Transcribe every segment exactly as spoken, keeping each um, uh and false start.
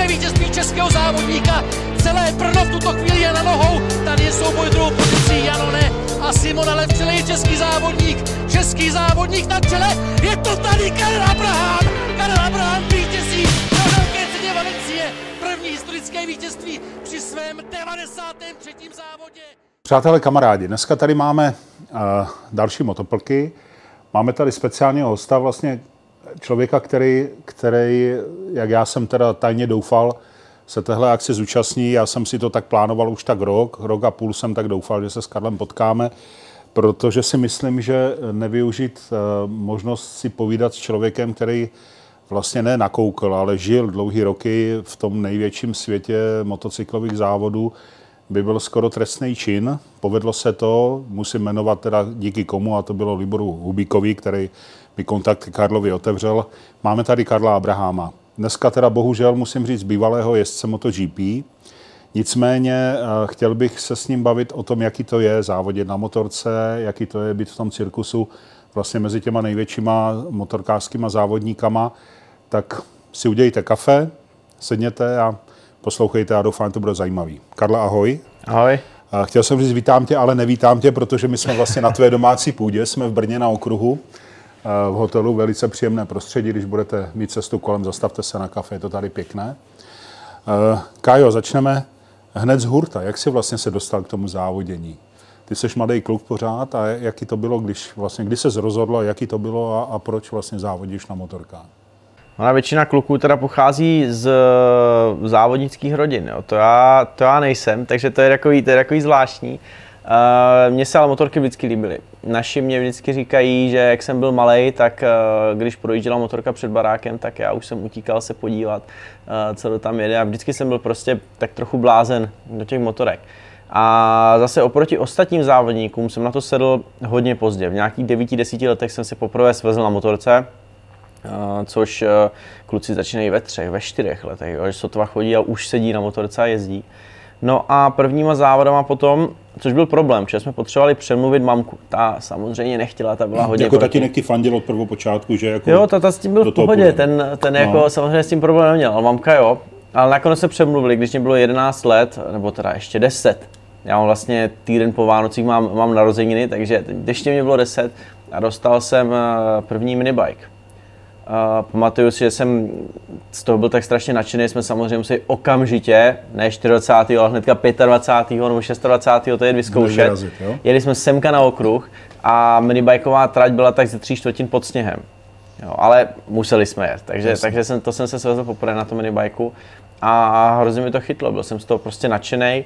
mistrské vítězství českého závodníka. Celé Brno v tuto chvíli je na nohou. Tady je souboj druhou pozicí Janone a Simon, ale v čele je český závodník. Český závodník na čele. Je to tady Karel Abraham. Karel Abraham vítězí na velké ceně Valencie. První historické vítězství při svém devadesátém třetím závodě. Přátelé, kamarádi, dneska tady máme uh, další motoplky. Máme tady speciálního hosta, vlastně člověka, který, který, jak já jsem teda tajně doufal, se téhle akci zúčastní. Já jsem si to tak plánoval už tak rok, rok a půl jsem tak doufal, že se s Karlem potkáme, protože si myslím, že nevyužít uh, možnost si povídat s člověkem, který vlastně ne nakoukl, ale žil dlouhý roky v tom největším světě motocyklových závodů, by byl skoro trestný čin. Povedlo se to, musím jmenovat teda díky komu, a to bylo Liboru Hubíkovi, který mi kontakt Karlovi otevřel. Máme tady Karla Abrahama. Dneska teda bohužel musím říct bývalého jezdce MotoGP. Nicméně chtěl bych se s ním bavit o tom, jaký to je závodit na motorce, jaký to je být v tom cirkusu vlastně mezi těma největšíma motorkářskýma závodníkama. Tak si udějte kafe, sedněte a poslouchejte a doufám, že to bude zajímavý. Karla, ahoj. Ahoj. Chtěl jsem říct vítám tě, ale nevítám tě, protože my jsme vlastně na tvé domácí půdě, jsme v Brně na okruhu, v hotelu, velice příjemné prostředí, když budete mít cestu kolem, zastavte se na kafe, je to tady pěkné. Kájo, začneme hned z hurta. Jak jsi vlastně se dostal k tomu závodění? Ty jsi mladý kluk pořád a jaký to bylo, když vlastně, kdy ses rozhodl, jaký to bylo a, a proč vlastně závodíš na motorkách? Ona většina kluků teda pochází z závodnických rodin, jo. To, já, to já nejsem, takže to je takový, to je takový zvláštní. Uh, mně se ale motorky vždycky líbily. Naši mě vždycky říkají, že jak jsem byl malej, tak uh, když projížděla motorka před barákem, tak já už jsem utíkal se podívat, uh, co to tam jede, a vždycky jsem byl prostě tak trochu blázen do těch motorek. A zase oproti ostatním závodníkům jsem na to sedl hodně pozdě. V nějakých devíti, desíti letech jsem si poprvé svezl na motorce, Uh, což uh, kluci začínají ve třech, ve čtyřech letech, jo, že sotva chodí a už sedí na motorce a jezdí. No a prvníma závodama potom, což byl problém, že jsme potřebovali přemluvit mamku. Ta samozřejmě nechtěla, ta byla hodně jako proti. tatínek ti fandil od prvopočátku, že jako jo, tata s tím byl v pohodě, ten, ten jako no. Samozřejmě s tím problém neměl, ale mamka jo. Ale nakonec se přemluvili, když mě bylo jedenáct let, nebo teda ještě deset. Já mám vlastně týden po Vánocích mám, mám narozeniny, takže ještě mě bylo deset a dostal jsem první minibike. Uh, pamatuju si, že jsem z toho byl tak strašně nadšený, jsme samozřejmě museli okamžitě, ne dvacátého ale hnedka dvacátého pátého nebo dvacátého šestého to je vyzkoušet. Vyrazit, jeli jsme semka na okruh a minibajková trať byla tak ze tří čtvrtin pod sněhem. Jo, ale museli jsme jet, takže, takže jsem, to jsem se svezl poprvé na tom minibajku a hrozně mi to chytlo, byl jsem z toho prostě nadšenej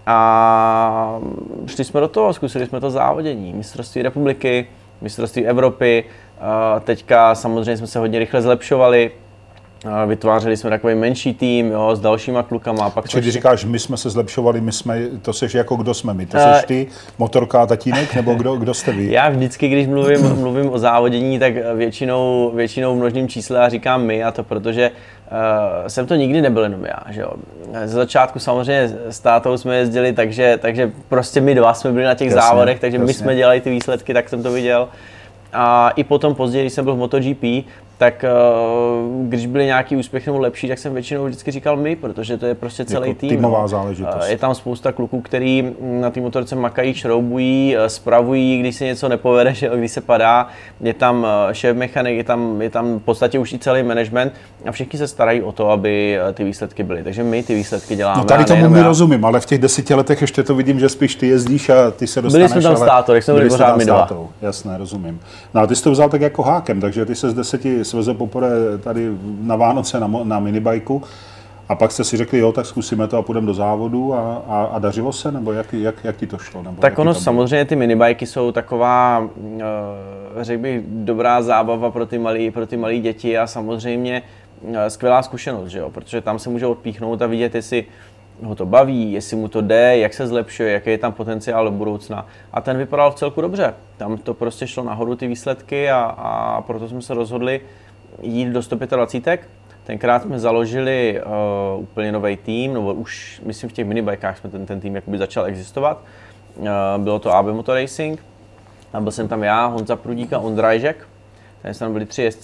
a šli jsme do toho, zkusili jsme to závodění, mistrovství republiky, mistrovství Evropy. Teďka samozřejmě jsme se hodně rychle zlepšovali, vytvářeli jsme takový menší tým, jo, s dalšíma klukama. Pak Čili když říkáš, my jsme se zlepšovali, my jsme, to seš jako kdo jsme my? To seš ty, motorka a tatínek, nebo kdo, kdo jste vy? Já vždycky, když mluvím, mluvím o závodění, tak většinou, většinou v množném čísle a říkám my, a to protože uh, jsem to nikdy nebyl jenom já, že jo. Ze začátku samozřejmě s tátou jsme jezdili, takže, takže prostě my dva jsme byli na těch jasně, závodech, takže jasně. My jsme dělali ty výsledky, tak jsem to viděl. A i potom později, když jsem byl v MotoGP, tak uh, když byly nějaký úspěchy nebo lepší, tak jsem většinou vždycky říkal my, protože to je prostě celý jako tým. Týmová no. záležitost. Je tam spousta kluků, kteří na té motorce makají, šroubují, spravují, když se něco nepovede, že když se padá. Je tam šéf mechanik, je tam, je tam v podstatě už i celý management a všichni se starají o to, aby ty výsledky byly. Takže my ty výsledky děláme. No tady tomu mi rozumím, ale v těch deseti letech ještě to vidím, že spíš ty jezdíš a ty se dostaneš. Byli jsme tam s tátou, jak jsme byli pořád my dva. Jasné, rozumím. No a ty jsi to vzal tak jako hákem, takže ty se z deseti svezl poprvé tady na Vánoce na, na minibajku a pak jste si řekli, jo, tak zkusíme to a půjdeme do závodu a, a, a dařilo se, nebo jak, jak, jak ti to šlo? Nebo tak ono samozřejmě ty minibajky jsou taková, řekl bych, dobrá zábava pro ty malé pro ty malé děti a samozřejmě skvělá zkušenost, že jo? Protože tam se může odpíchnout a vidět, jestli ho to baví, jestli mu to jde, jak se zlepšuje, jaký je tam potenciál do budoucna. A ten vypadal v celku dobře. Tam to prostě šlo nahoru ty výsledky a, a proto jsme se rozhodli jít do sto dvacet pět. Tenkrát jsme založili uh, úplně nový tým, nebo už myslím v těch minibajkách jsme ten, ten tým jakoby začal existovat. Uh, bylo to A B Motor Racing a byl jsem tam já, Honza Prudík a Ondra Ježek. Tady jsme tam byli tři jezdci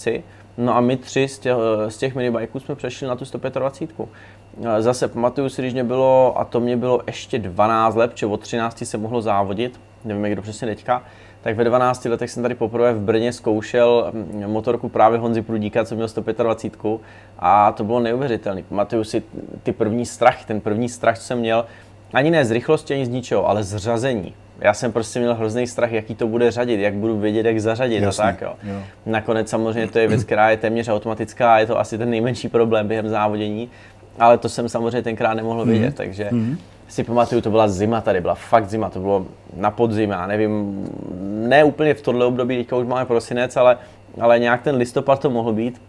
No a my tři z těch, z těch minibajků jsme přešli na tu sto dvacet pět. Zase pamatuju si, když mě bylo, a to mě bylo ještě dvanáct let, protože od třinácti se mohlo závodit, nevím, jak to přesně teďka, tak ve dvanácti letech jsem tady poprvé v Brně zkoušel motorku právě Honzy Prudíka, co měl sto dvacet pět a to bylo neuvěřitelné. Pamatuju si ty první strach, ten první strach, co jsem měl, ani ne z rychlosti, ani z ničeho, ale z řazení. Já jsem prostě měl hrozný strach, jaký to bude řadit, jak budu vědět, jak zařadit. Jasně, a tak jo. jo. Nakonec samozřejmě to je věc, která je téměř automatická a je to asi ten nejmenší problém během závodění, ale to jsem samozřejmě tenkrát nemohl vědět, mm. takže mm. si pamatuju, to byla zima tady, byla fakt zima, to bylo na podzim, já nevím, ne úplně v tohle období, teďka už máme prosinec, ale, ale nějak ten listopad to mohl být.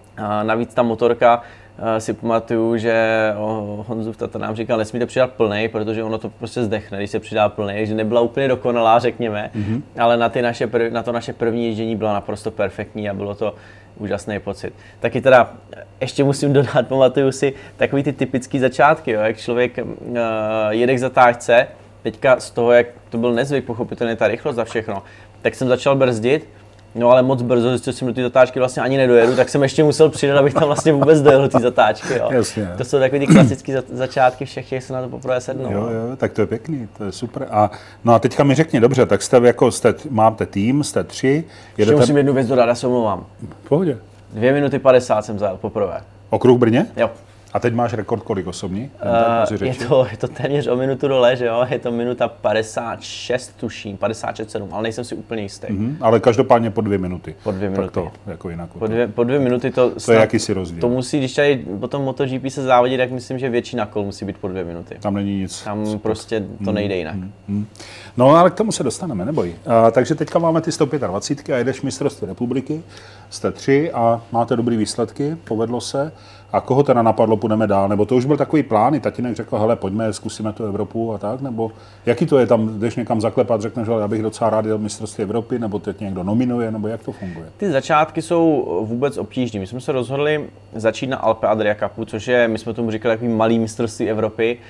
A navíc ta motorka, si pamatuju, že Honzův tata nám říkal, nesmíte přidat plnej, protože ono to prostě zdechne, když se přidá plnej, že nebyla úplně dokonalá, řekněme, mm-hmm. ale na, ty naše prv, na to naše první ježdění byla naprosto perfektní a bylo to úžasný pocit. Taky teda ještě musím dodat, pamatuju si takový ty typický začátky, jo, jak člověk uh, jede k zatáčce, teďka z toho, jak to byl nezvyk, pochopitelně ta rychlost a všechno, tak jsem začal brzdit. No ale moc brzo zjistil jsem, do té zatáčky vlastně ani nedojedu, tak jsem ještě musel přidat, abych tam vlastně vůbec dojel do té zatáčky. Jo. Jasně. To jsou takové ty klasické za- začátky všech, jak se na to poprvé sednou. Jo, jo, tak to je pěkný, to je super. A, no a teďka mi řekni, dobře, tak jste jako, jste, máte tým, jste tři. Jedete... Ještě musím jednu věc dodat, já se omlouvám. V pohodě. Dvě minuty padesát jsem zajel poprvé. Okruh Brně? Jo. A teď máš rekord kolik osobní? Uh, je, to, je to téměř o minutu dole, že jo? Je to minuta padesát šest, tuším, padesát šest sedm, ale nejsem si úplně jistý. Mm-hmm, ale každopádně po dvě minuty. Po dvě minuty. Tak to jako jinak. Po dvě, po dvě minuty to... To je jakýsi rozdíl. To musí, když tady potom MotoGP se závodí, tak myslím, že většina kol musí být po dvě minuty. Tam není nic. Tam spod. Prostě to nejde jinak. Mm, mm. No ale k tomu se dostaneme, neboj. Uh, takže teďka máme ty sto dvacet pět a jedeš mistrovství republiky, jste tři a máte dobrý výsledky, povedlo se. A koho teda napadlo, půjdeme dál? Nebo to už byl takový plán, i tatínek řekl, hele, pojďme, zkusíme tu Evropu a tak? Nebo jaký to je tam, jdeš někam zaklepat, řekneš, že já bych docela rád jel mistrovství Evropy, nebo teď někdo nominuje, nebo jak to funguje? Ty začátky jsou vůbec obtížné. My jsme se rozhodli začít na Alpe Adria Cupu, což je, my jsme tomu říkali, takový malý mistrovství Evropy.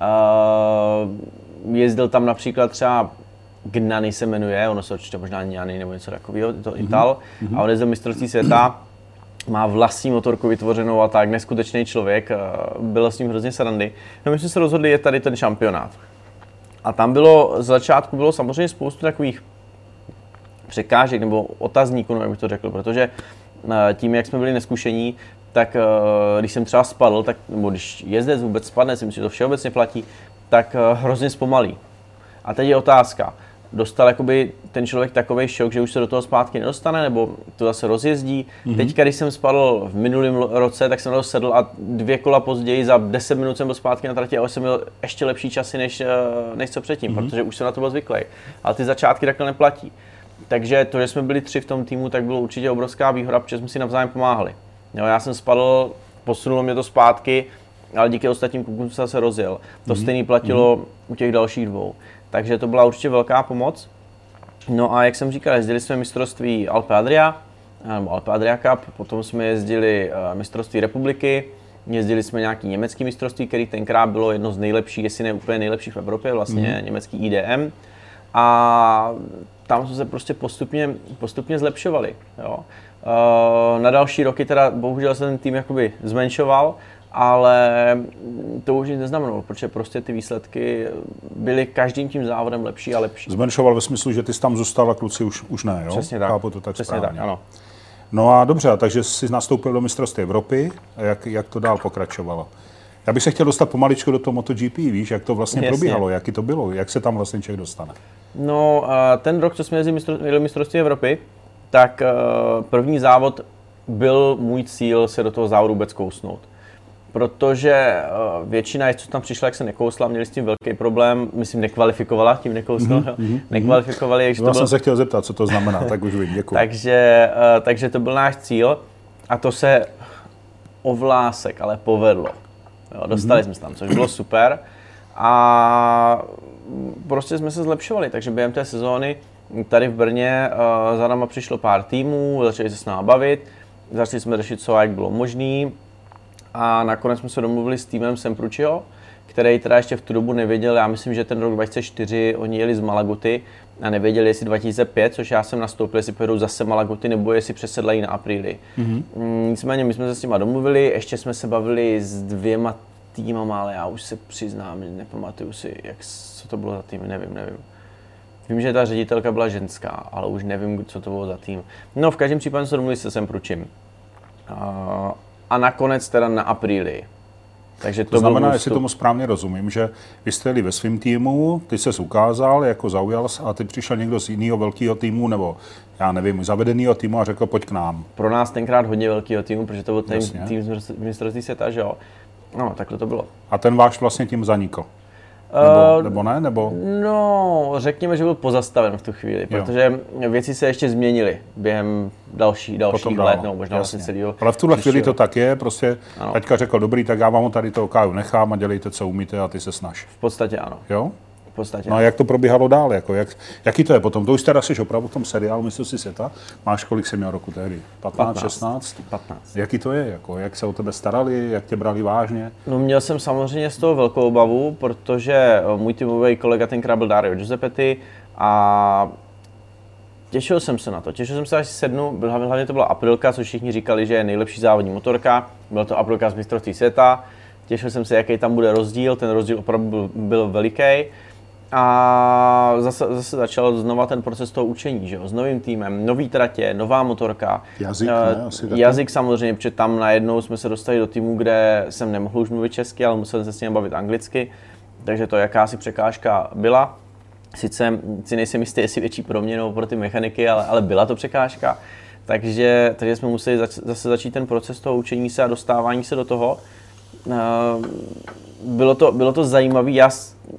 Uh, jezdil tam například třeba Gnani se jmenuje, ono se určitě možná Gnani nebo něco takového, to mm-hmm. Ital, mm-hmm. a on jezdil mistrovství světa. Má vlastní motorku vytvořenou a tak, neskutečný člověk, bylo s ním hrozně srandy. No my jsme se rozhodli, je tady ten šampionát. A tam bylo, z začátku bylo samozřejmě spoustu takových překážek nebo otazníků, no, jak bych to řekl, protože tím, jak jsme byli neskušení, tak když jsem třeba spadl, tak, nebo když jezdec vůbec spadne, si myslím, že to všeobecně platí, tak hrozně zpomalí. A teď je otázka. Dostal jakoby ten člověk takovej šok, že už se do toho zpátky nedostane, nebo to zase rozjezdí. Mm-hmm. Teďka, když jsem spadl v minulém roce, tak jsem na to sedl a dvě kola později za deset minut jsem byl zpátky na trati a už jsem měl ještě lepší časy, než, než co předtím, mm-hmm. protože už jsem na to byl zvyklý. Ale ty začátky takhle neplatí. Takže to, že jsme byli tři v tom týmu, tak bylo určitě obrovská výhoda, protože jsme si navzájem pomáhali. Jo, já jsem spadl, posunulo mě to zpátky, ale díky ostatním klukům jsem se rozjel. To mm-hmm. stejný platilo mm-hmm. u těch dalších dvou. Takže to byla určitě velká pomoc. No a jak jsem říkal, jezdili jsme mistrovství Alpe Adria, nebo Alpe Adria Cup, potom jsme jezdili mistrovství republiky, jezdili jsme nějaký německý mistrovství, který tenkrát bylo jedno z nejlepších, jestli ne úplně nejlepších v Evropě, vlastně mm. německý I D M. A tam jsme se prostě postupně, postupně zlepšovali. Jo. Na další roky teda bohužel se ten tým jakoby zmenšoval, ale to už nic neznamenalo, protože prostě ty výsledky byly každým tím závodem lepší a lepší. Zmenšoval ve smyslu, že ty jsi tam zůstal a kluci už, už ne, jo? Přesně tak. Chápu to tak Přesně správně. tak, ano. No a dobře, takže jsi nastoupil do mistrovství Evropy a jak, jak to dál pokračovalo? Já bych se chtěl dostat pomaličku do toho MotoGP, víš, jak to vlastně Jasně. probíhalo, jaký to bylo, jak se tam vlastně člověk dostane? No, ten rok, co jsme jezdili mistrovství Evropy, tak první závod byl můj cíl se do toho závodu vůbec kousnout. Protože většina jezdců tam přišla, jak se nekousla, měli s tím velký problém, myslím nekvalifikovala, tím nekousla, mm-hmm. nekvalifikovali. Já jsem byl... se chtěl zeptat, co to znamená, tak už vím, děkuji. takže, takže to byl náš cíl a to se o vlásek, ale povedlo. Jo, dostali mm-hmm. jsme se tam, což bylo super a prostě jsme se zlepšovali, takže během té sezóny tady v Brně za náma přišlo pár týmů, začali se s námi bavit, začali jsme řešit, co jak bylo možné. a nakonec jsme se domluvili s týmem Semprucciho, který teda ještě v tu dobu nevěděl, já myslím, že ten rok dva tisíce čtyři oni jeli z Malaguty a nevěděli, jestli dva tisíce pět, což já jsem nastoupil, jestli pojedou zase Malaguty nebo jestli přesedlají na Aprilia. Mm-hmm. Nicméně my jsme se s nima domluvili, ještě jsme se bavili s dvěma týmama, ale já už se přiznám, nepamatuju si, jak, co to bylo za tým, nevím, nevím. Vím, že ta ředitelka byla ženská, ale už nevím, co to bylo za tým. No v každém případě se domluvili se Sempruccim. A, a nakonec teda na Aprilii. Takže to, to znamená, jestli tomu správně rozumím, že vy jste jeli ve svém týmu, ty ses ukázal, jako zaujal a ty přišel někdo z jiného velkého týmu, nebo já nevím, zavedeného týmu a řekl, pojď k nám. Pro nás tenkrát hodně velkého týmu, protože to byl tým, tým z mistrovství světa, že jo. No, takhle to bylo. A ten váš vlastně tím zanikl? Nebo, uh, nebo ne? Nebo? No, řekněme, že byl pozastaven v tu chvíli, jo. Protože věci se ještě změnily během další, dalších let, nebo možná vlastně celého. Ale v tuhle chvíli to tak je, prostě ano. Taťka řekl, dobrý, tak já vám tady toho káju nechám a dělejte, co umíte a ty se snaž. V podstatě ano. Jo? V podstatě. No a jak to probíhalo dál? Jako jak, jaký to je potom? To už teda jsi opravdu v tom seriálu Mistrovství světa. Máš kolik jsi měl roku tehdy? patnáct, šestnáct? patnáct. Jaký to je? Jako, jak se o tebe starali? Jak tě brali vážně? No měl jsem samozřejmě z toho velkou obavu, protože můj týmový kolega tenkrát byl Dario Giuseppetti a těšil jsem se na to. Těšil jsem se, až sednu, hlavně to byla Aprilka, což všichni říkali, že je nejlepší závodní motorka. Byl to Aprilka z Mistrovství světa. Těšil jsem se, jaký tam bude rozdíl, ten rozdíl opravdu byl, byl veliký. A zase, zase začal znova ten proces toho učení, že jo? S novým týmem, nový tratě, nová motorka. Jazyk, ne? Asi Jazyk samozřejmě, protože tam najednou jsme se dostali do týmu, kde jsem nemohl už mluvit česky, ale musel se s ním bavit anglicky. Takže to jakási překážka byla. Sice si nejsem jistý, jestli větší pro mě nebo pro ty mechaniky, ale, ale byla to překážka. Takže, takže jsme museli zač, zase začít ten proces toho učení se a dostávání se do toho. Bylo to, bylo to zajímavé, já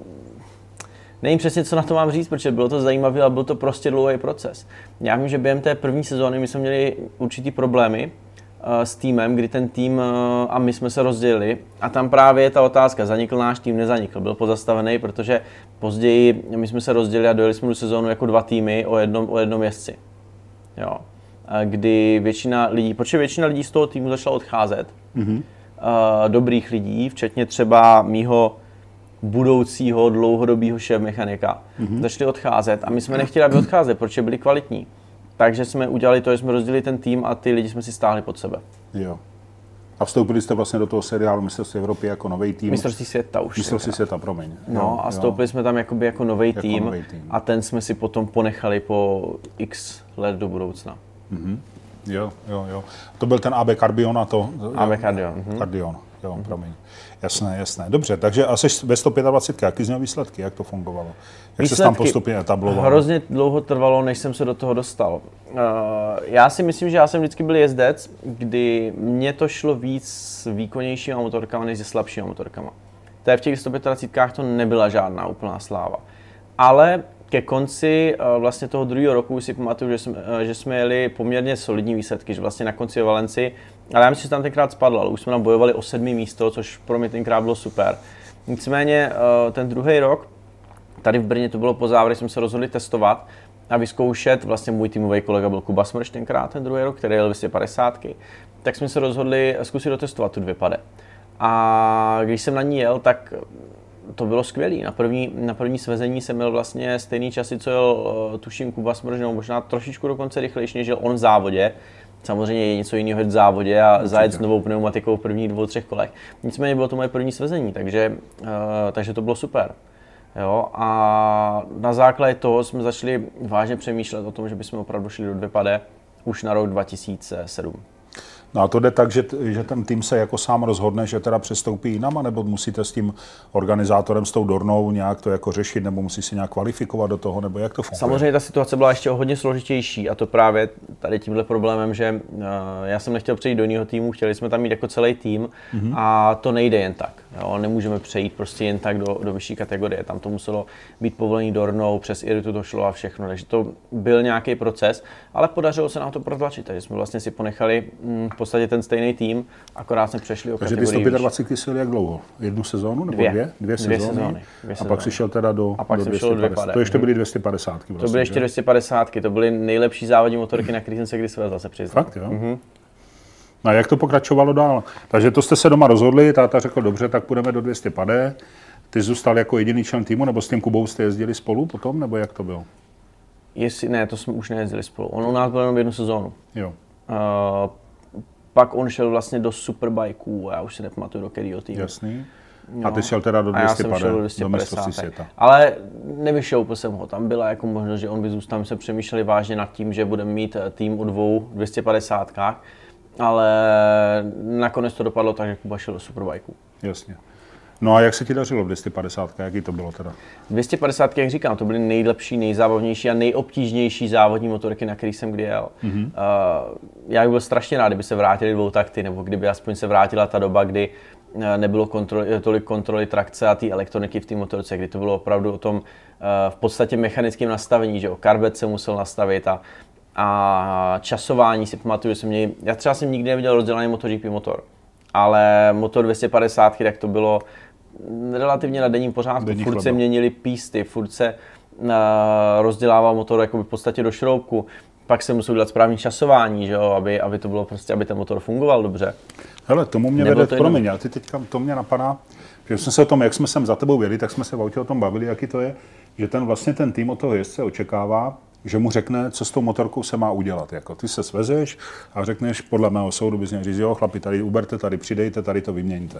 nevím přesně, co na to mám říct, protože bylo to zajímavé, ale byl to prostě dlouhý proces. Já vím, že během té první sezóny my jsme měli určitý problémy uh, s týmem, kdy ten tým uh, a my jsme se rozdělili a tam právě je ta otázka, zanikl náš tým, nezanikl, byl pozastavený, protože později my jsme se rozdělili a dojeli jsme do sezónu jako dva týmy o jednom, o jednom jezdci. Jo. Kdy většina lidí, protože většina lidí z toho týmu začala odcházet, mm-hmm. uh, dobrých lidí, včetně třeba mýho budoucího dlouhodobého šéfmechanika, mm-hmm. začali odcházet a my jsme nechtěli, aby odcházeli, protože byli kvalitní. Takže jsme udělali to, že jsme rozdělili ten tým a ty lidi jsme si stáhli pod sebe. Jo. A vstoupili jste vlastně do toho seriálu Mistrovství Evropy jako nový tým? Mistrovství světa už. Mistrovství světa, promiň. No jo, a vstoupili jo. jsme tam jakoby jako nový jako tým, tým a ten jsme si potom ponechali po x let do budoucna. Mm-hmm. Jo, jo, jo. To byl ten A B Carbion a to... A B Carbion. Mm-hmm. Carbion, jo, mm-hmm. promiň. Jasné, jasné. Dobře, takže a jsi ve sto dvacet pět, jaký z něho výsledky, jak to fungovalo? Jak se tam postupně etabloval? Hrozně dlouho trvalo, než jsem se do toho dostal. Uh, já si myslím, že já jsem vždycky byl jezdec, kdy mně to šlo víc s výkonnějšíma motorkama, než se slabšíma motorkama. To je v těch sto dvacet pětkách to nebyla žádná úplná sláva. Ale ke konci uh, vlastně toho druhého roku si pamatuju, že jsme, uh, že jsme jeli poměrně solidní výsledky, že vlastně na konci v Valencii, ale já myslím, že tam tenkrát spadlo, ale už jsme tam bojovali o sedmý místo, což pro mě tenkrát bylo super. Nicméně uh, ten druhý rok, tady v Brně to bylo po závěru, jsme se rozhodli testovat a vyzkoušet, vlastně můj týmový kolega byl Kuba Smrš tenkrát ten druhý rok, který jel dvě stě padesát, tak jsme se rozhodli zkusit dotestovat tu dvě pade. A když jsem na ní jel, tak to bylo skvělý. Na první, na první svezení jsem měl vlastně stejný časy, co jel tuším Kuba Smrš, nebo možná trošičku dokonce rychlejší, než jel on v závodě. Samozřejmě je něco jiného v závodě a určitě zajet s novou pneumatikou v prvních dvou, třech kolech. Nicméně bylo to moje první svezení, takže, uh, takže to bylo super. Jo, a na základě toho jsme začali vážně přemýšlet o tom, že bychom opravdu šli do dvě pade už na rok dva tisíce sedm. No a to jde tak, že, že ten tým se jako sám rozhodne, že teda přestoupí jinam, nebo musíte s tím organizátorem, s tou Dornou nějak to jako řešit, nebo musí se nějak kvalifikovat do toho, nebo jak to funguje? Samozřejmě ta situace byla ještě hodně složitější a to právě tady tímhle problémem, že uh, já jsem nechtěl přejít do jiného týmu, chtěli jsme tam mít jako celý tým mm-hmm. a to nejde jen tak. Jo? Nemůžeme přejít prostě jen tak do, do vyšší kategorie, tam to muselo být povolený Dornou, přes Iritu to šlo a všechno, takže to byl nějaký proces, ale podařilo se nám to protlačit, takže jsme vlastně si ponechali mm, v podstatě ten stejný tým, akorát jsme přešli o kategorii. Takže ty sto dvacet jsi jak dlouho? Jednu sezónu nebo dvě? Dvě, dvě sezóny. Dvě sezóny. Dvě sezóny. A pak jsi šel teda do, a pak do dvě stě padesát. To ještě byly dvě stě padesát. Vlastně, to byly ještě dvě stě padesát, to byly nejlepší závodní motorky, na kterých jsem se kdy svezl, se přiznám. Fakt jo? Mm-hmm. No a jak to pokračovalo dál? Takže to jste se doma rozhodli, táta řekl, dobře, tak půjdeme do dvě stě padé. Ty zůstal jako jediný člen týmu, nebo s tím Kubou jste jezdili spolu potom, nebo jak to bylo? Jestli, ne, to jsme už nejezdili spolu. On u nás byl jenom jednu sezónu. Jo. Uh, pak on šel vlastně do Superbikeů a já už si nepamatuju do kterého týmu. Jasný. No. A ty šel teda do dvě stě padé, do, do mistrovství světa. Ale nevyšoupil jsem ho. Tam byla jako možnost, že on by zůstal. My jsme přemýšleli vážně nad tím, že budeme mít tým o dvou dvě stě padesátkách, ale nakonec to dopadlo tak, že Kuba šel do Superbikeů. Jasně. No a jak se ti dařilo v dvě stě padesátka? Jaký to bylo teda? dvě stě padesát, jak říkám, to byly nejlepší, nejzábavnější a nejobtížnější závodní motorky, na který jsem kdy jel. Mm-hmm. Uh, já bych byl strašně rád, kdyby se vrátili dvou takty, nebo kdyby aspoň se vrátila ta doba, kdy nebylo kontroli, tolik kontroly trakce a té elektroniky v té motorce, kdy to bylo opravdu o tom uh, v podstatě mechanickém nastavení, že jo, karbet se musel nastavit a, a časování si pamatuju, že jsem měl, já třeba jsem nikdy neviděl rozdělaný MotoGP motor, ale motor dvě stě padesát, tak to bylo relativně na denním pořádku, Denní furt chleba. se měnily písty, furt se uh, rozdělával motor jakoby v podstatě do šroubku, pak se musel dělat správný časování, že jo, aby, aby to bylo prostě, aby ten motor fungoval dobře. Hele, tomu mě Nebylo vede, to promiň, ale ty teďka, to mě napadá, že jsme se o tom, jak jsme sem za tebou jeli, tak jsme se v autě o tom bavili, jaký to je, že ten vlastně ten tým od toho jezdce očekává, že mu řekne, co s tou motorkou se má udělat. Jako ty se svezeš a řekneš, podle mého soudu bys měl říct, jo, chlapi, tady uberte, tady přidejte, tady to vyměňte.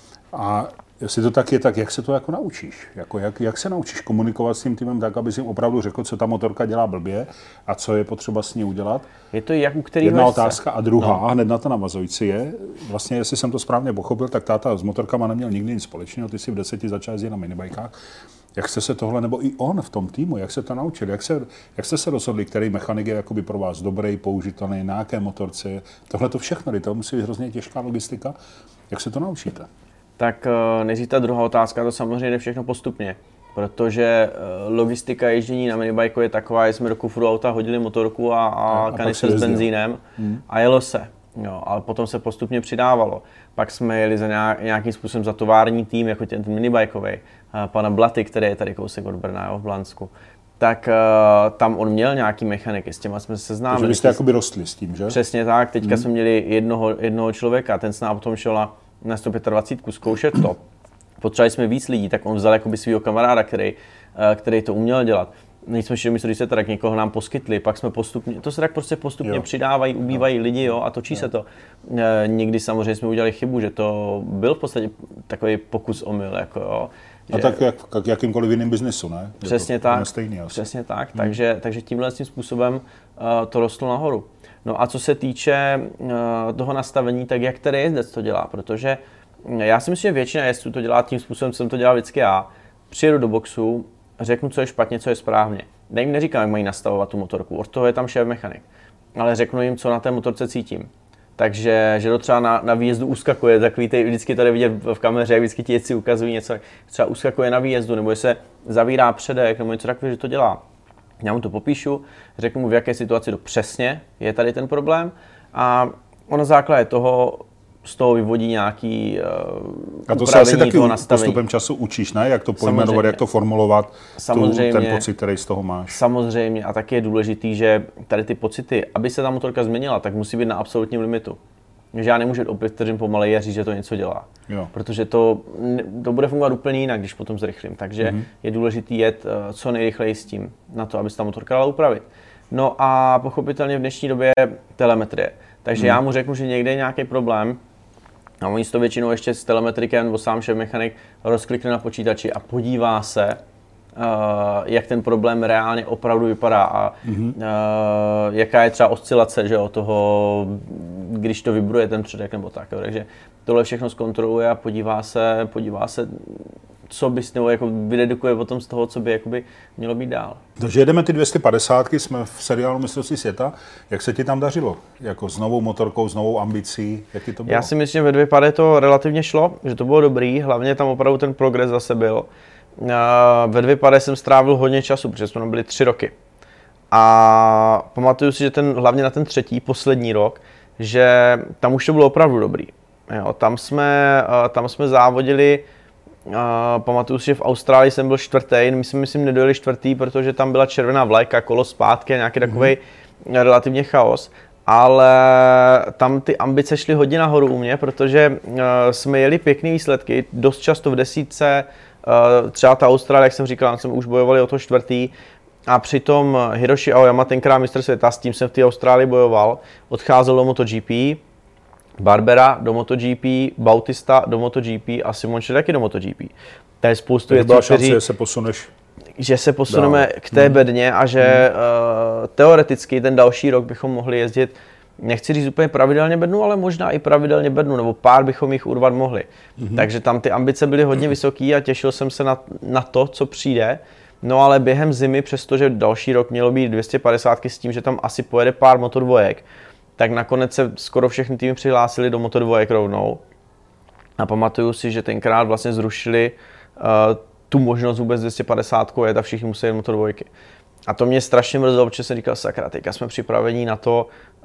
A jestli to tak je, tak jak se to jako naučíš? Jako jak, jak se naučíš komunikovat s tím týmem tak, aby jim opravdu řekl, co ta motorka dělá blbě a co je potřeba s ní udělat? Je to jak u kterého Jedna jezdce. otázka a druhá, No. hned na to navazující je, vlastně jestli jsem to správně pochopil, tak táta s motorkama neměl nikdy nic společného, ty si v deseti začal jezdit na minibajkách. Jak jste se tohle, nebo i on v tom týmu, jak se to naučil? Jak, se, jak jste se rozhodli, který mechanik je jakoby pro vás dobrý, použitelný, na jaké motorce? Tohle to všechno, to musí být hrozně těžká logistika. Jak se to naučíte? Tak nejdřív ta druhá otázka, to samozřejmě jde všechno postupně, protože logistika ježdění na minibajku je taková, že jsme do kufru auta hodili motorku a, a, a kanistr s benzínem hmm. a jelo se. Jo, ale potom se postupně přidávalo. Pak jsme jeli za nějakým způsobem za tovární tým, jako ten, ten minibajkový, pana Blaty, který je tady kousek od Brna, jo, v Blansku. Tak uh, tam on měl nějaký mechaniky, s těma jsme se seznámili. Takže vy jste jakoby rostli s tím, že? Přesně tak, teďka hmm. jsme měli jednoho, jednoho člověka, ten s námi potom šel na, na sto dvacet pět zkoušet to. Potřebovali jsme víc lidí, tak on vzal jakoby svýho kamaráda, který, uh, který to uměl dělat. Teď jsme šli, když se tak někoho nám poskytli, pak jsme postupně, to se tak prostě postupně jo. přidávají, ubývají jo. lidi, jo, a točí jo. se to. E, někdy samozřejmě jsme udělali chybu, že to byl v podstatě takový pokus omyl, jako jo. A že, tak jak, jak jakýmkoliv jiným biznesu, ne? Přesně to, tak, to stejný, přesně tak, hmm. takže, takže tímhle tím způsobem uh, to rostlo nahoru. No a co se týče uh, toho nastavení, tak jak který jezdec to dělá, protože já si myslím, že většina jezdců to dělá tím způsobem, co jsem to dělal vždycky já. Přijedu do boxu, řeknu, co je špatně, co je správně. Já jim neříkám, jak mají nastavovat tu motorku, od toho je tam šéf mechanik, ale řeknu jim, co na té motorce cítím. Takže, že to třeba na, na výjezdu uskakuje, takový ty, vždycky tady vidět v kameře, jak vždycky ti jezdci ukazují něco, třeba uskakuje na výjezdu, nebo že se zavírá předek, nebo něco takového, že to dělá. Já mu to popíšu, řeknu mu, v jaké situaci to přesně je tady ten problém a on na základě toho z toho vyvodí nějaký uh, a to se asi taky toho nastavení. Postupem času učíš, ne? Jak to pojmenovat, jak to formulovat, tu, ten pocit, který z toho máš. Samozřejmě a taky je důležitý, že tady ty pocity, aby se ta motorka změnila, tak musí být na absolutním limitu. Že já nemůžu o pět vteřin pomaleji a říct, že to něco dělá. Jo. Protože to, to bude fungovat úplně jinak, když potom zrychlím. Takže mm-hmm. je důležitý jet uh, co nejrychleji s tím, na to, aby se ta motorka dala upravit. No a pochopitelně v dnešní době telemetrie. Takže mm. já mu řeknu, že někde je nějaký problém, a oni to většinou ještě s telemetrikem nebo sám šéf mechanik rozklikne na počítači a podívá se, uh, jak ten problém reálně opravdu vypadá a mm-hmm. uh, jaká je třeba oscilace, že, o toho, když to vibruje ten předek nebo tak. Jo. Takže tohle všechno zkontroluje a podívá se, podívá se, co by nebo jako vydedukuje potom z toho, co by jakoby mělo být dál. Takže jedeme ty dvě stě padesátky, jsme v seriálu Mistrovství světa. Jak se ti tam dařilo? Jako s novou motorkou, s novou ambicí, jak ti to bylo? Já si myslím, že ve dvě pade to relativně šlo, že to bylo dobrý, hlavně tam opravdu ten progres zase byl. Ve dvě pade jsem strávil hodně času, protože jsme tam byli tři roky. A pamatuju si, že ten, hlavně na ten třetí, poslední rok, že tam už to bylo opravdu dobrý. Jo, tam jsme, tam jsme závodili. Uh, pamatuju si, že v Austrálii jsem byl čtvrtý, my jsme myslím nedojeli čtvrtý, protože tam byla červená vlajka, kolo zpátky, nějaký takovej mm-hmm. relativně chaos. ale tam ty ambice šly hodně nahoru u mě, protože uh, jsme jeli pěkné výsledky, dost často v desítce, uh, třeba ta Austrálie, jak jsem říkal, jsme už bojovali o to čtvrtý, a přitom Hiroshi Aoyama, tenkrát mistr světa, s tím jsem v té Austrálii bojoval, odcházel do MotoGP, Barbera do MotoGP, Bautista do MotoGP a Simonče taky do MotoGP. To je spoustu věcí, kteří... že se posuneš. Že se posuneme dál k té bedně a že hmm. uh, teoreticky ten další rok bychom mohli jezdit, nechci říct úplně pravidelně bednu, ale možná i pravidelně bednu, nebo pár bychom jich urvat mohli. Hmm. Takže tam ty ambice byly hodně vysoké a těšil jsem se na, na to, co přijde. No ale během zimy, přestože další rok mělo být dvě stě padesát s tím, že tam asi pojede pár Moto dvojek, tak nakonec se skoro všechny týmy přihlásili do Moto dvojek rovnou. A pamatuju si, že tenkrát vlastně zrušili uh, tu možnost vůbec dvě stě padesát jet a všichni museli jet Moto dvojky. A to mě strašně mrzelo, protože jsem říkal, sakra, teďka jsme připraveni na to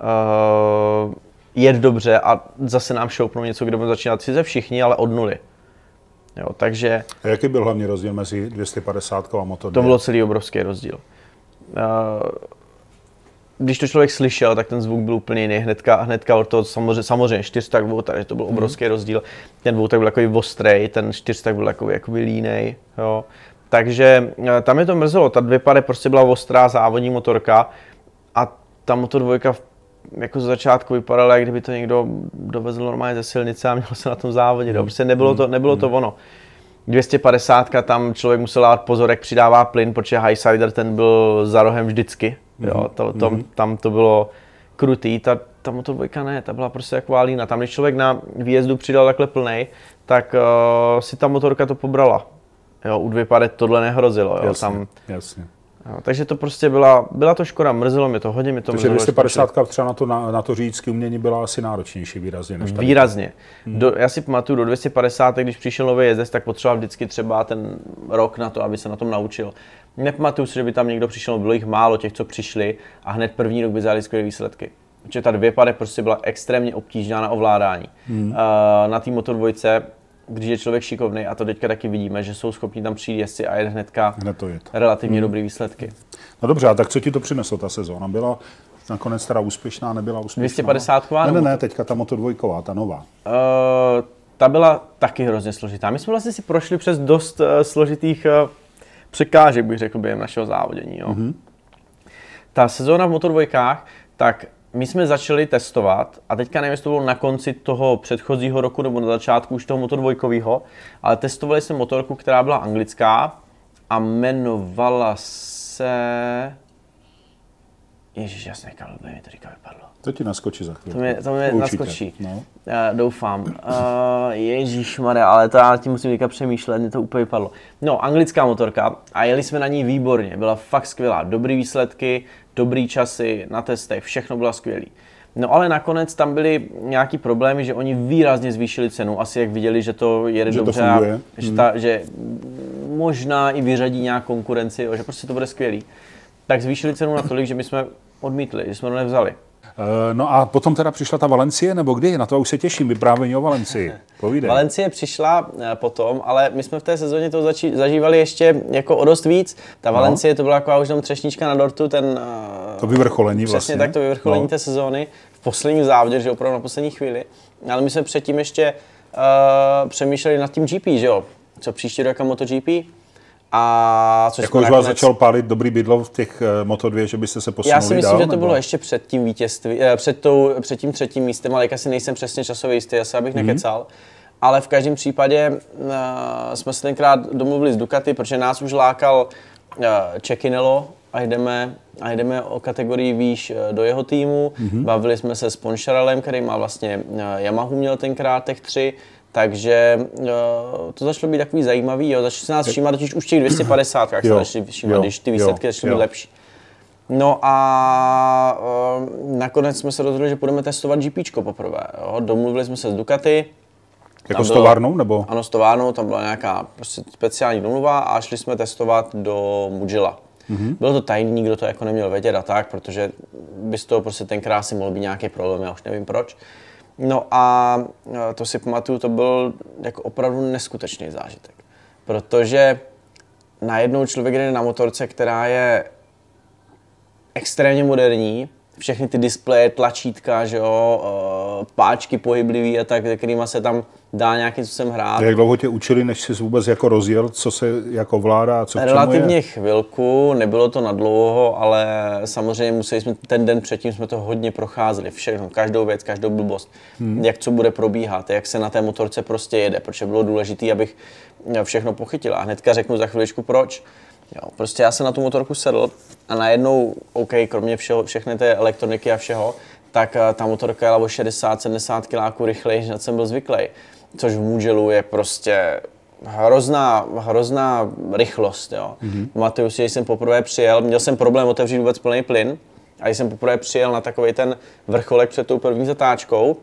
uh, jet dobře a zase nám šoupnou něco, kde budeme začínat sice všichni, ale od nuly. Jo, takže... A jaký byl hlavní rozdíl mezi dvě stě padesát a Moto dva? To bylo celý obrovský rozdíl. Uh, když to člověk slyšel, tak ten zvuk byl úplně jiný. Hnedka, hnedka od toho samozřejmě, samozřejmě čtyřtak volt, takže to byl obrovský mm. rozdíl. Ten voltak byl takový ostrej, ten čtyřtak byl takový jakoby línej. Jo. Takže uh, tam je to mrzelo, ta dvě pade prostě byla ostrá závodní motorka a ta Moto dvojka jako z začátku vypadala, jak kdyby to někdo dovezl normálně ze silnice a měl se na tom závodit. Mm. Prostě nebylo to, nebylo mm. to ono. dvě stě padesát, tam člověk musel dát pozor, jak přidává plyn, protože Highsider ten byl za rohem vždycky. Mm. Jo, to, to, mm. Tam to bylo krutý, ta, ta Moto dvojka ne, ta byla prostě jako lína. Tam, když člověk na výjezdu přidal takhle plnej, tak uh, si ta motorka to pobrala. Jo, u dvě pade tohle nehrozilo. Jo, jasně, tam, jasně. Jo, takže to prostě byla, byla to škoda, mrzelo mě to, hodně mi to mrzelo. Takže dvě stě padesát třeba na to, na, na to řídské umění byla asi náročnější výrazně než tady. Výrazně. Hmm. Do, já si pamatuju, do dvě stě padesát, když přišel nový jezdec, tak potřeboval vždycky třeba ten rok na to, aby se na tom naučil. Nepamatuju si, že by tam někdo přišel, bylo jich málo těch, co přišli a hned první rok by zajali skvělé výsledky. Protože ta dvě pade prostě byla extrémně obtížná na ovládání. Hmm. Uh, na té Moto dvojce, když je člověk šikovný, a to teďka taky vidíme, že jsou schopni tam přijít jezdci a jet hnedka hned to jet. relativně hmm. dobrý výsledky. No dobře, a tak co ti to přineslo ta sezóna? Byla nakonec teda úspěšná, nebyla úspěšná? dvě stě padesát Ne, ne, ne, teďka ta Moto dvojková, ta nová. Uh, ta byla taky hrozně složitá. My jsme vlastně si prošli přes dost uh, složitých uh, překážek, bych řekl, během našeho závodění. Jo. Mm-hmm. Ta sezóna v Moto dvojkách, tak my jsme začali testovat, a teďka nevím, jestli to bylo na konci toho předchozího roku nebo na začátku už toho Moto dvojkového, ale testovali jsme motorku, která byla anglická a jmenovala se... Ježiš, já jsem nekal, by mi to říká vypadlo. To ti naskočí za chvíli. To mě, to mě naskočí, no. uh, doufám. Uh, Ježíšmarja, ale to já tím musím teďka přemýšlet, mě to úplně vypadlo. No, anglická motorka a jeli jsme na ní výborně, byla fakt skvělá, dobrý výsledky, dobrý časy na testech, všechno bylo skvělý. No ale nakonec tam byly nějaký problémy, že oni výrazně zvýšili cenu, asi jak viděli, že to jede že dobře to a hmm. že, ta, že možná i vyřadí nějak konkurenci, jo, že prostě to bude skvělý. Tak zvýšili cenu natolik, že my jsme odmítli, že jsme to nevzali. No a potom teda přišla ta Valencie, nebo kdy? Na to už se těším, vyprávění o Valencii. Povídej. Valencie přišla potom, ale my jsme v té sezóně to zači- zažívali ještě jako o dost víc. Ta no. Valencie to byla jako už tam třešnička na dortu, ten... To vyvrcholení vlastně. Přesně tak, to vyvrcholení no. té sezóny v posledním závodě, že opravdu na poslední chvíli. Ale my jsme předtím ještě uh, přemýšleli nad tím G P, že jo? Co příští rok jako MotoGP? A což jako už nakonec... vás začal pálit dobrý bydlo v těch uh, Moto dva, že byste se posunuli dál? Já si myslím, dál, že to nebo? bylo ještě před tím vítězství, eh, před, tou, před tím třetím místem, ale asi nejsem přesně časově jistý, asi abych mm-hmm. nekecal. Ale v každém případě uh, jsme se tenkrát domluvili s Ducati, protože nás už lákal uh, Cecchinello a jdeme, a jdeme o kategorii výš uh, do jeho týmu. Mm-hmm. Bavili jsme se s Poncharelem, který má vlastně uh, Yamahu měl tenkrát těch tři. Takže uh, to začalo být takový zajímavý, jo. Začali se nás všímat totiž už těch dvě stě padesát, jak se začali všímat, když ty výsledky začaly být lepší. No a uh, nakonec jsme se rozhodli, že budeme testovat GPčko poprvé, jo. Domluvili jsme se s Ducati. Jako s továrnou, nebo? Ano, s továrnou, tam byla nějaká prostě speciální domluva a šli jsme testovat do Mugello. Mm-hmm. Bylo to tajný, nikdo to jako neměl vědět a tak, protože by z toho prostě tenkrát si mohl být nějaký problém, já už nevím proč. No a to si pamatuju, to byl jako opravdu neskutečný zážitek, protože najednou člověk jde na motorce, která je extrémně moderní, všechny ty displeje, tlačítka, že jo, páčky pohyblivý a tak, kterýma se tam dá nějakým způsobem hrát. Jak dlouho tě učili, než jsi vůbec jako rozjel, co se jako vládá a co k čemu je? Relativně chvilku, nebylo to nadlouho, ale samozřejmě museli jsme, ten den předtím jsme to hodně procházeli, všechno, každou věc, každou blbost, hmm. jak co bude probíhat, jak se na té motorce prostě jede, protože bylo důležité, abych všechno pochytil. A hnedka řeknu za chviličku proč. Jo, prostě já jsem na tu motorku sedl a najednou, OK, kromě všeho, všechny té elektroniky a všeho, tak ta motorka jela o šedesát sedmdesát kiláků rychleji, než jsem byl zvyklý. Což v Mugellu je prostě hrozná, hrozná rychlost. Jo. Mm-hmm. Pamatuju si, že jsem poprvé přijel, měl jsem problém otevřít vůbec plný plyn a když jsem poprvé přijel na takový ten vrcholek před tou první zatáčkou,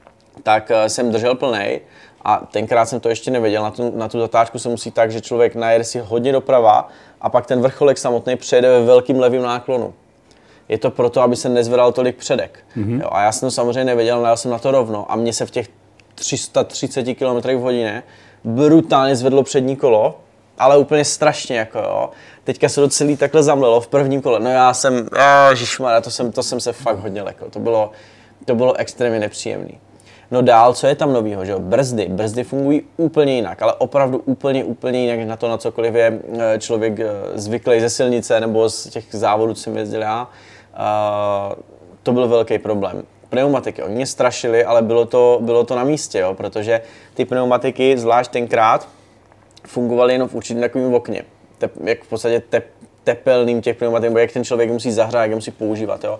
tak jsem držel plnej a tenkrát jsem to ještě nevěděl. Na tu, na tu zatáčku se musí tak, že člověk najede si hodně doprava a pak ten vrcholek samotný přejede ve velkým levým náklonu. Je to proto, aby se nezvedal tolik předek. Mm-hmm. Jo, a já jsem to samozřejmě nevěděl, najel jsem na to rovno a mě se v těch tři sta třicet kilometrů v hodině brutálně zvedlo přední kolo, ale úplně strašně jako jo. Teďka se to celý takhle zamlelo v prvním kole. No já jsem, ježišmarja, to jsem, to jsem se fakt hodně lekl. To bylo, to bylo extrémně nepříjemný. No dál, co je tam novýho, že jo? Brzdy. Brzdy fungují úplně jinak, ale opravdu úplně, úplně jinak na to, na cokoliv je člověk zvyklý ze silnice nebo z těch závodů, co jsem jezdil já. Uh, to byl velký problém. Pneumatiky, oni mě strašili, ale bylo to, bylo to na místě, jo? Protože ty pneumatiky, zvlášť tenkrát, fungovaly jenom v určitém takovém okně. Tep, jak v podstatě tep, tepelným těch pneumatik, nebo jak ten člověk musí zahrát, jak je musí používat. Jo?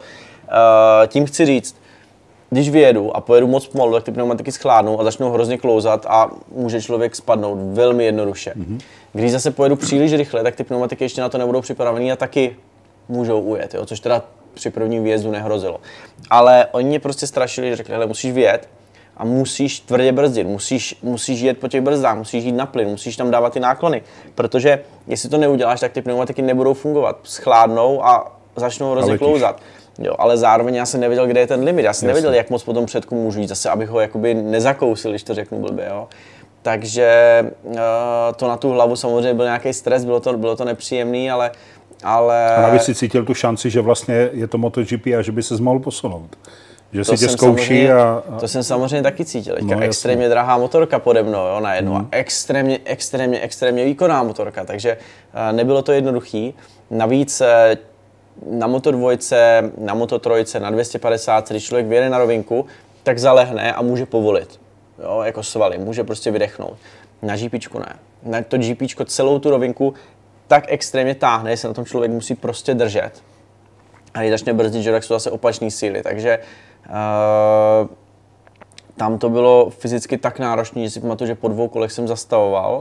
Uh, tím chci říct, když vyjedu a pojedu moc pomalu, tak ty pneumatiky schládnou a začnou hrozně klouzat a může člověk spadnout velmi jednoduše. Mm-hmm. Když zase pojedu příliš rychle, tak ty pneumatiky ještě na to nebudou připravený a taky můžou ujet, jo? Což teda při prvním výjezdu nehrozilo. Ale oni mě prostě strašili, že řekli, hele, musíš vyjet a musíš tvrdě brzdit, musíš, musíš jet po těch brzdách, musíš jít na plyn, musíš tam dávat ty náklony, protože jestli to neuděláš, tak ty pneumatiky nebudou fungovat, schládnou a začnou hrozně klouzat. Jo, ale zároveň já jsem nevěděl, kde je ten limit, já jsem nevěděl, jak moc po tom předku můžu jít, zase abych ho jakoby nezakousil, když to řeknu blbě, jo. Takže uh, to na tu hlavu samozřejmě byl nějaký stres, bylo to, bylo to nepříjemný, ale Ale... A navíc si cítil tu šanci, že vlastně je to MotoGP a že by ses mohl posunout. Že to si tě zkouší a, a... To jsem samozřejmě taky cítil. Teďka no, extrémně jasný. Drahá motorka pode mnou, jo, najednou. Mm. A extrémně, extrémně, extrémně výkonná motorka, takže uh, nebylo to jednoduchý. Navíc uh, na Moto dvojce, na Moto trojce, na dvě stě padesát, když člověk vyjede na rovinku, tak zalehne a může povolit. Jo, jako svaly, může prostě vydechnout. Na GPčku ne. Na to GPčko celou tu rovinku tak extrémně táhne, že se na tom člověk musí prostě držet. A když začne brzdit, že tak jsou zase opačné síly, takže uh, tam to bylo fyzicky tak náročné, že si pamatuju, že po dvou kolech jsem zastavoval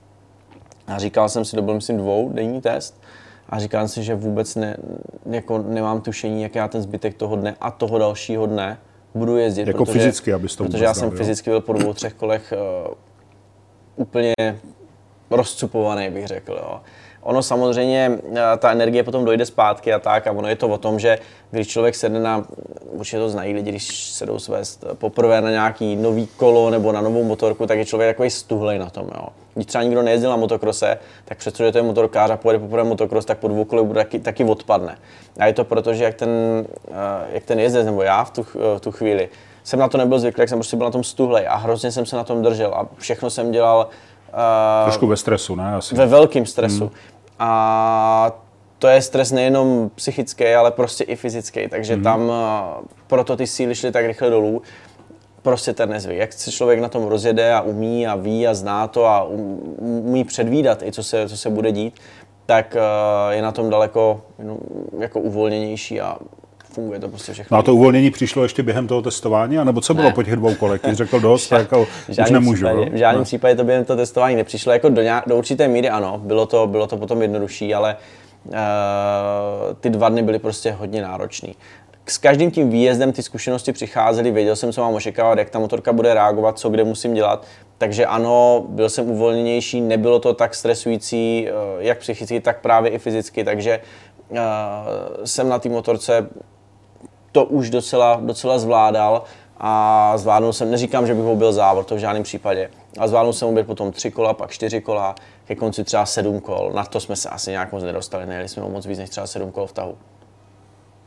a říkal jsem si, to byl myslím dvou denní test a říkal jsem si, že vůbec ne, jako nemám tušení, jak já ten zbytek toho dne a toho dalšího dne budu jezdit. Jako protože, fyzicky, abys to protože já jsem dal, fyzicky byl po dvou, třech kolech uh, úplně rozcupovaný, bych řekl. Jo. Ono samozřejmě, ta energie potom dojde zpátky a tak a ono je to o tom, že když člověk sedne na, určitě to znají lidi, když se jdou svést poprvé na nějaký nový kolo nebo na novou motorku, tak je člověk takový stuhlej na tom. Jo. Když třeba nikdo nejezdil na motokrose, tak přestože to je motorkář a pojede poprvé motokros, tak po dvou kolech bude taky, taky odpadne. A je to proto, že jak ten, jak ten jezdec nebo já v tu, v tu chvíli jsem na to nebyl zvyklý, jak jsem prostě byl na tom stuhlej a hrozně jsem se na tom držel a všechno jsem dělal Uh, trošku ve stresu, ne? Asi. Ve velkém stresu. Hmm. A to je stres nejenom psychický, ale prostě i fyzický. Takže hmm. tam uh, proto ty síly šly tak rychle dolů. Prostě ten nezvyk. Jak se člověk na tom rozjede a umí a ví a zná to a umí předvídat i co se, co se bude dít, tak uh, je na tom daleko no, jako uvolněnější a funguje to prostě všechno. No a to uvolnění přišlo ještě během toho testování, anebo co bylo ne. po těch dvou kolech? Když řekl dost, tak jako už nemůžu. Případě, v žádném případě to během toho testování nepřišlo, jako do, nějak, do určité míry ano, bylo to, bylo to potom jednodušší, ale uh, ty dva dny byly prostě hodně náročný. S každým tím výjezdem ty zkušenosti přicházely, věděl jsem, co mám očekávat, jak ta motorka bude reagovat, co kde musím dělat, takže ano, byl jsem uvolněnější, nebylo to tak stresující, uh, jak psychicky, tak právě i fyzicky, takže uh, jsem na té motorce to už docela, docela zvládal a zvládnul jsem, neříkám, že bych ho byl závod, to v žádném případě, ale zvládnul jsem obět potom tři kola, pak čtyři kola, ke konci třeba sedm kol, na to jsme se asi nějak moc nedostali, nejeli jsme moc víc než třeba sedm kol v tahu.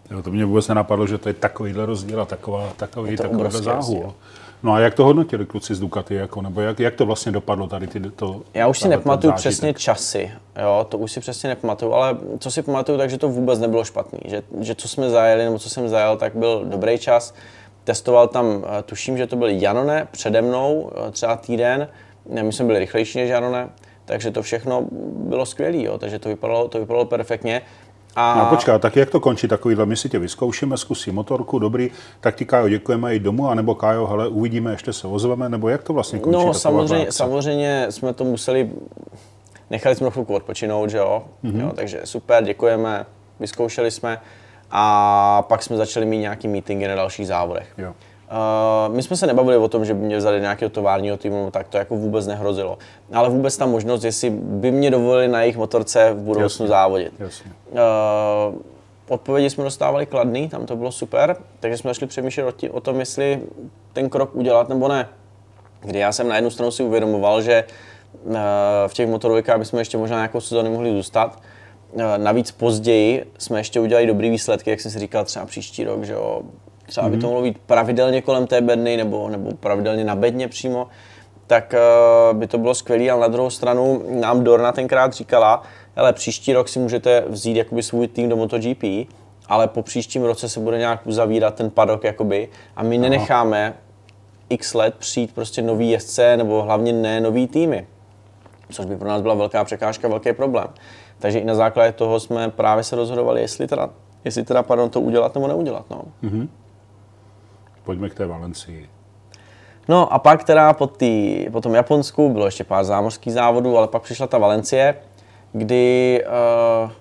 Jo, to mě vůbec nenapadlo, že to je takovýhle rozdíl a taková, takový, takovýhle záhu. No a jak to hodnotili kluci z Ducati, jako, nebo jak, jak to vlastně dopadlo tady ty, to? Já už si nepamatuju přesně časy, jo, to už si přesně nepamatuju, ale co si pamatuju, takže to vůbec nebylo špatný, že, že co jsme zajeli, nebo co jsem zajel, tak byl dobrý čas. Testoval tam, tuším, že to byl Janone přede mnou, třeba týden, my jsme byli rychlejší než Janone, takže to všechno bylo skvělý, jo, takže to vypadalo, to vypadalo perfektně. A... No počká, tak jak to končí takovýhle? My si tě vyzkoušíme, zkusí motorku, dobrý, tak ti Kájo děkujeme, jít domů, anebo Kájo, hele, uvidíme, ještě se ozveme, nebo jak to vlastně končí? No samozřejmě, samozřejmě jsme to museli, nechali jsme chvilku odpočinout, že jo? Mm-hmm. Jo, takže super, děkujeme, vyzkoušeli jsme a pak jsme začali mít nějaký meetingy na dalších závodech. Jo. Uh, my jsme se nebavili o tom, že by mě vzali nějakého továrního týmu, tak to jako vůbec nehrozilo. Ale vůbec ta možnost, jestli by mě dovolili na jejich motorce v budoucnu jasně, závodit. Jasně. Uh, odpovědi jsme dostávali kladný, tam to bylo super, takže jsme začali přemýšlet o, tí, o tom, jestli ten krok udělat nebo ne. Kdy já jsem na jednu stranu si uvědomoval, že uh, v těch motorovkách bychom ještě možná nějakou sezónu mohli zůstat. Uh, navíc později jsme ještě udělali dobrý výsledky, jak jsem si říkal, třeba příští rok, že jo. Třeba by to mohlo být pravidelně kolem té bedny nebo, nebo pravidelně na bedně přímo, tak uh, by to bylo skvělé, ale na druhou stranu nám Dorna tenkrát říkala, hele, příští rok si můžete vzít jakoby svůj tým do MotoGP, ale po příštím roce se bude nějak uzavírat ten padok jakoby, a my Aha. nenecháme x let přijít prostě nový jezdce nebo hlavně ne nový týmy, což by pro nás byla velká překážka, velký problém. Takže i na základě toho jsme právě se rozhodovali, jestli teda, jestli teda pardon, to udělat nebo neudělat. No. Mm-hmm. Pojďme k té Valencii. No a pak teda po, tý, po tom Japonsku bylo ještě pár zámořských závodů, ale pak přišla ta Valencie, kdy uh,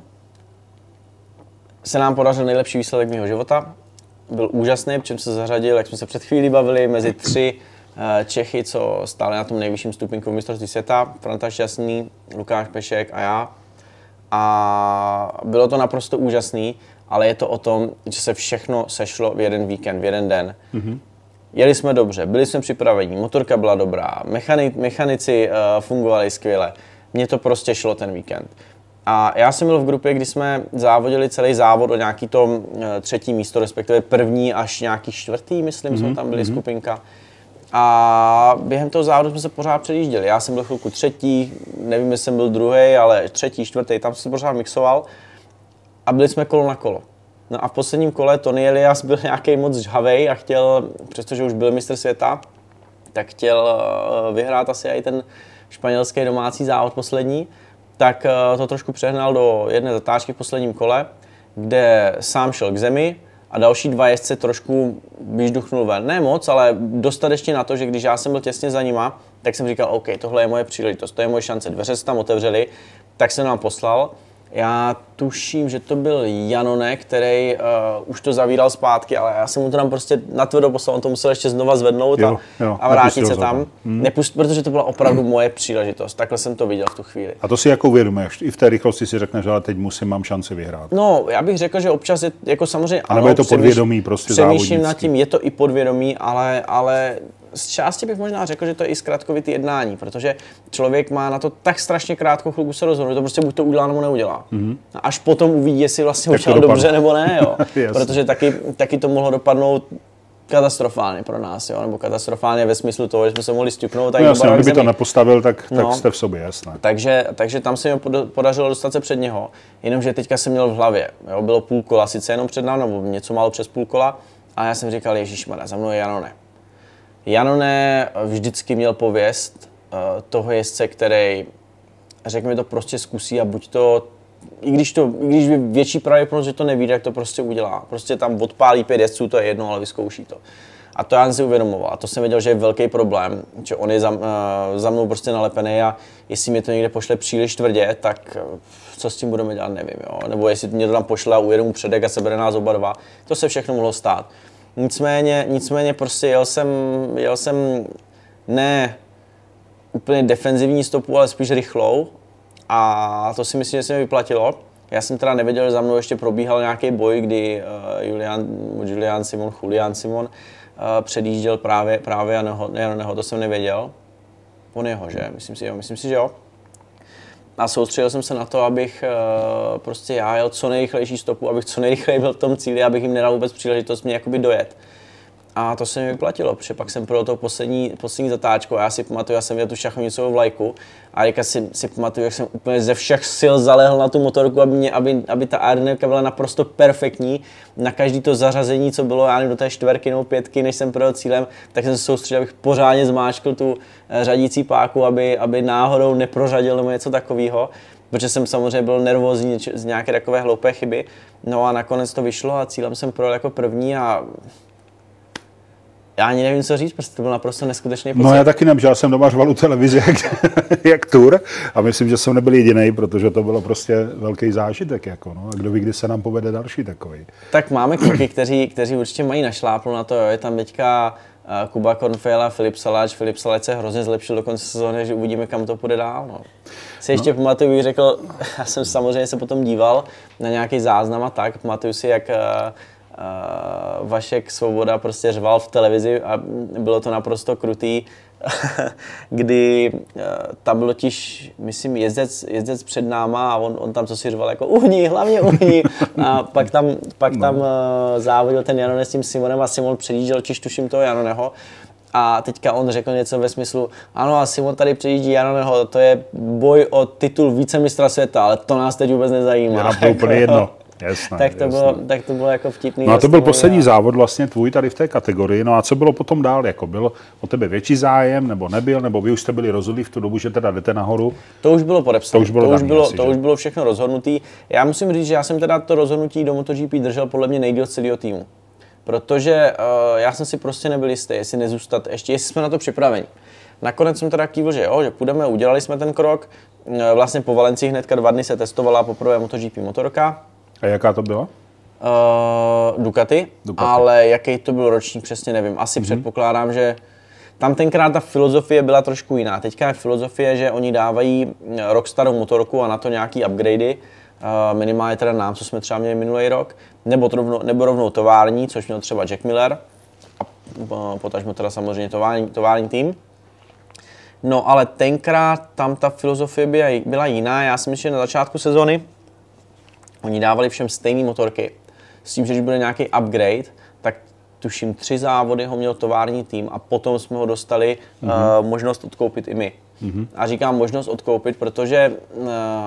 se nám podařil nejlepší výsledek mého života. Byl úžasný, čím se zařadil, jak jsme se před chvílí bavili, mezi tři uh, Čechy, co stáli na tom nejvyšším stupínku mistrovství světa. Franta Šťastný, Lukáš Pešek a já. A bylo to naprosto úžasný, ale je to o tom, že se všechno sešlo v jeden víkend, v jeden den. Mm-hmm. Jeli jsme dobře, byli jsme připraveni, motorka byla dobrá, mechani- mechanici uh, fungovali skvěle. Mně to prostě šlo ten víkend. A já jsem byl v grupě, kdy jsme závodili celý závod o nějaký to uh, třetí místo, respektive první až nějaký čtvrtý, myslím, mm-hmm. jsme tam byli mm-hmm. skupinka. A během toho závodu jsme se pořád předjížděli. Já jsem byl chvilku třetí, nevím, jestli jsem byl druhý, ale třetí, čtvrtý, tam jsem se pořád mixoval. A byli jsme kolo na kolo. No a v posledním kole Tony Elias byl nějaký moc žhavej a chtěl, přestože už byl mistr světa, tak chtěl vyhrát asi i ten španělský domácí závod poslední, tak to trošku přehnal do jedné zatáčky v posledním kole, kde sám šel k zemi a další dva jezdce trošku vyžduchnul ven. Ne moc, ale dostatečně na to, že když já jsem byl těsně za nima, tak jsem říkal, OK, tohle je moje příležitost, to je moje šance, dveře se tam otevřely, tak jsem nám poslal. Já tuším, že to byl Janone, který uh, už to zavíral zpátky, ale já jsem mu to tam prostě natvrdo poslal, on to musel ještě znova zvednout jo, a, jo, a vrátit se tam. Hmm. Nepust, protože to byla opravdu moje příležitost, takhle jsem to viděl v tu chvíli. A to si jako uvědomuješ, i v té rychlosti si řekneš, že teď musím, mám šanci vyhrát. No, já bych řekl, že občas je jako samozřejmě... A nebo je to podvědomí prostě závodnický. Přemýšlím nad tím, je to i podvědomí, ale, ale z části bych možná řekl, že to je i zkratkovitý jednání, protože člověk má na to tak strašně krátkou chvilku se rozhodnout, že to prostě buď to udělá nebo neudělá. Mm-hmm. Až potom uvidí, jestli vlastně udělal dobře nebo ne, jo. Protože taky, taky to mohlo dopadnout katastrofálně pro nás, jo, nebo katastrofálně ve smyslu toho, že jsme se mohli stuknout. No jasně, kdyby to nepostavil, tak, tak no, jste v sobě, jasné. Takže, takže tam se mi podařilo dostat se před něho, jenomže teďka jsem měl v hlavě, jo, bylo půl kola, sice jenom před námi, nebo něco málo přes půl kola, a já jsem říkal, ježišmarja, za mnou je Janone. Janone vždycky měl pověst uh, toho jezdce, který, řekněme, to prostě zkusí a buď to, i když, to, i když by větší pravděpodobnost, že to neví, tak to prostě udělá. Prostě tam odpálí pět jezdců, to je jedno, ale vyzkouší to. A to já jsem si uvědomoval. A to jsem věděl, že je velký problém, že on je za, uh, za mnou prostě nalepený a jestli mě to někde pošle příliš tvrdě, tak uh, co s tím budeme dělat, nevím. Jo? Nebo jestli mě to tam pošle a ujede mu předek a sebere nás oba dva. To se všechno mohlo stát. Nicméně, nicméně prostě jel jsem, jel jsem ne úplně defenzivní stopu, ale spíš rychlou a to si myslím, že se mi vyplatilo. Já jsem teda nevěděl, že za mnou ještě probíhal nějaký boj, kdy uh, Julian, Julian Simon, Julian Simon uh, předjížděl právě, právě Janoho, Janoho, to jsem nevěděl. On jeho, že? Myslím si, jo, myslím si, že jo. a soustředil jsem se na to, abych uh, prostě já jel co nejrychlejší stopu, abych co nejrychleji byl v tom cíli, abych jim nedal vůbec příležitost mě jakoby dojet. A to se mi vyplatilo, protože pak jsem projel tou poslední, poslední zatáčku a já si pamatuju, já jsem měl tu šachovnicovou vlajku a teďka si, si pamatuju, jak jsem úplně ze všech sil zalehl na tu motorku, aby, mě, aby, aby ta aerodynamika byla naprosto perfektní. Na každý to zařazení, co bylo, já nevím, do té čtverky nebo pětky, než jsem projel cílem, tak jsem se soustředil, abych pořádně zmáčkl tu řadící páku, aby, aby náhodou neprořadil nebo něco takového. Protože jsem samozřejmě byl nervózní z nějaké takové hloupé chyby. No a nakonec to vyšlo a cílem jsem projel jako první a já ani nevím, co říct, protože to byl naprosto neskutečný pocit. No já taky nevím, že já jsem doma řval u televize jak, jak tur a myslím, že jsem nebyl jediný, protože to bylo prostě velký zážitek. Jako, no. A kdo ví, kdy se nám povede další takový. Tak máme kluky, kteří, kteří určitě mají našláplo na to, jo. Je tam teďka uh, Kuba Kornfejl, Filip Saláč. Filip Saláč se hrozně zlepšil do konce sezóny, že uvidíme, kam to půjde dál. No. Si ještě no. pamatuju, když řekl, já jsem samozřejmě se potom díval na nějaký záznam a tak, pamatuju si, jak uh, Uh, Vašek Svoboda prostě řval v televizi a bylo to naprosto krutý, kdy uh, tam byl totiž, myslím, jezdec, jezdec před náma a on, on tam co si řval jako uhni, hlavně uhni. A pak tam, pak tam uh, závodil ten Janone s tím Simonem a Simon předjížděl, čiž tuším toho Janoneho. A teďka on řekl něco ve smyslu, ano a Simon tady předjíždí Janoneho, to je boj o titul vícemistra světa, ale to nás teď vůbec nezajímá. Je nám to úplně jedno. Jasné, tak, to bylo, tak to bylo jako vtipný. No a to byl poslední závod vlastně tvůj tady v té kategorii. No a co bylo potom dál? Jako byl o tebe větší zájem, nebo nebyl, nebo vy už jste byli rozhodli v tu dobu, že teda jdete nahoru? To už bylo podepsané. To už bylo, to daný, už bylo, asi, to už bylo všechno rozhodnutý. Já musím říct, že já jsem teda to rozhodnutí do MotoGP držel podle mě nejdýl z celého týmu. Protože uh, já jsem si prostě nebyl jistý, jestli nezůstat ještě, jestli jsme na to připraveni. Nakonec jsem teda kývil, že jo, že půjdeme, udělali jsme ten krok. Vlastně po Valencii hnedka dva dny se testovala poprvé MotoGP motorka. A jaká to byla? Uh, Ducati, Ducati, ale jaký to byl ročník, přesně nevím. Asi mm-hmm. předpokládám, že tam tenkrát ta filozofie byla trošku jiná. Teďka je filozofie, že oni dávají rok starou motorku a na to nějaký upgradey, uh, minimálně teda nám, co jsme třeba měli minulý rok, nebo, rovno, nebo rovnou tovární, což měl třeba Jack Miller, a uh, potažmo teda samozřejmě tovární, tovární tým. No ale tenkrát tam ta filozofie byla, byla jiná. Já si myslím, že na začátku sezony oni dávali všem stejné motorky, s tím, že když bude nějaký upgrade, tak tuším tři závody ho měl tovární tým a potom jsme ho dostali mm-hmm. uh, možnost odkoupit i my. Mm-hmm. A říkám možnost odkoupit, protože uh,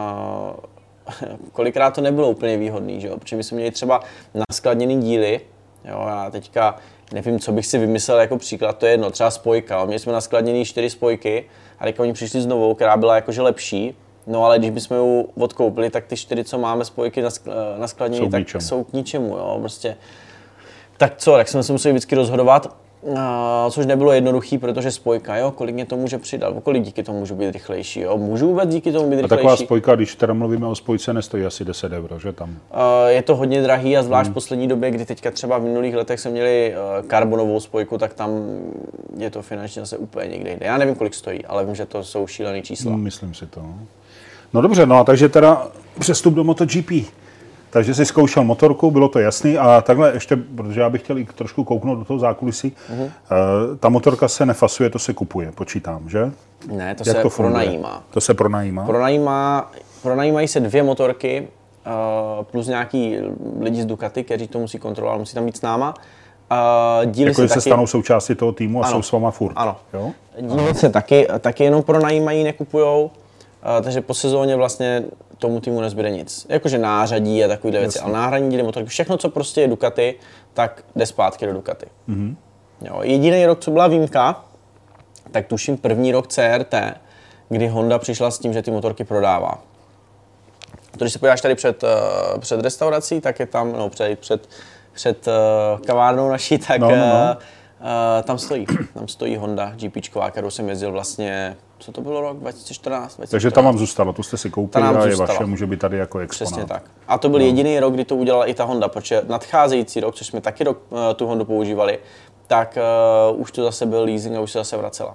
kolikrát to nebylo úplně výhodný, že jo? Protože my jsme měli třeba naskladněný díly, jo? Já teďka nevím, co bych si vymyslel jako příklad, to je jedno, třeba spojka, jo? Měli jsme naskladněný čtyři spojky a teďka oni přišli s novou, která byla jakože lepší. No ale když bychom ji odkoupili, tak ty čtyři, co máme spojky na skladnění, tak ničemu. jsou k ničemu, jo, prostě. Tak co, tak jsme se museli vždycky rozhodovat, uh, což nebylo jednoduchý, protože spojka, jo, kolik mě to může přidat, o kolik díky tomu můžu být rychlejší, jo, můžu vůbec díky tomu být rychlejší. A taková spojka, když teda mluvíme o spojce, nestojí asi deset euro, že tam? Uh, je to hodně drahý a zvlášť hmm. v poslední době, kdy teďka třeba v minulých letech jsme měli uh, karbonovou spojku, tak tam je to finančně zase úplně někde jde. Já nevím, kolik stojí, ale vím, že to jsou šílený čísla. Hmm, myslím si to. No dobře, no a takže teda přestup do MotoGP. Takže jsi zkoušel motorku, bylo to jasný a takhle ještě, protože já bych chtěl i trošku kouknout do toho zákulisí, uh-huh. uh, ta motorka se nefasuje, to se kupuje, počítám, že? Ne, to Jak se to pronajímá. To se pronajímá? Pronajímá, pronajímají se dvě motorky uh, plus nějaký lidi z Ducati, kteří to musí kontrolovat, musí tam být s náma. Uh, díly jako se, se taky... stanou součástí toho týmu a ano. jsou s váma furt. Ano. Jo? Díly se taky, taky jenom pronajímají, nekupujou. Uh, takže po sezóně vlastně tomu týmu nezbyde nic. Jakože nářadí a takovýhle věci, ale náhradní díly, motorky, všechno, co prostě je Ducati, tak jde zpátky do Ducati. Mm-hmm. Jo, jediný rok, co byla výjimka, tak tuším první rok C R T, kdy Honda přišla s tím, že ty motorky prodává. Když se podíváš tady před, uh, před restaurací, tak je tam, no před, před, před uh, kavárnou naší, tak no, no, no. Uh, uh, tam stojí, tam stojí Honda GPčková, kterou jsem jezdil vlastně, co to bylo rok, dva tisíce čtrnáct, dva tisíce čtrnáct. Takže tam vám zůstalo, tu jste si koupili a je vaše, může být tady jako exponát. Přesně tak. A to byl no. jediný rok, kdy to udělala i ta Honda, protože nadcházející rok, což jsme taky rok uh, tu Hondu používali, tak uh, už to zase byl leasing a už se zase vracela.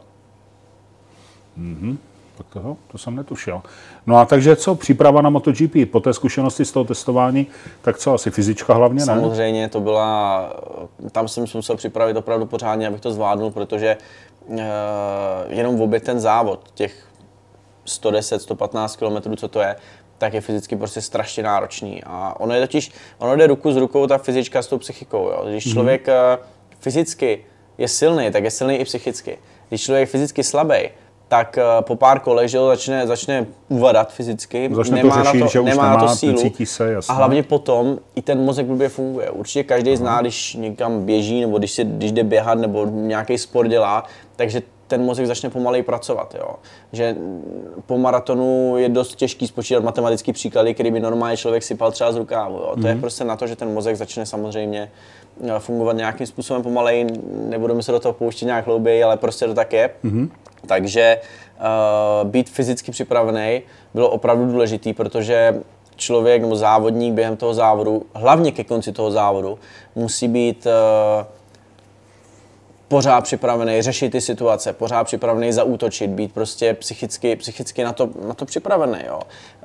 Mhm. Tak toho, to jsem netušil. No a takže co, příprava na MotoGP, po té zkušenosti z toho testování, tak co, asi fyzička hlavně, ne? Samozřejmě, to byla, tam jsem musel připravit opravdu pořádně, abych to zvládnul, protože uh, jenom v obě ten závod, těch sto deset, sto patnáct kilometrů, co to je, tak je fyzicky prostě strašně náročný. A ono je totiž, ono jde ruku s rukou ta fyzička s tou psychikou. Jo. Když člověk mm-hmm. fyzicky je silný, tak je silný i psychicky. Když člověk je fyzicky slabý, tak po pár kolech, že začne, začne uvadat fyzicky, začne nemá to řešit, na to, že nemá už nemá nemá, na to sílu cítí se, jasně. A hlavně potom i ten mozek blbě funguje. Určitě každý uh-huh. zná, když někam běží nebo když, si, když jde běhat nebo nějaký sport dělá, takže ten mozek začne pomaleji pracovat. Jo. Že po maratonu je dost těžký spočítat matematický příklady, který by normálně člověk sypal třeba z rukávu. Jo. To mm. je prostě na to, že ten mozek začne samozřejmě fungovat nějakým způsobem pomaleji, nebudeme se do toho pouštět nějak hlouběji, ale prostě to tak je. Mm. Takže uh, být fyzicky připravený bylo opravdu důležitý, protože člověk nebo závodník během toho závodu, hlavně ke konci toho závodu, musí být uh, pořád připravený řešit ty situace, pořád připravený zaútočit, být prostě psychicky, psychicky na to, na to připravený. Jo.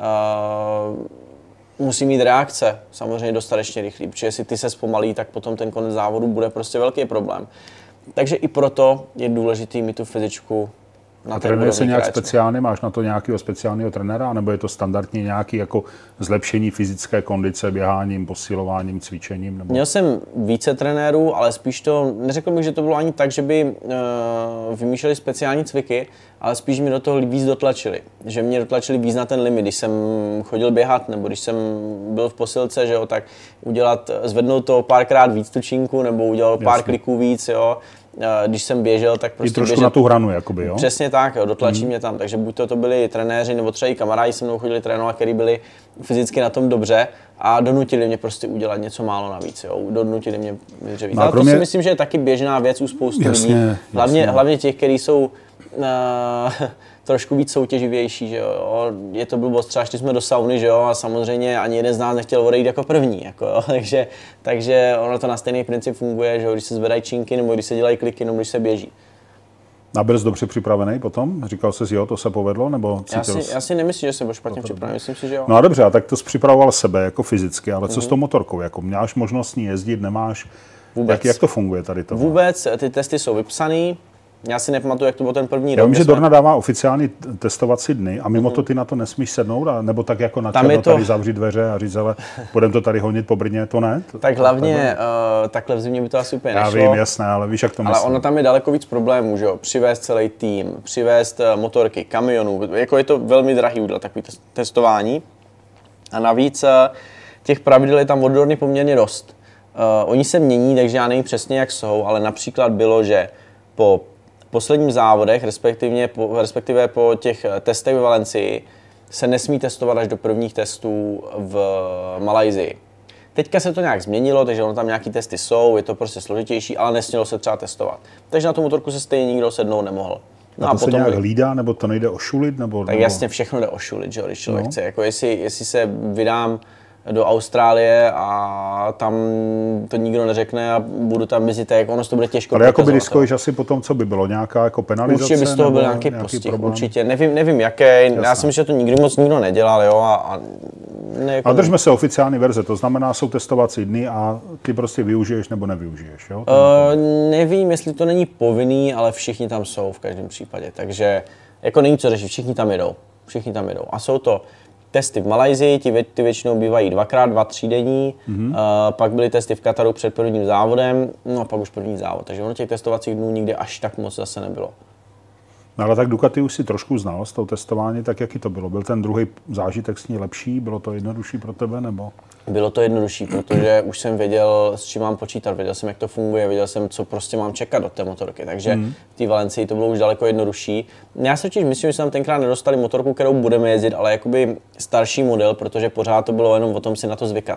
Uh, musí mít reakce, samozřejmě dostatečně rychlý, protože jestli ty se zpomalí, tak potom ten konec závodu bude prostě velký problém. Takže i proto je důležitý mít tu fyzičku na a trénuje se nějak krátce. speciálně? Máš na to nějakého speciálního trenéra? Nebo je to standardně nějaký jako zlepšení fyzické kondice běháním, posilováním, cvičením? Nebo... Měl jsem více trenérů, ale spíš to, neřekl bych, že to bylo ani tak, že by uh, vymýšleli speciální cviky, ale spíš mi do toho víc dotlačili. Že mě dotlačili víc na ten limit, když jsem chodil běhat, nebo když jsem byl v posilce, že jo, tak udělat, zvednout to párkrát víc tu činku, nebo udělat pár Jasně. kliků víc, jo. Když jsem běžel, tak prostě I trošku běžel, na tu hranu, jakoby, jo? Přesně tak, jo, dotlačí mm. mě tam, takže buď to, to byli trenéři, nebo třeba i kamarádi se mnou chodili trénovat, kteří byli fyzicky na tom dobře a donutili mě prostě udělat něco málo navíc, jo, donutili mě víc. No, ale kromě... to si myslím, že je taky běžná věc u spousty jasně, lidí, hlavně, jasně. hlavně těch, kteří jsou uh, trošku víc soutěživější, že jo, je to blbost, třeba šli jsme do sauny, že jo, a samozřejmě ani jeden z nás nechtěl odejít jako první, jako jo, takže, takže ono to na stejný princip funguje, že jo, když se zvedají činky, nebo když se dělají kliky, nebo když se běží. A byl jsi dobře připravený potom? Říkal jsi, jo, to se povedlo, nebo já si, já si nemyslím, že jsem byl špatně připravený, myslím si, že jo. No a dobře, a tak to jsi připravoval sebe jako fyzicky, ale co mm-hmm. s tou motorkou, jako máš možnost s ní jezdit, nemáš? Vůbec. Jak, jak to funguje tady to? Vůbec, ty testy jsou vypsaný. Já si nepamatuju, jak to byl ten první Já rok. vím, že jsme... Dorna dává oficiální testovací dny a mimo mm. to ty na to nesmíš sednout, a, nebo tak jako na černo to... tady zavřít dveře a říct, ale budeme to tady honit po Brně, to ne? To, tak hlavně uh, takhle v zimě by to asi úplně nešlo. Já vím, jasné, ale víš, jak to myslím. Ale ono tam je daleko víc problémů, že jo? Přivést celý tým, přivést uh, motorky, kamionů, jako je to velmi drahý udělat takový testování. A navíc uh, těch pravidel je tam od Dorny poměrně dost. Uh, oni se mění, takže já nevím přesně, jak jsou, ale například bylo, že po posledních závodech, respektive po, respektive po těch testech ve Valencii, se nesmí testovat až do prvních testů v Malajsii. Teďka se to nějak změnilo, takže ono tam nějaký testy jsou, je to prostě složitější, ale nesmělo se třeba testovat. Takže na tu motorku se stejně nikdo sednout nemohl. No a, to a potom se nějak hlídá, nebo to nejde ošulit? Nebo, tak nebo... jasně všechno jde ošulit, že, když člověk no. chce. Jako jestli, jestli se vydám do Austrálie a tam to nikdo neřekne a budu tam mezi tak ono to bude těžko. Ale jako by riskuješ asi potom, co by bylo, nějaká jako penalizace? Určitě by z toho byl nějaký, nějaký postih, problém? Určitě, nevím, nevím jaké, Jasné. Já si myslím, že to nikdy moc nikdo nedělal, jo, a, a ne, jako... A držme se oficiální verze, to znamená, jsou testovací dny a ty prostě využiješ nebo nevyužiješ, jo? Uh, nevím, jestli to není povinný, ale všichni tam jsou v každém případě, takže jako není co řešit, všichni tam jedou, všichni tam jedou a jsou to testy v Malajsii, ty, vě, ty většinou bývají dvakrát, dva, třídenní, mm-hmm. uh, pak byly testy v Kataru před prvním závodem, no a pak už první závod, takže ono těch testovacích dnů nikdy až tak moc zase nebylo. No ale tak Ducati už si trošku znal z toho testování, tak jaký to bylo? Byl ten druhý zážitek s ní lepší? Bylo to jednodušší pro tebe, nebo? Bylo to jednodušší, protože už jsem věděl, s čím mám počítat, věděl jsem, jak to funguje, věděl jsem, co prostě mám čekat od té motorky, takže mm. v té Valencii to bylo už daleko jednodušší. Já si totiž myslím, že jsme tam tenkrát nedostali motorku, kterou budeme jezdit, ale jakoby starší model, protože pořád to bylo jenom o tom si na to zvykat.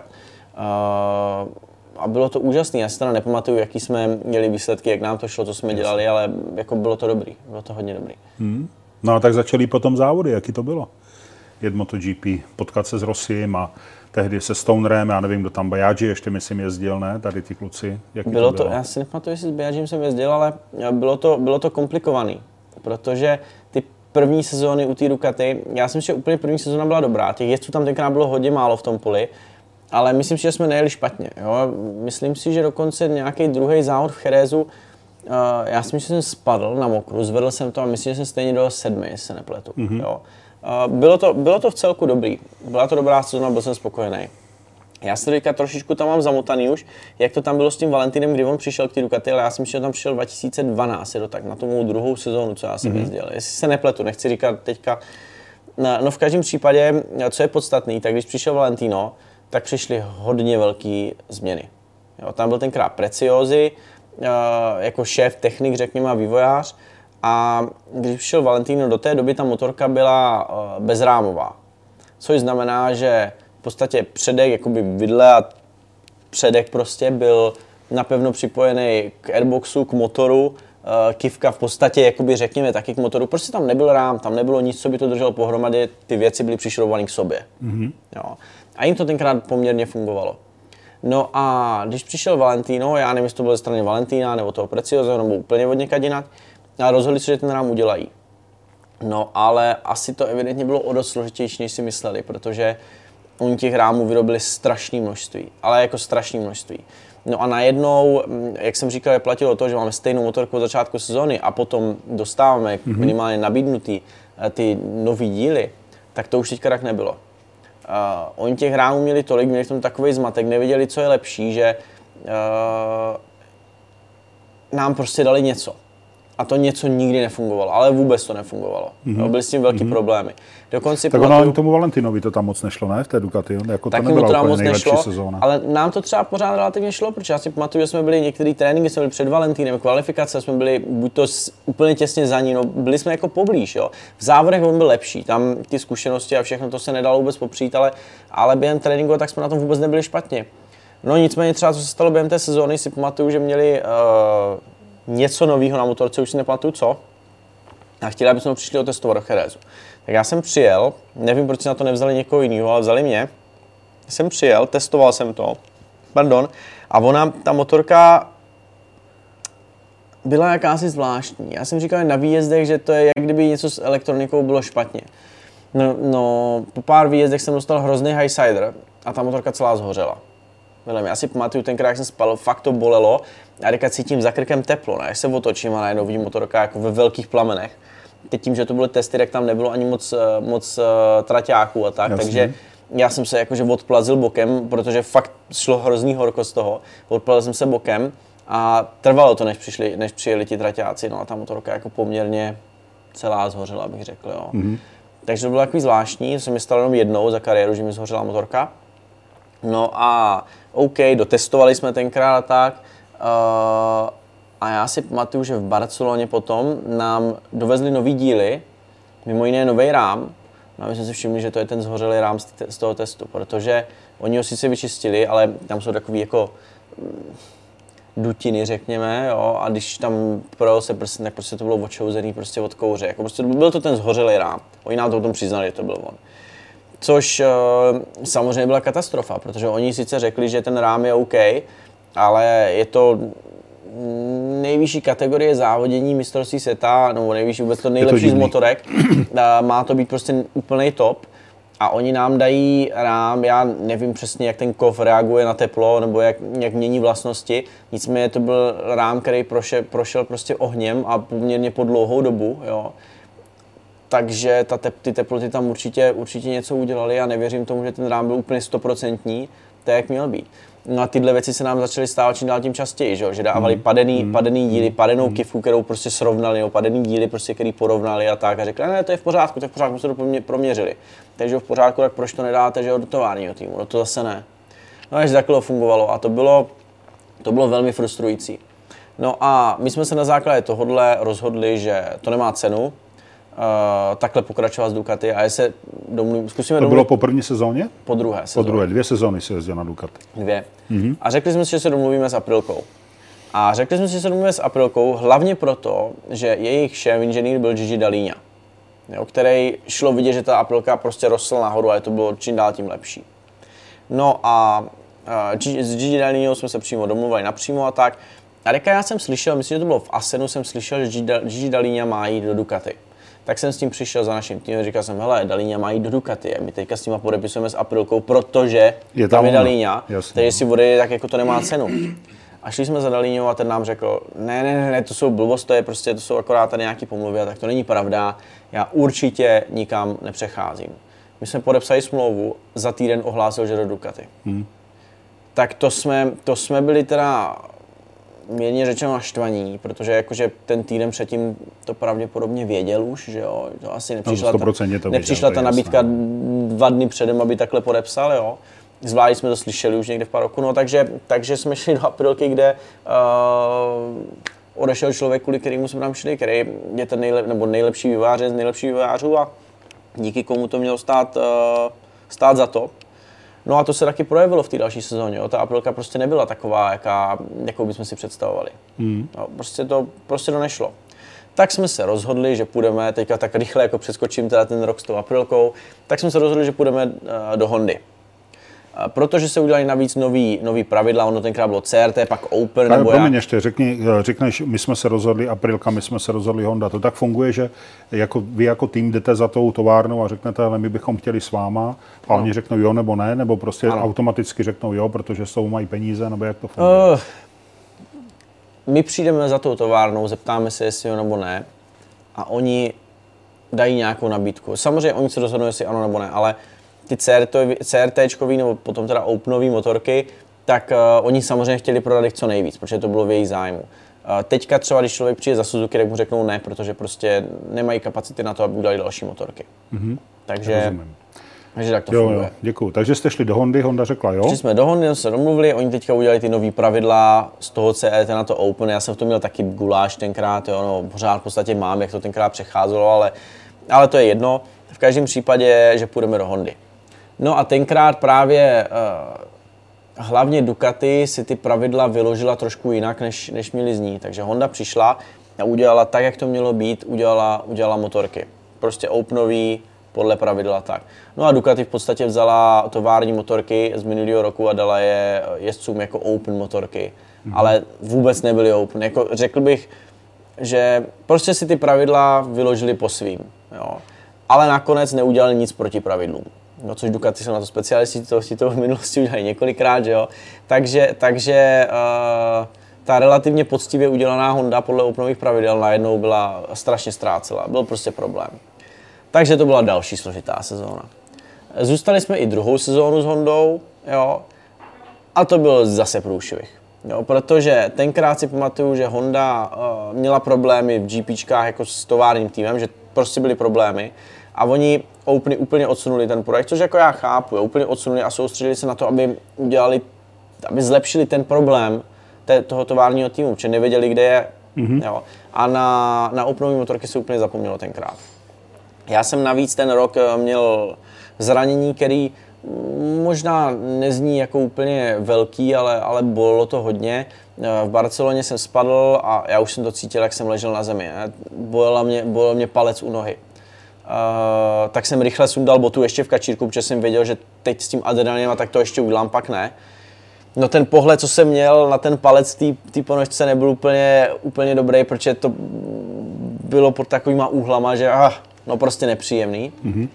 Uh, A bylo to úžasné, já si teda nepamatuju, jaký jsme měli výsledky, jak nám to šlo, co jsme Jasně. dělali, ale jako bylo to dobrý, bylo to hodně dobrý. Hmm. No a tak začaly potom závody, jaký to bylo? Jet MotoGP, potkat se s Rossím a tehdy se Stonerem, já nevím, kdo tam Biaggi ještě myslím jezdil, ne? Tady ty kluci, jaký bylo to bylo? To, já si nepamatuju, jestli s Biaggim jsem jezdil, ale bylo to, bylo to komplikovaný, protože ty první sezóny u té Ducati, já si myslím, že úplně první sezóna byla dobrá, těch jezdců tam tenkrát bylo hodně málo v tom poli, ale myslím si, že jsme nejeli špatně. Jo? Myslím si, že dokonce nějaký druhý závod v Cherezu, uh, já si myslím, že jsem spadl na mokru, zvedl jsem to a myslím, že jsem stejně do sedmi, jestli se nepletu. Mm-hmm. Jo? Uh, bylo, to, bylo to v celku dobrý. Byla to dobrá sezóna, byl jsem spokojený. Já se teďka trošičku tam mám zamotaný už, jak to tam bylo s tím Valentinem, kdy on přišel k té Ducati, ale já si myslím, že tam přišel dva tisíce dvanáct, je to tak, na tomu druhou sezónu, co já jsem mm-hmm. jezdil. Jestli se nepletu, nechci říkat teďka. No v každém případě, co je podstatný, tak když přišel Valentino, tak přišly hodně velké změny. Jo, tam byl tenkrát Preziosi, jako šéf, technik, řekněme, a vývojář. A když přišel Valentino, do té doby ta motorka byla bezrámová. Což znamená, že v podstatě předek, jakoby vidle a předek prostě byl napevno připojený k airboxu, k motoru, kivka v podstatě, jakoby řekněme, taky k motoru. Prostě tam nebyl rám, tam nebylo nic, co by to drželo pohromadě, ty věci byly přišroubované k sobě. Mm-hmm. Jo. A jim to tenkrát poměrně fungovalo. No a když přišel Valentino, já nevím, jestli to bylo ze strany Valentina nebo toho Preziosa, nebo úplně od někad jinak, a rozhodli se, že ten rám udělají. No ale asi to evidentně bylo o dost složitější, než si mysleli, protože oni těch rámů vyrobili strašné množství, ale jako strašné množství. No a najednou, jak jsem říkal, je platilo to, že máme stejnou motorku od začátku sezóny a potom dostáváme mm-hmm. minimálně nabídnutý ty nový díly, tak to už teďka tak nebylo. Uh, oni těch rámů měli tolik, měli v tom takový zmatek, nevěděli, co je lepší, že uh, nám prostě dali něco. A to něco nikdy nefungovalo, ale vůbec to nefungovalo. Mm-hmm. Byly s tím velký mm-hmm. problémy. Dokonce tak ono tomu Valentinovi to tam moc nešlo, ne? V té Ducati, jako to nebyla úplně moc nejlepší nešlo, sezóna. Ale nám to třeba pořád relativně šlo, protože já si pamatuju, že jsme byli některé tréninky, jsme byli před Valentinem, kvalifikace, jsme byli buď to úplně těsně za ní, no byli jsme jako poblíž, jo. V závodech on byl lepší, tam ty zkušenosti a všechno to se nedalo vůbec popřít, ale, ale během tréninku tak jsme na tom vůbec nebyli špatně. No nicméně třeba co se stalo během té sezóny, si pamatuju, že měli uh, něco nového na motorce, už si nepamatuju co. A chtěli, aby jsme přišli otestovat do Cherezu. Tak já jsem přijel, nevím, proč si na to nevzali někoho jiného, ale vzali mě. Jsem přijel, testoval jsem to, pardon, a ona, ta motorka byla jakási zvláštní. Já jsem říkal na výjezdech, že to je, jak kdyby něco s elektronikou bylo špatně. No, no po pár výjezdech jsem dostal hrozný highsider a ta motorka celá zhořela. Já si pamatuju, tenkrát, jak jsem spal, fakt to bolelo a teďka cítím za krkem teplo, ne? Já se otočím a najednou vidím motorka jako ve velkých plamenech. Teď tím, že to byly testy, tak tam nebylo ani moc, moc uh, traťáků a tak, Jasně. takže já jsem se jakože odplazil bokem, protože fakt šlo hrozný horko z toho. Odplazil jsem se bokem a trvalo to, než, přišli, než přijeli ti traťáci, no a ta motorka jako poměrně celá zhořela, bych řekl, jo. Mm-hmm. Takže to bylo takový zvláštní, to se mi stalo jenom jednou za kariéru, že mi zhořela motorka. No a OK, dotestovali jsme tenkrát a tak. Uh, a já si pamatuju, že v Barceloně potom nám dovezli nový díly, mimo jiné nový rám. No a my jsme si všimli, že to je ten zhořelý rám z toho testu, protože oni ho sice vyčistili, ale tam jsou takový jako dutiny, řekněme, jo, a když tam projel se prst, tak prostě to bylo odšouzený prostě od kouře. Jako prostě byl to ten zhořelý rám. Oni nám to potom přiznali, že to byl on. Což uh, samozřejmě byla katastrofa, protože oni sice řekli, že ten rám je OK, ale je to nejvyšší kategorie závodění mistrovství světa, nebo nejvyšší vůbec to nejlepší to z motorek. Má to být prostě úplný top. A oni nám dají rám, já nevím přesně, jak ten kov reaguje na teplo, nebo jak, jak mění vlastnosti. Nicméně to byl rám, který prošel, prošel prostě ohněm a poměrně po dlouhou dobu. Jo. Takže ta tep, ty teploty tam určitě, určitě něco udělali a nevěřím tomu, že ten rám byl úplně stoprocentní, tak jak měl být. No a tyhle věci se nám začaly stávat čím dál tím častěji, že, že dávali padený, mm. padený díly, padenou kivku, kterou prostě srovnali, jo, padený díly, prostě, který porovnali a tak a řekli, ne, to je v pořádku, to je v pořádku, se to proměřili. Takže v pořádku, tak proč to nedáte, že jo, do továrního týmu, no to zase ne. No až takhle fungovalo a to bylo, to bylo velmi frustrující. No a my jsme se na základě tohohle rozhodli, že to nemá cenu, Uh, takhle pokračovat z Ducati a se domluví, zkusíme To domluvit, bylo po první sezóně? Po druhé sezóně. Po druhé, dvě sezóny si jezdil na Ducati. Dvě. Mm-hmm. A řekli jsme si, že se domluvíme s Aprilkou. A řekli jsme si, že se domluvíme s Aprilkou hlavně proto, že jejich šéf inženýr byl Gigi Dall'Igna, jo, který šlo vidět, že ta Aprilka prostě rostla nahoru a to bylo čím dál tím lepší. No a uh, s Gigi Dall'Ignou jsme se přímo domluvili napřímo a tak. A teďka já jsem slyšel, myslím, že to bylo v Asenu, jsem slyšel, že Gigi Dall'Igna má jít do Ducati. Tak jsem s tím přišel za naším týmem, říkal jsem, hele, Dall'Igna má jít do Ducati, my teďka s nima podepisujeme s Aprilkou, protože je tam, tam je Dall'Igna, takže si odejde, tak jako to nemá cenu. A šli jsme za Dalíňou a ten nám řekl, ne, ne, ne, ne, to jsou blbost, to je prostě, to jsou akorát tady nějaký pomluvy, tak to není pravda, já určitě nikam nepřecházím. My jsme podepsali smlouvu, za týden ohlásil, že do Ducati. Hmm. Tak to jsme, to jsme byli teda mírně řečeno naštvaní, protože jakože ten týden předtím to pravděpodobně věděl už, že jo, to asi nepřišla, no, ta, to nepřišla věděl, ta nabídka jasná. Dva dny předem, aby takhle podepsal, jo. Zvlášť jsme to slyšeli už někde v paroku, no takže, takže jsme šli do Aprilky, kde uh, odešel člověk, kvůli kterému jsme tam šli, který je ten nejlep, nebo nejlepší vývojář z nejlepších vývojářů a díky komu to mělo stát, uh, stát za to. No a to se taky projevilo v té další sezóně. Jo. Ta Aprilka prostě nebyla taková, jaká, jakou bychom si představovali. Mm. No, prostě, to, prostě to nešlo. Tak jsme se rozhodli, že půjdeme, teďka tak rychle jako přeskočím teda ten rok s tou Aprilkou, tak jsme se rozhodli, že půjdeme uh, do Hondy. Uh, protože se udělali navíc nový, nový pravidla, ono tenkrát bylo C R T, pak Open, nebo promiň, jak... ještě, řekni, řekneš, my jsme se rozhodli Aprilka, my jsme se rozhodli Honda. To tak funguje, že jako, vy jako tým jdete za tou továrnou a řeknete, ale my bychom chtěli s váma, a oni řeknou jo nebo ne, nebo prostě ano. automaticky řeknou jo, protože s tou mají peníze, nebo jak to funguje? Uh, my přijdeme za tou továrnou, zeptáme se, jestli jo nebo ne, a oni dají nějakou nabídku. Samozřejmě oni se rozhodnou, jestli ano nebo ne, ale ty CRTčkový nebo potom teda Openový motorky, tak uh, oni samozřejmě chtěli prodat jich co nejvíc, protože to bylo v jejich zájmu. Uh, teďka třeba, když člověk přijde za Suzuki, tak mu řeknou ne, protože prostě nemají kapacity na to, aby udělali další motorky. Mm-hmm. Takže, takže tak to jo, funguje. Jo, děkuju. Takže jste šli do Hondy, Honda řekla jo? Šli jsme do Hondy, se domluvili, oni teďka udělali ty nový pravidla z toho C R T na to Open. Já jsem v tom měl taky guláš tenkrát, jo, no, pořád v podstatě mám, jak to tenkrát přecházelo, ale, ale to je jedno. V každém případě, že půjdeme do Hondy. No a tenkrát právě uh, hlavně Ducati si ty pravidla vyložila trošku jinak, než, než měli z ní. Takže Honda přišla a udělala tak, jak to mělo být, udělala, udělala motorky. Prostě openový, podle pravidla tak. No a Ducati v podstatě vzala tovární motorky z minulého roku a dala je jezdcům jako open motorky. Mm-hmm. Ale vůbec nebyly open. Jako řekl bych, že prostě si ty pravidla vyložili po svým. Jo. Ale nakonec neudělali nic proti pravidlům. No, což Ducati jsou na to specialisti, to si to v minulosti udělali několikrát, že jo. Takže, takže uh, ta relativně poctivě udělaná Honda podle openových pravidel najednou byla strašně ztrácela. Byl prostě problém. Takže to byla další složitá sezóna. Zůstali jsme i druhou sezónu s Hondou, jo. A to byl zase průšvih. Jo, protože tenkrát si pamatuju, že Honda uh, měla problémy v GPčkách jako s továrním týmem, že prostě byly problémy. A oni Openy úplně odsunuli ten projekt, což jako já chápu, úplně odsunuli a soustředili se na to, aby udělali, aby zlepšili ten problém té, toho továrního týmu, protože nevěděli, kde je. Mm-hmm. Jo. A na, na Openové motorky se úplně zapomnělo tenkrát. Já jsem navíc ten rok měl zranění, který možná nezní jako úplně velký, ale, ale bolelo to hodně. V Barceloně jsem spadl a já už jsem to cítil, jak jsem ležel na zemi. Bolel mě, bolel mě palec u nohy. Uh, tak jsem rychle sundal botu ještě v kačírku, protože jsem věděl, že teď s tím adrenalinem a tak to ještě udělám, pak ne. No ten pohled, co jsem měl na ten palec té ponožce, nebyl úplně, úplně dobrý, protože to bylo pod takovýma úhlama, že ah, no prostě nepříjemný. Mm-hmm.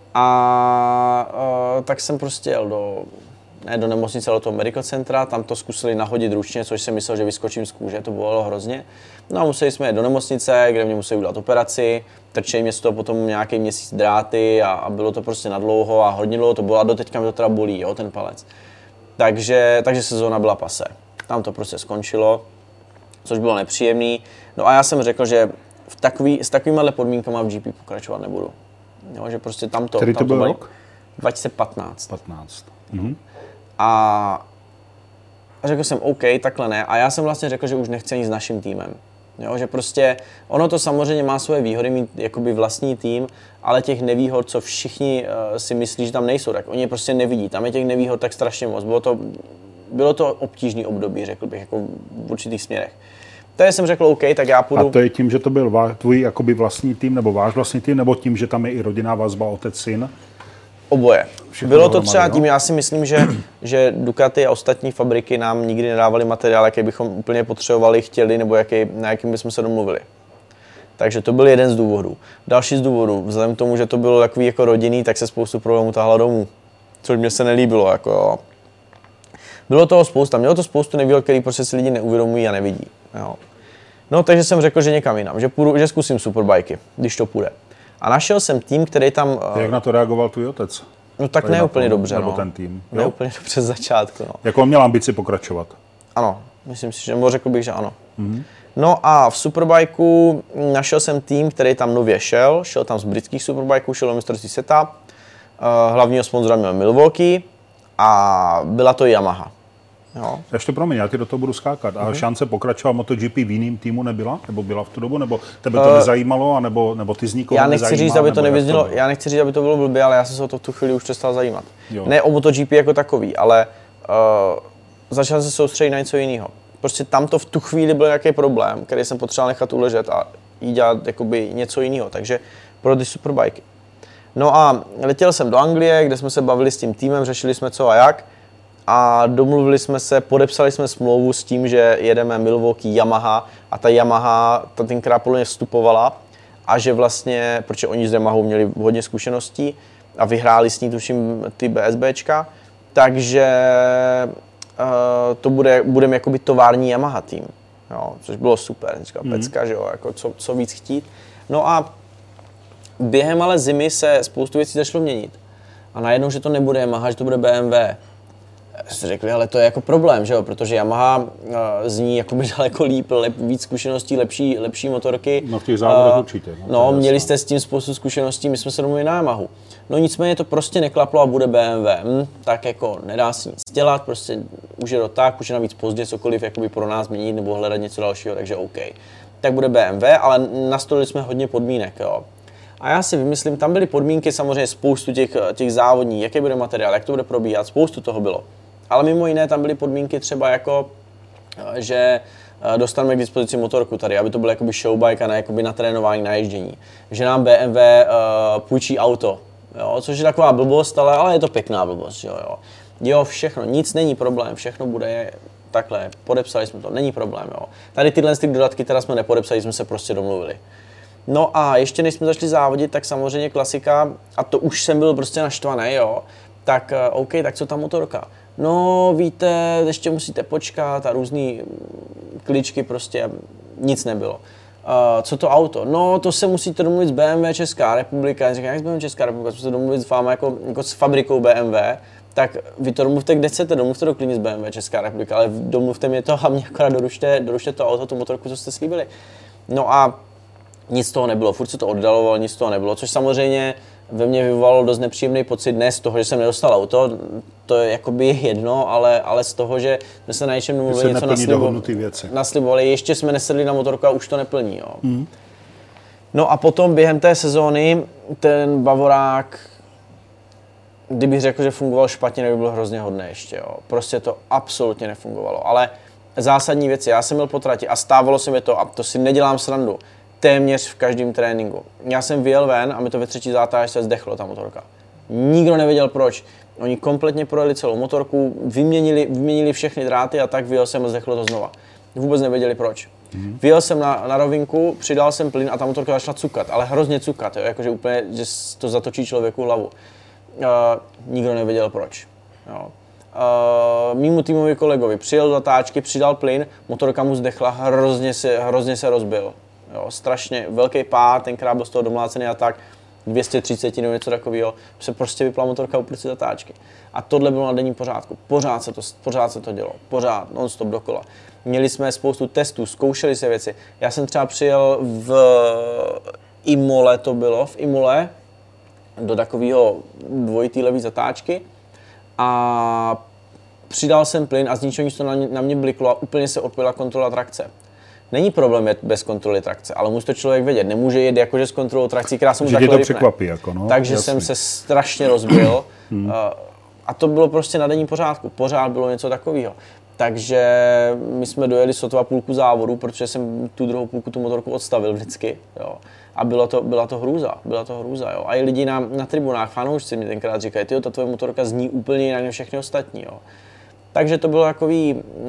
A uh, tak jsem prostě jel do, ne do nemocnice, ale do toho medical centra, tam to zkusili nahodit ručně, což jsem myslel, že vyskočím z kůže, to bylo hrozně. No a museli jsme jít do nemocnice, kde mě museli udělat operaci, trčeli mě z toho potom nějaký měsíc dráty a, a bylo to prostě nadlouho a hodně dlouho to bylo a doteďka mi to teda bolí, jo, ten palec. Takže, takže sezóna byla pase. Tam to prostě skončilo, což bylo nepříjemný. No a já jsem řekl, že v takový, s takovýmhle podmínkama v G P pokračovat nebudu. Jo, že prostě tam to... Který to byl rok? dva tisíce patnáct. patnáct. Mhm. A řekl jsem OK, takhle ne. A já jsem vlastně řekl, že už nechci ani s naším týmem. Jo, že prostě ono to samozřejmě má svoje výhody mít jakoby vlastní tým, ale těch nevýhod, co všichni uh, si myslí, že tam nejsou, tak oni je prostě nevidí. Tam je těch nevýhod tak strašně moc. Bylo to, bylo to obtížný období, řekl bych, jako v určitých směrech. Takže jsem řekl OK, tak já půjdu. A to je tím, že to byl vá, tvůj jakoby vlastní tým, nebo váš vlastní tým, nebo tím, že tam je i rodinná vazba, otec, syn? Oboje. Všechno bylo to třeba tím, já si myslím, že, že Ducati a ostatní fabriky nám nikdy nedávali materiál, jaký bychom úplně potřebovali, chtěli, nebo jaký, na jakým bychom se domluvili. Takže to byl jeden z důvodů. Další z důvodů, vzhledem k tomu, že to bylo takový jako rodinný, tak se spoustu problémů tahla domů, což mě se nelíbilo. Jako jo. Bylo toho spousta, mělo to spoustu nevýhod, který prostě si lidi neuvědomují a nevidí. Jo. No takže jsem řekl, že někam jinam, že, půjdu, že zkusím superbajky, když to půjde. A našel jsem tým, který tam... Jak na to reagoval tvůj otec? No tak ne úplně dobře, nebo no. ten tým. Ne úplně dobře z začátku, no. Jako on měl ambici pokračovat? Ano, myslím si, že, nebo řekl bych, že ano. Mm-hmm. No a v superbajku našel jsem tým, který tam nově šel, šel tam z britských superbajků, šel do mistrovství světa. Hlavního sponzora měl Milwaukee a byla to Yamaha. Jo. Ještě promiň, já ti do toho budu skákat. A mm-hmm. šance pokračovat MotoGP v jiným týmu nebyla? Nebo byla v tu dobu? Nebo tebe to uh, nezajímalo? A nebo, nebo ty z nikoho já nechci říct, aby to nevyznělo, to já nechci říct, aby to bylo blbě, ale já jsem se o to v tu chvíli už přestal zajímat. Jo. Ne o MotoGP jako takový, ale uh, začal jsem se soustředit na něco jiného. Prostě tam to v tu chvíli byl nějaký problém, který jsem potřeboval nechat uležet a jít dělat jakoby něco jiného. Takže pro ty superbajky. No a letěl jsem do Anglie, kde jsme se bavili s tím týmem, řešili jsme co a jak. A domluvili jsme se, podepsali jsme smlouvu s tím, že jedeme Milwaukee Yamaha a ta Yamaha ta tenkrát podle mě vstupovala a že vlastně, protože oni s Yamahou měli hodně zkušeností a vyhráli s ní tuším ty BSBčka, takže uh, to bude, budeme jakoby tovární Yamaha tým, jo, což bylo super, říkala mm. pecka, že jo, jako co, co víc chtít. No a během ale zimy se spoustu věcí začalo měnit a najednou, že to nebude Yamaha, že to bude B M W. Jste řekli, ale to je jako problém, že jo, protože Yamaha uh, zní jakoby daleko líp, lep, víc zkušeností, lepší, lepší motorky. No v těch závodech uh, určitě. No, no měli jste s tím spoustu zkušeností, my jsme se domluvili na Yamahu. No nicméně to prostě neklaplo a bude B M W. Hm, tak jako nedá se nic dělat, prostě už je to tak, už je navíc pozdě cokoliv jakoby pro nás měnit nebo hledat něco dalšího, takže OK. Tak bude B M W, ale nastolili jsme hodně podmínek, jo. A já si vymyslím, tam byly podmínky samozřejmě spoustu těch, těch závodní, jaký bude materiál, jak to bude probíhat, spoustu toho bylo. Ale mimo jiné tam byly podmínky třeba jako, že dostaneme k dispozici motorku tady, aby to byl jakoby showbike a ne jakoby na trénování, na ježdění. Že nám B M W uh, půjčí auto, jo, což je taková blbost, ale, ale je to pěkná blbost, jo, jo. Jo, všechno, nic není problém, všechno bude takhle, podepsali jsme to, není problém, jo. Tady tyhle ty dodatky teda jsme nepodepsali, jsme se prostě domluvili. No a ještě než jsme začali závodit, tak samozřejmě klasika, a to už jsem byl prostě naštvaný, jo, tak uh, OK, tak co ta motorka? No víte, ještě musíte počkat a různý kličky, prostě nic nebylo. Uh, co to auto? No to se musíte domluvit s B M W Česká republika. Já říkám, jak s B M W Česká republika? Musíte domluvit s váma jako, jako s fabrikou B M W. Tak vy to domluvte, kde chcete, domluvte to klidně s B M W Česká republika, ale domluvte mě to a mě akorát doručte, doručte to auto, tu motorku, co jste slíbili. No a nic z toho nebylo, furt se to oddalovalo, nic z toho nebylo, což samozřejmě ve mně vyvolalo dost nepříjemný pocit, ne z toho, že jsem nedostal auto, to je jakoby jedno, ale, ale z toho, že jsme se na něčem domluvili, něco naslibo, naslibovali, ještě jsme nesedli na motorku a už to neplní. Jo. Mm. No a potom během té sezóny ten Bavorák, kdybych řekl, že fungoval špatně, tak by byl hrozně hodný ještě. Jo. Prostě to absolutně nefungovalo, ale zásadní věci, já jsem byl po trati a stávalo se mi to, a to si nedělám srandu, téměř v každém tréninku. Já jsem vyjel ven a mi to ve třetí zátážce zdechlo ta motorka. Nikdo nevěděl proč. Oni kompletně projeli celou motorku, vyměnili, vyměnili všechny dráty a tak vyjel jsem a zdechlo to znova. Vůbec nevěděli proč. Mm-hmm. Vyjel jsem na, na rovinku, přidal jsem plyn a ta motorka začala cukat, ale hrozně cukat, jo, jakože úplně, že to zatočí člověku hlavu. Uh, nikdo nevěděl proč. Jo. Uh, mýmu týmovi kolegovi přijel do zatáčky, přidal plyn, motorka mu zdechla, hrozně se, hrozně se rozbil. Jo, strašně velký pád, tenkrát byl z toho domlácený a tak, dvě stě třicet nebo něco takového, se prostě vypla motorka uprostřed zatáčky. A tohle bylo na denním pořádku. Pořád se to, pořád se to dělo, pořád, non-stop dokola. Měli jsme spoustu testů, zkoušeli se věci. Já jsem třeba přijel v Imole, to bylo, v Imole, do takového dvojitý levý zatáčky a přidal jsem plyn a z ničeho nic to na mě, na mě bliklo a úplně se odpojila kontrola trakce. Není problém jet bez kontroly trakce, ale musí to člověk vědět. Nemůže jet jakože s kontrolou trakcí, která se mu takhle vypne. To překvapí, jako no. Takže jasný. jsem se strašně rozbil hmm. a to bylo prostě na denním pořádku. Pořád bylo něco takového. Takže my jsme dojeli sotva půlku závodu, protože jsem tu druhou půlku tu motorku odstavil vždycky. Jo. A byla to, byla to hrůza, byla to hrůza. Jo. A i lidi na, na tribunách, fanoušci mi tenkrát říkají, tyjo, ta tvoje motorka zní úplně jinak než všechny ostatní. Jo. Takže to bylo takový uh,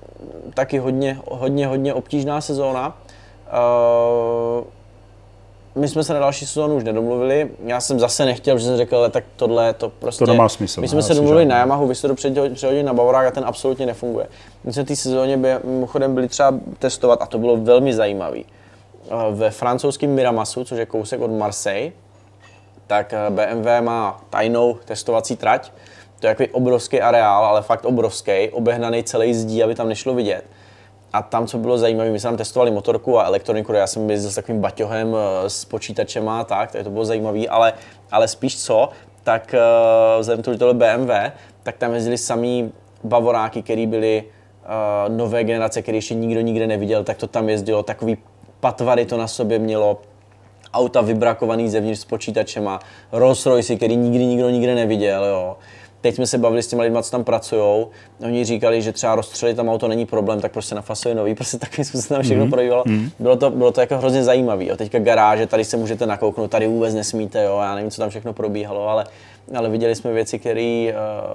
taky hodně, hodně, hodně obtížná sezóna. Uh, my jsme se na další sezónu už nedomluvili, já jsem zase nechtěl, protože jsem řekl, ale tak tohle to prostě... To nemá smysl. My jsme se domluvili na Yamahu, vy jste to přehodili na Bavorák a ten absolutně nefunguje. My jsme v té sezóně by, mimochodem byli třeba testovat a to bylo velmi zajímavé. Ve francouzském Miramasu, což je kousek od Marseille, tak bé em vé má tajnou testovací trať. To je takový obrovský areál, ale fakt obrovský, obehnaný celý zdí, aby tam nešlo vidět. A tam, co bylo zajímavé, my jsme tam testovali motorku a elektroniku, já jsem jezdil s takovým baťohem, s počítačem a tak, tak to bylo zajímavé, ale, ale spíš co, tak vzhledem to, že to bylo bé em vé, tak tam jezdili samý Bavoráky, který byly uh, nové generace, které ještě nikdo nikde neviděl, tak to tam jezdilo, takový patvary to na sobě mělo, auta vybrakovaný zevnitř s počítačema, Rolls Royce, který nikdy nikdo nikde neviděl, jo. Teď jsme se bavili s těma lidma, co tam pracujou. Oni říkali, že třeba rozstřelit tam auto není problém, tak prostě nafasuje nový, prostě takovým způsobem tam všechno mm-hmm. probíhalo. Mm-hmm. Bylo to, bylo to jako hrozně zajímavé. Jo. Teďka garáže, tady se můžete nakouknout, tady vůbec nesmíte, jo. Já nevím, co tam všechno probíhalo, ale, ale viděli jsme věci, které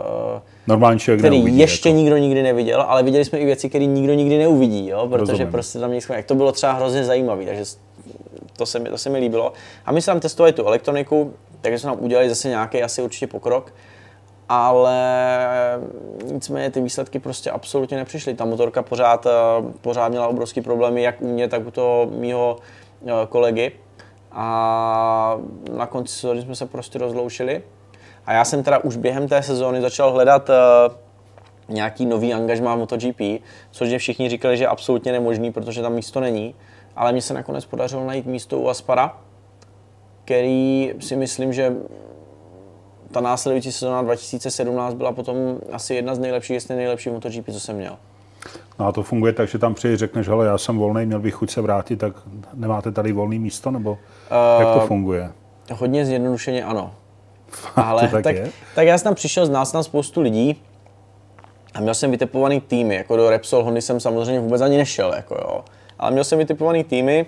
uh, ještě jako. Nikdo nikdy neviděl, ale viděli jsme i věci, které nikdo nikdy neuvidí, jo, protože Rozumím. Prostě tam nic. To bylo třeba hrozně zajímavé, takže to se, mi, to se mi líbilo. A my jsme tam testovali tu elektroniku, takže jsme tam udělali zase nějaký asi určitě pokrok. Ale nicméně ty výsledky prostě absolutně nepřišly. Ta motorka pořád, pořád měla obrovský problémy, jak u mě, tak u toho mýho kolegy. A na konci sezóny jsme se prostě rozloučili. A já jsem teda už během té sezóny začal hledat nějaký nový angažmá v MotoGP, což mě všichni říkali, že je absolutně nemožný, protože tam místo není. Ale mně se nakonec podařilo najít místo u Aspara, který si myslím, že ta následující sezóna dva tisíce sedmnáct byla potom asi jedna z nejlepších, jestli nejlepší MotoGP, co jsem měl. No a to funguje tak, že tam přijdeš, řekneš, hele, já jsem volný, měl bych chuť se vrátit, tak nemáte tady volný místo, nebo uh, jak to funguje? Hodně zjednodušeně ano. Ale tak, tak, tak já jsem tam přišel, znal jsem tam spoustu lidí a měl jsem vytipovaný týmy, jako do Repsol Hondy jsem samozřejmě vůbec ani nešel, jako jo. Ale měl jsem vytipovaný týmy,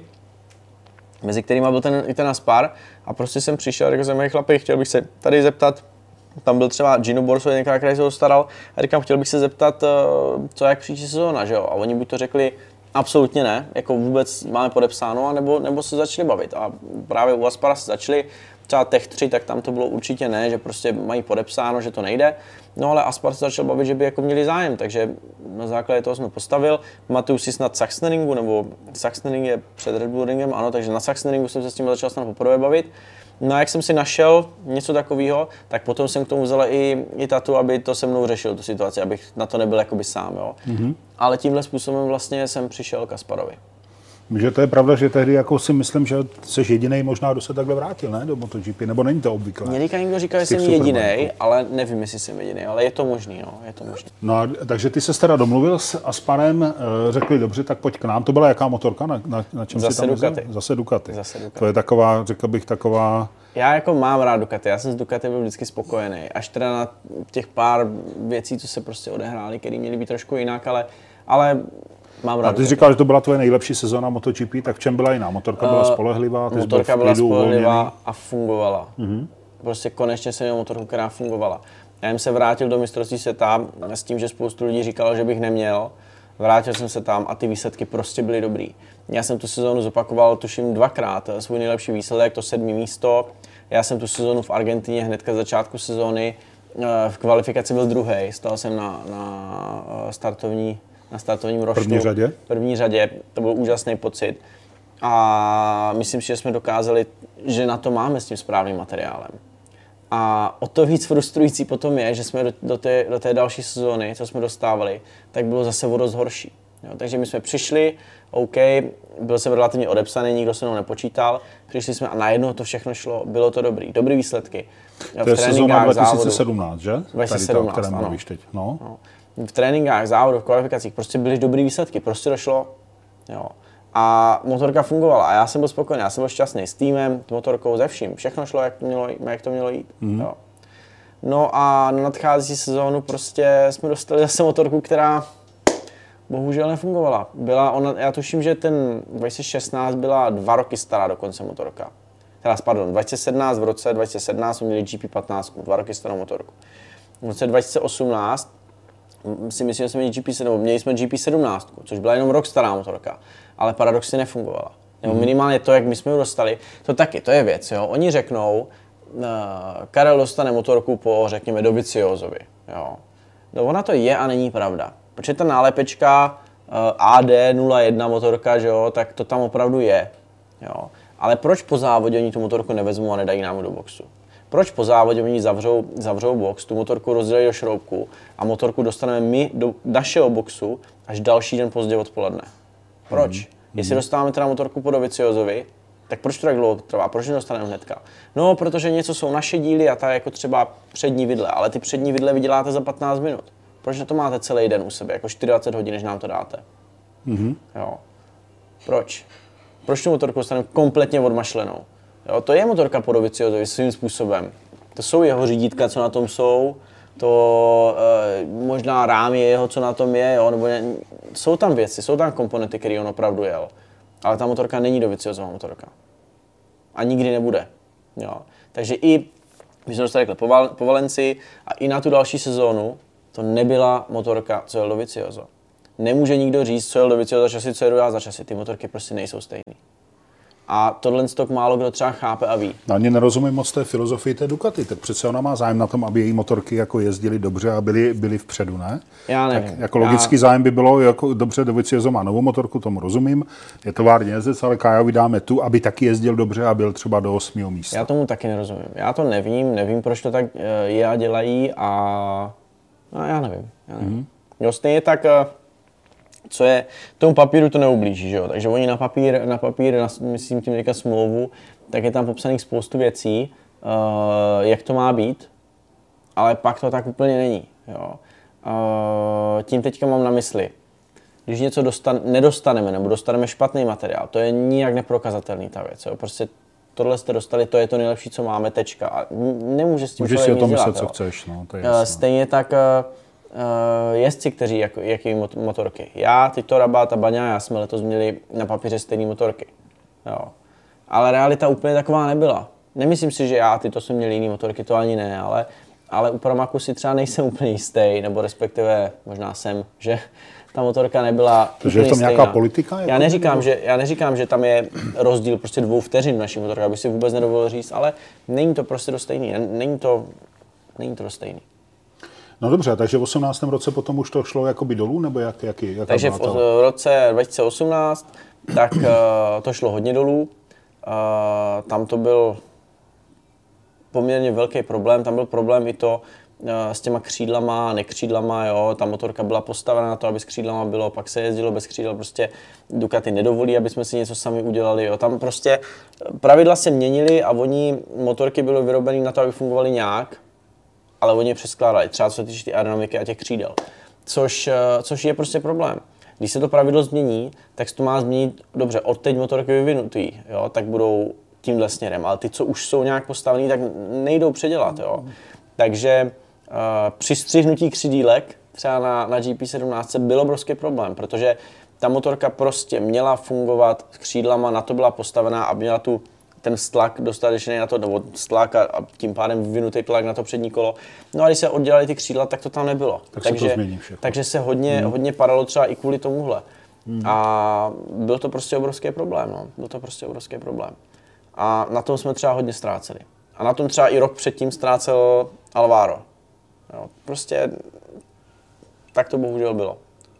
mezi kterými byl ten, i ten Aspar a prostě jsem přišel, řekl jsem, chlapi, chtěl bych se tady zeptat, tam byl třeba Gino Borso, některá, který se ho staral, a říkám, chtěl bych se zeptat, co jak příští sezóna, že jo, a oni buď to řekli, absolutně ne, jako vůbec máme podepsáno, anebo, nebo se začali bavit a právě u Aspara se začali, třeba Tech tři, tak tam to bylo určitě ne, že prostě mají podepsáno, že to nejde. No ale Aspar se začal bavit, že by jako měli zájem, takže na základě toho jsme postavil. Pamatuju si snad Sachsenringu, nebo Sachsenring je před Red Bull Ringem, ano, takže na Sachsenringu jsem se s tím začal snad poprvé bavit. No a jak jsem si našel něco takového, tak potom jsem k tomu vzal i, i tatu, aby to se mnou řešil, tu situaci, abych na to nebyl jakoby sám, jo. Mm-hmm. Ale tímhle způsobem vlastně jsem přišel k Asparovi. Že to je pravda, že tehdy jako si myslím, že jsi jedinej možná, kdo se takhle vrátil, ne, do MotoGP, nebo není to obvyklé? Mě teďka někdo říká, že jsem jedinej, ale nevím, jestli jsem jedinej, ale je to možný, no, je to možný. No a, takže ty se teda domluvil s Asparem, řekli dobře, tak pojď k nám. To byla jaká motorka, na, na, na čem Zase si tam Ducati. Zase, Zase Ducati. Zase Ducati. To je taková, řekl bych, taková... Já jako mám rád Ducati, já jsem s Ducati byl vždycky spokojený, až teda na těch pár věcí, co se prostě odehrály, které měly být trošku jinak, ale, ale mám rád. A ty jsi říkal, že to byla tvoje nejlepší sezóna MotoGP, tak v čem byla jiná? Motorka byla spolehlivá, ty motorka byla spolehlivá a fungovala. Mm-hmm. Prostě konečně jsem měl motorku, která fungovala. Já jsem se vrátil do mistrovství světa s tím, že spoustu lidí říkalo, že bych neměl. Vrátil jsem se tam a ty výsledky prostě byly dobrý. Já jsem tu sezónu zopakoval tuším dvakrát, svůj nejlepší výsledek, to sedmý místo. Já jsem tu sezónu v Argentině hnedka z začátku sezóny, v kvalifikaci byl druhý, stal jsem na, na startovní na startovním roštu. První řadě? První řadě, to byl úžasný pocit. A myslím si, že jsme dokázali, že na to máme s tím správným materiálem. A o to víc frustrující potom je, že jsme do, do, té, do té další sezóny, co jsme dostávali, tak bylo zase o dost horší. Jo, takže my jsme přišli, OK, byl jsem relativně odepsaný, nikdo se mnou nepočítal, přišli jsme a najednou to všechno šlo, bylo to dobrý, dobrý výsledky. Jo, to je sezóna dva tisíce sedmnáct, že? dva tisíce sedmnáct, Tady ta, ano. Teď. No. No. V tréninkách, závodu, v kvalifikacích prostě byly dobrý výsledky, prostě došlo. Jo. A motorka fungovala a já jsem byl spokojený, já jsem byl šťastný s týmem, s motorkou, ze vším, všechno šlo, jak to mělo, jak to mělo jít. Mm. Jo. No a na nadcházející sezónu prostě jsme dostali zase motorku, která bohužel nefungovala. Byla ona, já tuším, že ten dva tisíce šestnáct byla dva roky stará dokonce motorka. Teda, pardon, dva tisíce sedmnáct, v roce dva tisíce sedmnáct jsme měli G P patnáct, dva roky starou motorku. V roce dva tisíce osmnáct si myslím, že jsme měli G P sedmnáct, měli jsme G P sedmnáct, což byla jenom rok stará motorka, ale paradoxně nefungovala. nebo minimálně to, jak my jsme ho dostali, to taky, to je věc, jo. Oni řeknou, uh, Karel dostane motorku po, řekněme, Doviziosovi, jo. No ona to je a není pravda, protože ta nálepečka uh, A D nula jedna motorka, že jo, tak to tam opravdu je, jo. Ale proč po závodě oni tu motorku nevezmou a nedají nám do boxu? Proč po závodě oni zavřou, zavřou box, tu motorku rozdělí do šroubku a motorku dostaneme my do našeho boxu až další den pozdě odpoledne? Proč? Mm. Jestli dostáváme teda motorku po Doviziosovi, tak proč to tak dlouho trvá? Proč nedostaneme hnedka? No, protože něco jsou naše díly a ta jako třeba přední vidle, ale ty přední vidle vyděláte za patnáct minut. Proč na to máte celý den u sebe, jako dvacet čtyři hodin, než nám to dáte? Mm. Jo. Proč? Proč tu motorku dostaneme kompletně odmašlenou? Jo, to je motorka po Doviziosovi svým způsobem. To jsou jeho řídítka, co na tom jsou, to e, možná rámy jeho, co na tom je, jo, nebo ne, jsou tam věci, jsou tam komponenty, které on opravdu jel. Ale ta motorka není Doviziosova motorka. A nikdy nebude. Jo. Takže i, my jsme dostali po, Val, po Valencii a i na tu další sezónu to nebyla motorka, co jel Dovizioso. Nemůže nikdo říct, co jel Dovizioso za časy, co jedu já za časy. Ty motorky prostě nejsou stejné. A tohle stok málo kdo třeba chápe a ví. No, ani nerozumím moc té filozofii té Ducati, tak přece ona má zájem na tom, aby její motorky jako jezdily dobře a byly, byly vpředu, ne? Já nevím. Tak jako logický já... zájem by bylo, jako dobře, Dovizioso má novou motorku, tomu rozumím, je to várně jezdec, ale Kajovi dáme tu, aby taky jezdil dobře a byl třeba do osmého místa. Já tomu taky nerozumím. Já to nevím, nevím, proč to tak je a dělají a no, já nevím. Já nevím. Mm-hmm. Jo, stejně tak, co je, tomu papíru to neublíží, že jo? Takže oni na papír, na papír, na, myslím tím teďka smlouvu, tak je tam popsaných spoustu věcí, uh, jak to má být, ale pak to tak úplně není, jo? Uh, tím teďka mám na mysli, když něco dostan, nedostaneme nebo dostaneme špatný materiál, to je nijak neprokazatelný ta věc, jo? Prostě tohle jste dostali, to je to nejlepší, co máme, tečka. A nemůže s tím Můžeš si o tom dělat, myslet, jo? co chceš, no, to je uh, Stejně tak Uh, jezdci, kteří jak, jaký motorky. Já, Tito Rabat a Baňa, já jsme letos měli na papíře stejné motorky. Jo. Ale realita úplně taková nebyla. Nemyslím si, že já a Tito jsme měli jiné motorky, to ani ne, ale, ale u Pramaku si třeba nejsem úplně jistý, nebo respektive možná jsem, že ta motorka nebyla Takže úplně je tam stejná. nějaká politika? Já neříkám, že, já neříkám, že tam je rozdíl prostě dvou vteřin v naší motorce, abych si vůbec nedovolil říct, ale není to prostě dost stejný. Není to, není to dost stejný. No dobře, takže v osmnáctém roce potom už to šlo jakoby dolů, nebo jak, jaký? Jaká takže v, v roce dva tisíce osmnáct tak uh, to šlo hodně dolů. Uh, tam to byl poměrně velký problém. Tam byl problém i to uh, s těma křídlama, nekřídlama, jo. Ta motorka byla postavena na to, aby s křídlama bylo, pak se jezdilo bez křídel. Prostě Ducati nedovolí, aby jsme si něco sami udělali, jo. Tam prostě pravidla se měnily a oni, motorky byly vyrobeny na to, aby fungovaly nějak, ale oni je přeskládali, třeba co se týče ty aerodynamiky a těch křídel, což, což je prostě problém. Když se to pravidlo změní, tak se to má změnit, dobře, od teď motorky vyvinutý, jo, tak budou tímhle směrem, ale ty, co už jsou nějak postavený, tak nejdou předělat, jo. Takže uh, při střihnutí křidílek třeba na, na G P sedmnáct byl obrovský problém, protože ta motorka prostě měla fungovat s křídlama, na to byla postavená a měla tu ten stlak dostatečný na to, nebo stlak a, a tím pádem vyvinutý tlak na to přední kolo. No a když se oddělali ty křídla, tak to tam nebylo. Tak takže, se to změní všechno. Takže se hodně, hmm. hodně padalo třeba i kvůli tomuhle. Hmm. A byl to prostě obrovský problém, no. Byl to prostě obrovský problém. A na tom jsme třeba hodně ztráceli. A na tom třeba i rok předtím ztrácel Alvaro. Jo, prostě tak to bohužel bylo.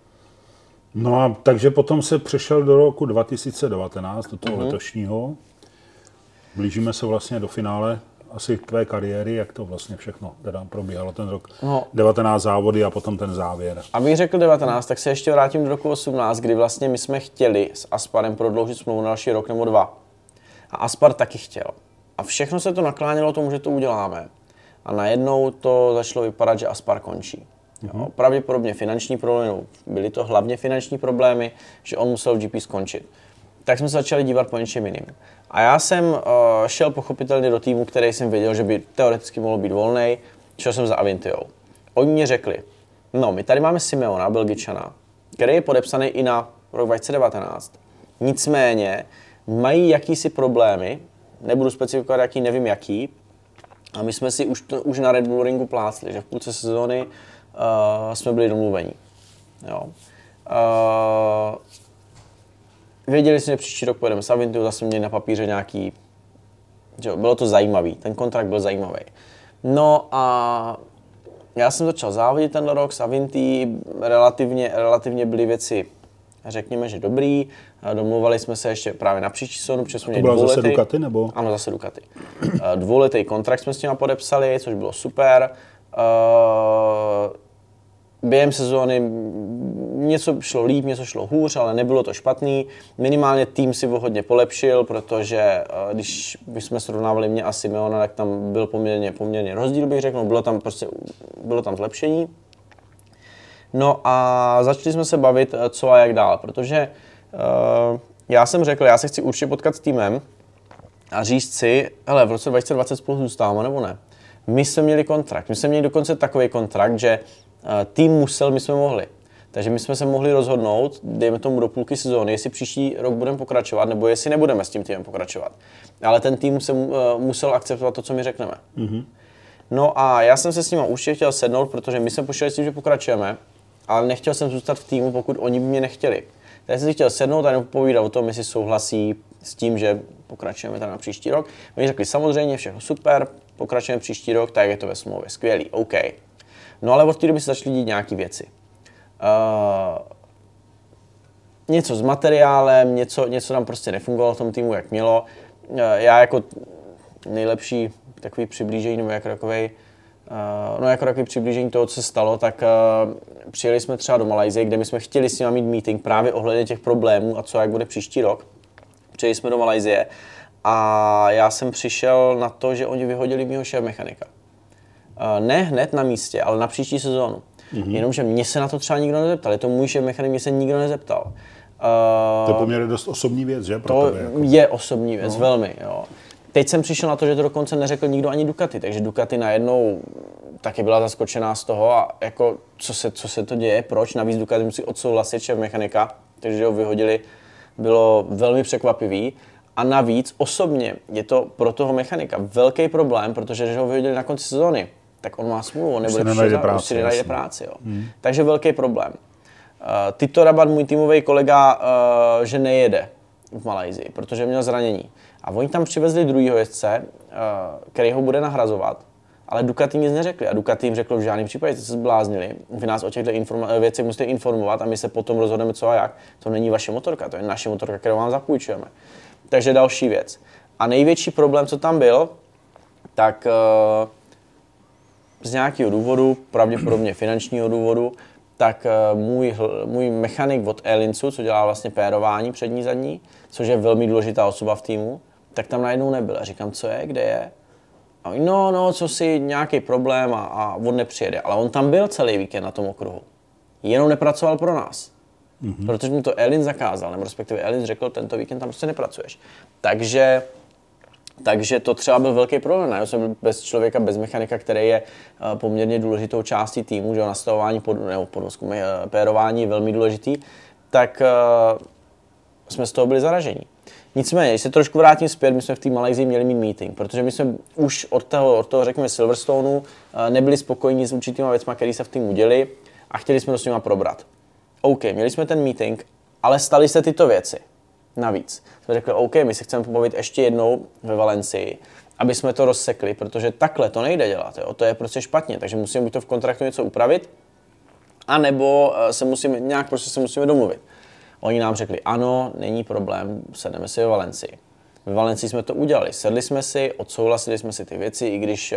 No a takže potom se přešel do roku dva tisíce devatenáct, do toho mm-hmm. letošního. Blížíme se vlastně do finále asi tvé kariéry, jak to vlastně všechno teda probíhalo ten rok. No. devatenáct závody a potom ten závěr. Abych řekl devatenáct, tak se ještě vrátím do roku osmnáct, kdy vlastně my jsme chtěli s Asparem prodloužit smlouvu na další rok nebo dva. A Aspar taky chtěl. A všechno se to naklánělo tomu, že to uděláme. A najednou to začalo vypadat, že Aspar končí. Jo, mm-hmm. Pravděpodobně finanční problémy, byly to hlavně finanční problémy, že on musel v G P skončit. Tak jsme se začali dívat po něčem jiným. A já jsem uh, šel pochopitelně do týmu, který jsem věděl, že by teoreticky mohl být volnej, šel jsem za Avintijou. Oni mě řekli, no my tady máme Simeona, Belgičana, který je podepsaný i na rok dva tisíce devatenáct. Nicméně mají jakýsi problémy, nebudu specifikovat jaký, nevím jaký, a my jsme si už, to, už na Red Bull Ringu plácli, že v půlce sezóny uh, jsme byli domluvení. Jo. Uh, věděli jsme, že příští rok pojedeme s Avintou, zase měli na papíře nějaký, že bylo to zajímavý, ten kontrakt byl zajímavý. No a já jsem začal závodit ten rok s Avintí, relativně, relativně byly věci, řekněme, že dobrý. Domluvali jsme se ještě právě na příští sezónu, protože jsme měli dvouletý. To byla zase Ducati, nebo? Ano, zase Ducati. Dvouletý kontrakt jsme s těma podepsali, což bylo super. Během sezóny něco šlo líp, něco šlo hůř, ale nebylo to špatný. Minimálně tým si ho hodně polepšil, protože když jsme srovnávali mě a Simeona, tak tam byl poměrně, poměrně rozdíl, bych řekl, bylo tam prostě, bylo tam zlepšení. No a začali jsme se bavit, co a jak dál, protože uh, já jsem řekl, já se chci určitě potkat s týmem a říct si, hele, v roce dva tisíce dvacet spolu zůstáváme nebo ne. My jsme měli kontrakt, my jsme měli dokonce takový kontrakt, že uh, tým musel, my jsme mohli. Takže my jsme se mohli rozhodnout, dejme tomu do půlky sezóny, jestli příští rok budeme pokračovat, nebo jestli nebudeme s tím týmem pokračovat. Ale ten tým se, uh, musel akceptovat to, co my řekneme. Mm-hmm. No a já jsem se s nimi určitě chtěl sednout, protože my jsme počítali s tím, že pokračujeme, ale nechtěl jsem zůstat v týmu, pokud oni by mě nechtěli. Takže jsem si chtěl sednout a jenom povídat o tom, jestli souhlasí s tím, že pokračujeme tam na příští rok. Oni řekli, samozřejmě, všechno super, pokračujeme příští rok, tak je to ve smlouvě, skvělý, OK. No ale od té doby se začaly dít nějaké věci. Uh, něco s materiálem, něco, něco tam prostě nefungovalo v tom týmu, jak mělo. Uh, já jako nejlepší takový přiblížení, nebo jako takovej, uh, no jako takový přiblížení toho, co se stalo, tak uh, přijeli jsme třeba do Malajsie, kde my jsme chtěli s nimi mít meeting právě ohledně těch problémů a co jak bude příští rok. Přijeli jsme do Malajsie a já jsem přišel na to, že oni vyhodili mýho šéf mechanika. Uh, ne hned na místě, ale na příští sezónu. Mm-hmm. Jenomže mě se na to třeba nikdo nezeptal, je to můj šéf mechanik, mě se nikdo nezeptal. Uh, to je poměrně dost osobní věc, že? Pro to tebe, jako. je osobní věc, no. velmi, jo. Teď jsem přišel na to, že to dokonce neřekl nikdo ani Ducati, takže Ducati najednou taky byla zaskočená z toho a jako co se, co se to děje, proč, navíc Ducati musí odsouhlasit šéf mechanika, takže ho vyhodili, bylo velmi překvapivý a navíc osobně je to pro toho mechanika velký problém, protože když ho vyhodili na konci sezóny, tak on má smůlu, on nebude přišel, už si nenajde práci. Jo. Hmm. Takže velký problém. Uh, Tito Rabat, můj týmový kolega, uh, že nejede v Malajsii, protože měl zranění. A oni tam přivezli druhýho jezdce, uh, který ho bude nahrazovat, ale Ducati nic neřekli. A Ducati jim řekl, v žádném případě jste se zbláznili, vy nás o těchto informa- věcech musíte informovat a my se potom rozhodneme co a jak. To není vaše motorka, to je naše motorka, kterou vám zapůjčujeme. Takže další věc. A největší problém, co tam byl, tak uh, z nějakého důvodu, pravděpodobně finančního důvodu, tak můj, můj mechanik od Elincu, co dělá vlastně pérování přední zadní, což je velmi důležitá osoba v týmu, tak tam najednou nebyl. A říkám, co je, kde je? A on, no, no, co si, nějaký problém a, a on nepřijede. Ale on tam byl celý víkend na tom okruhu. Jenom nepracoval pro nás. Mm-hmm. Protože mi to Elin zakázal, nebo respektive Elin řekl, tento víkend tam prostě nepracuješ. Takže Takže to třeba byl velký problém. Já jsem byl bez člověka, bez mechanika, který je poměrně důležitou částí týmu, že nastavování pod, nebo podvozku, pérování je velmi důležitý, tak uh, jsme z toho byli zaraženi. Nicméně, když se trošku vrátím zpět, my jsme v té Malajsii měli mít meeting, protože my jsme už od toho, od toho řekněme Silverstoneu, uh, nebyli spokojení s určitýma věcma, které se v týmu děli a chtěli jsme to s nima probrat. OK, měli jsme ten meeting, ale staly se tyto věci. Navíc jsme řekli, OK, my se chceme pobavit ještě jednou ve Valencii, aby jsme to rozsekli, protože takhle to nejde dělat, jo? To je prostě špatně, takže musíme buď to v kontraktu něco upravit, anebo se musíme, nějak prostě se musíme domluvit. Oni nám řekli, ano, není problém, sedneme si ve Valencii. Ve Valencii jsme to udělali, sedli jsme si, odsouhlasili jsme si ty věci, i když uh,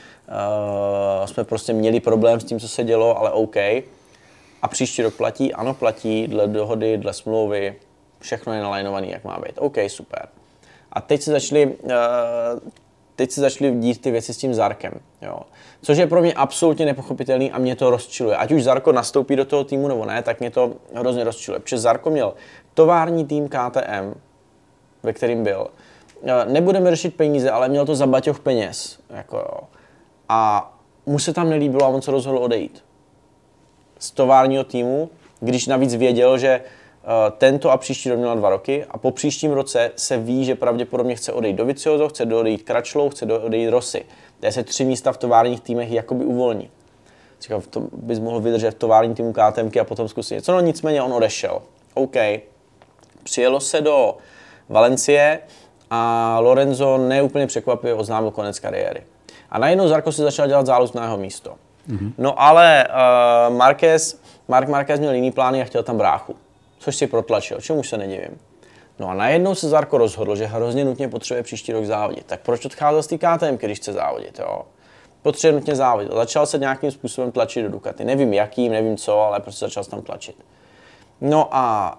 uh, jsme prostě měli problém s tím, co se dělo, ale OK. A příští rok platí, ano, platí, dle dohody, dle smlouvy, všechno je nalajnovaný, jak má být. OK, super. A teď se začaly, uh, teď se začaly dít ty věci s tím Zarkem, jo. Což je pro mě absolutně nepochopitelný a mě to rozčiluje. Ať už Zarko nastoupí do toho týmu nebo ne, tak mě to hrozně rozčiluje. Protože Zarko měl tovární tým K T M, ve kterým byl. Uh, nebudeme řešit peníze, ale měl to za baťoch peněz. Jako jo. A mu se tam nelíbilo a on se rozhodl odejít z továrního týmu, když navíc věděl, že tento a příští rok měla dva roky a po příštím roce se ví, že pravděpodobně chce odejít Dovizioso, chce odejít Crutchlow, chce odejít Rossi. Tady se tři místa v továrních týmech jakoby uvolní. Říkám, to bys mohl vydržet v továrním týmu K T M a potom zkusit něco. No nicméně on odešel. OK. Přijelo se do Valencie a Lorenzo neúplně překvapivě oznámil konec kariéry. A najednou Zarco si začal dělat záluz na jeho místo. Mm-hmm. No ale uh, Marquez, Marc Marquez měl jiný plány a chtěl tam bráchu, což si protlačil, čemu se nedivím. No a najednou se Zarco rozhodl, že hrozně nutně potřebuje příští rok závodit. Tak proč odcházel z té K T M, když chce závodit, jo? Potřebuje nutně závodit. Začal se nějakým způsobem tlačit do Ducati. Nevím jakým, nevím co, ale prostě začal se tam tlačit. No a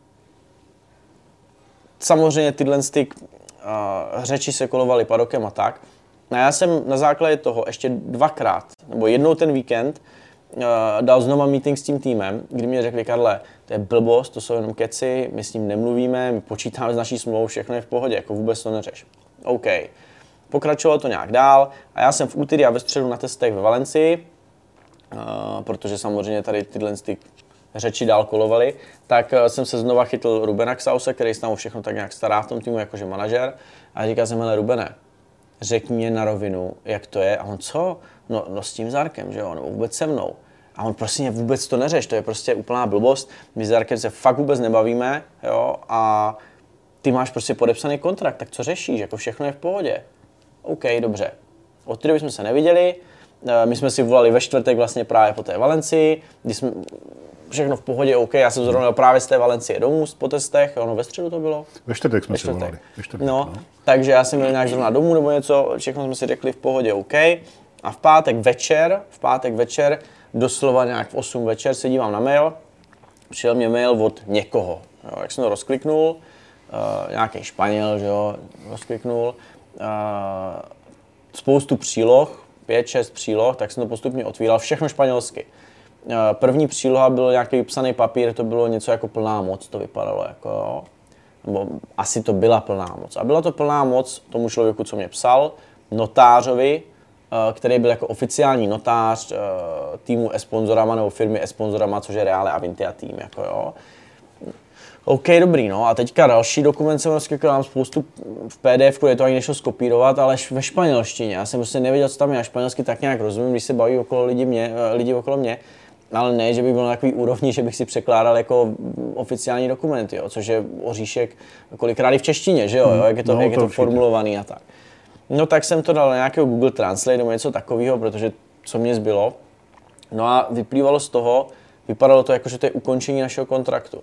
samozřejmě tyhle styk, uh, řeči se kolovaly padokem a tak. A já jsem na základě toho ještě dvakrát, nebo jednou ten víkend, uh, dal znova meeting s tím týmem, kdy mě řekli, Karle, to je blbost, to jsou jenom keci, my s ním nemluvíme, my počítáme s naší smlouvou, všechno je v pohodě, jako vůbec to neřeš. OK. Pokračovalo to nějak dál a já jsem v úterý a ve středu na testech ve Valencii, uh, protože samozřejmě tady tyhle ty řeči dál kolovaly, tak uh, jsem se znova chytl Rubena Ksause, který se tam o všechno tak nějak stará v tom týmu jakože manažer a říkal jsem, hele Rubene, řekni mě na rovinu, jak to je a on co? No, no s tím Zarkem, že jo, nebo vůbec se mnou. A on prostě mě vůbec to neřeš, to je prostě úplná blbost, my s Zarkem se fakt vůbec nebavíme, jo, a ty máš prostě podepsaný kontrakt, tak co řešíš, jako všechno je v pohodě. OK, dobře. Od té doby jsme se neviděli, my jsme si volali ve čtvrtek vlastně právě po té Valencii, když jsme všechno v pohodě, OK, já jsem zrovna právě z té Valencie domů po testech, ono ve středu to bylo? Ve čtvrtek jsme si volali. Ve čtvrtek, no, no, takže já jsem měl nějak zrovna domů nebo něco, všechno jsme si řekli v pohodě, OK. A v pátek večer, v pátek večer, doslova nějak v osm večer se dívám na mail, přijel mě mail od někoho, jo, jak jsem to rozkliknul, uh, nějaký Španěl, že jo, rozkliknul, Uh, spoustu příloh, pět, šest příloh, tak jsem to postupně otvíral, všechno španělsky. Uh, první příloha byl nějaký psaný papír, to bylo něco jako plná moc, to vypadalo jako jo. Nebo asi to byla plná moc. A byla to plná moc tomu člověku, co mě psal, notářovi, uh, který byl jako oficiální notář uh, týmu e-sponzorama nebo firmy e-sponzorama, což je Reale Avintia tým, jako jo. OK, dobrý, no a teďka další dokument jsem rozklikl, mám spoustu v P D F, kde to ani nešlo skopírovat, ale ve španělštině. Já jsem prostě nevěděl, co tam je, já španělsky tak nějak rozumím, když se baví okolo lidi, mě, lidi okolo mě, ale ne, že by byl na takový úrovni, že bych si překládal jako oficiální dokumenty, jo, což je oříšek kolikrát i v češtině, že jo, jo jak je to, no, jak je to formulovaný a tak. No tak jsem to dal na nějakého Google Translate nebo něco takového, protože co mě zbylo. No a vyplývalo z toho, vypadalo to jako, že to je ukončení našeho kontraktu.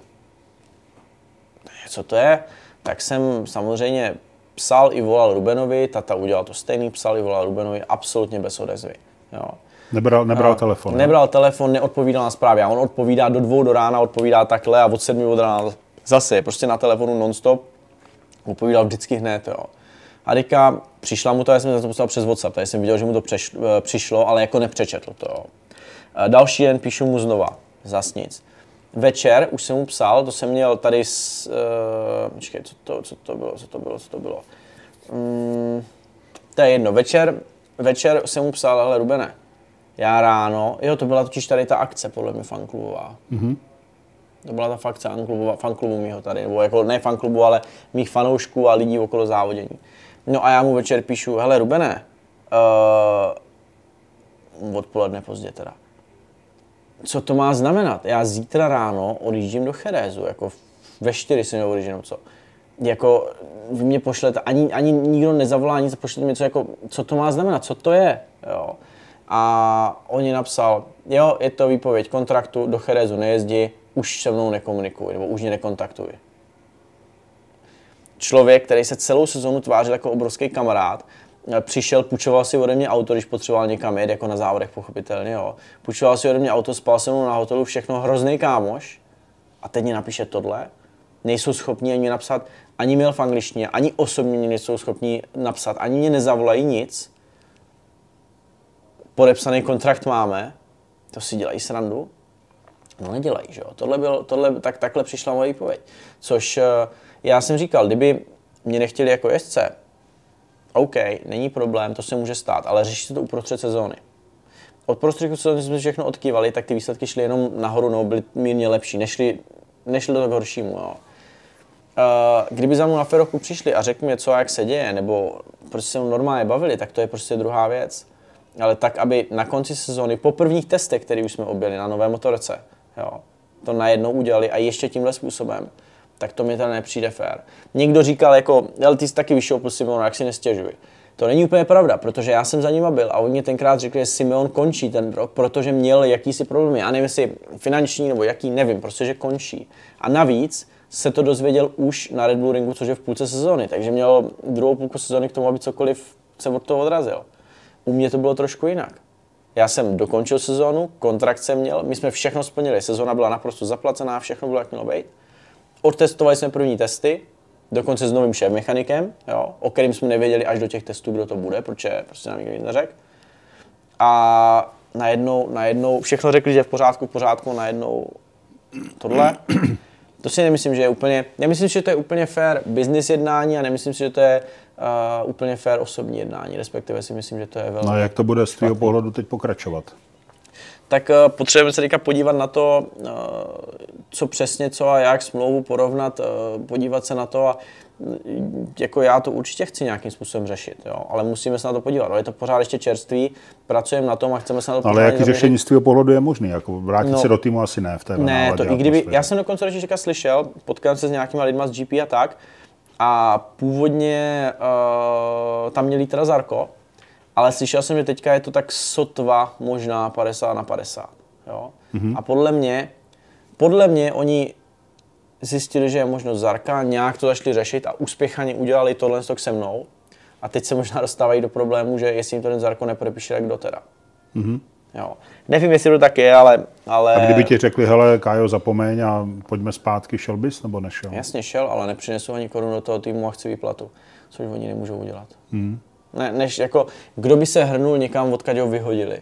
Co to je, tak jsem samozřejmě psal i volal Rubenovi, tata udělal to stejný, psal i volal Rubenovi, absolutně bez odezvy. Jo. Nebral, nebral no, telefon. Nebral ne? telefon, neodpovídal na zprávy. A on odpovídá do dvou do rána, odpovídá takhle a od sedmi od rána zase, prostě na telefonu non-stop, odpovídal vždycky hned. Jo. A teďka přišla mu to, já jsem to poslal přes WhatsApp, tady jsem viděl, že mu to přeš, přišlo, ale jako nepřečetl to. Jo. Další den píšu mu znova, zas nic. Večer už jsem mu psal, to jsem měl tady s... Uh, počkej, co to, co to bylo, co to bylo, co to bylo. Um, to je jedno, večer, večer jsem mu psal, hele Rubene, já ráno, jo, to byla totiž tady ta akce, podle mě fanklubová. Mm-hmm. To byla ta fakce fanklubu mýho tady, nebo jako ne fanklubu, ale mých fanoušků a lidí okolo závodění. No a já mu večer píšu, hele Rubene, uh, odpoledne pozdě teda. Co to má znamenat? Já zítra ráno odjíždím do Cherezu, jako ve čtyři se neodjíždím, co? Jako vy mě pošlete, ani, ani nikdo nezavolá, nic, pošlete mi co, jako, co to má znamenat, co to je, jo? A on je napsal, jo, je to výpověď kontraktu, do Cherezu nejezdí, už se mnou nekomunikuj, nebo už mě nekontaktuj. Člověk, který se celou sezonu tvářil jako obrovský kamarád, přišel, půjčoval si ode mě auto, když potřeboval někam jet, jako na závodech pochopitelně, jo. Půjčoval si ode mě auto, spal se mnou na hotelu, všechno, hrozný kámoš. A teď mě napíše tohle. Nejsou schopni ani napsat, ani mail v angličtině, ani osobně mě nejsou schopni napsat, ani mě nezavolají nic. Podepsaný kontrakt máme, to si dělají srandu. No nedělají, že jo. Tohle bylo, tohle, tak, takhle přišla moje výpověď. Což já jsem říkal, kdyby mě nechtěli jako jezdce, OK, není problém, to se může stát, ale řeší se to uprostřed sezóny. Od prostředku sezóny jsme všechno odkývali, tak ty výsledky šly jenom nahoru, no, byly mírně lepší, nešly, nešly do toho horšímu. Jo. Uh, kdyby za mnou na Ferovku přišli a řekli mi, co a jak se děje, nebo prostě se normálně bavili, tak to je prostě druhá věc. Ale tak, aby na konci sezóny, po prvních testech, které už jsme objeli na nové motorce, jo, to najednou udělali a ještě tímhle způsobem, tak to mi teda nepřijde fér. Někdo říkal jako, ale ty jsi taky vyšel pro Simona, jak si nestěžuj. To není úplně pravda, protože já jsem za nima byl a oni mě tenkrát řekli, že Simeon končí ten rok, protože měl jakýsi problémy. Já nevím, jestli finanční nebo jaký, nevím, prostě, že končí. A navíc se to dozvěděl už na Red Bull Ringu, což je v půlce sezóny, takže měl druhou půlku sezóny k tomu, aby cokoliv se od toho odrazil. U mě to bylo trošku jinak. Já jsem dokončil sezónu, kontrakt jsem měl, my jsme všechno splnili, sezóna byla naprosto zaplacená, všechno bylo jak mělo být. Odtestovali jsme první testy, dokonce s novým šéfmechanikem, jo, o kterým jsme nevěděli až do těch testů, kdo to bude, protože prostě nám nikdo nic neřekl. A najednou, najednou všechno řekli, že je v pořádku, v pořádku, najednou tohle. To si nemyslím, že je úplně, nemyslím si, že to je úplně fair business jednání a nemyslím si, že to je uh, úplně fair osobní jednání, respektive si myslím, že to je velmi... No a jak to bude z tvého pohledu teď pokračovat? Tak uh, potřebujeme se teďka podívat na to, uh, co přesně, co a jak smlouvu porovnat, uh, podívat se na to a jako já to určitě chci nějakým způsobem řešit, jo, ale musíme se na to podívat. No, je to pořád ještě čerství, pracujeme na tom a chceme se na to podívat. Ale jaký řešení z tvého pohledu je možný? Jako vrátit no, se do týmu asi ne v té Ne, to i kdyby, já jsem dokonce říkal, slyšel, potkal se s nějakýma lidma z G P a tak a původně uh, tam měli teda Zarko, ale slyšel jsem, že teďka je to tak sotva možná padesát na padesát, jo. Mm-hmm. A podle mě, podle mě oni zjistili, že je možnost Zarka, nějak to začali řešit a úspěchaně udělali tohle se mnou. A teď se možná dostávají do problému, že jestli jim to ten Zarko nepodepíše, tak kdo teda. Mm-hmm. Jo. Nevím, jestli to tak je, ale, ale... A kdyby ti řekli, hele, Kájo, zapomeň a pojďme zpátky, šel bys nebo nešel? Jasně šel, ale nepřinesu ani korunu do toho týmu a chci výplatu, což oni nemůžou udělat. Mm. Ne, než jako, kdo by se hrnul někam, odkud ho vyhodili.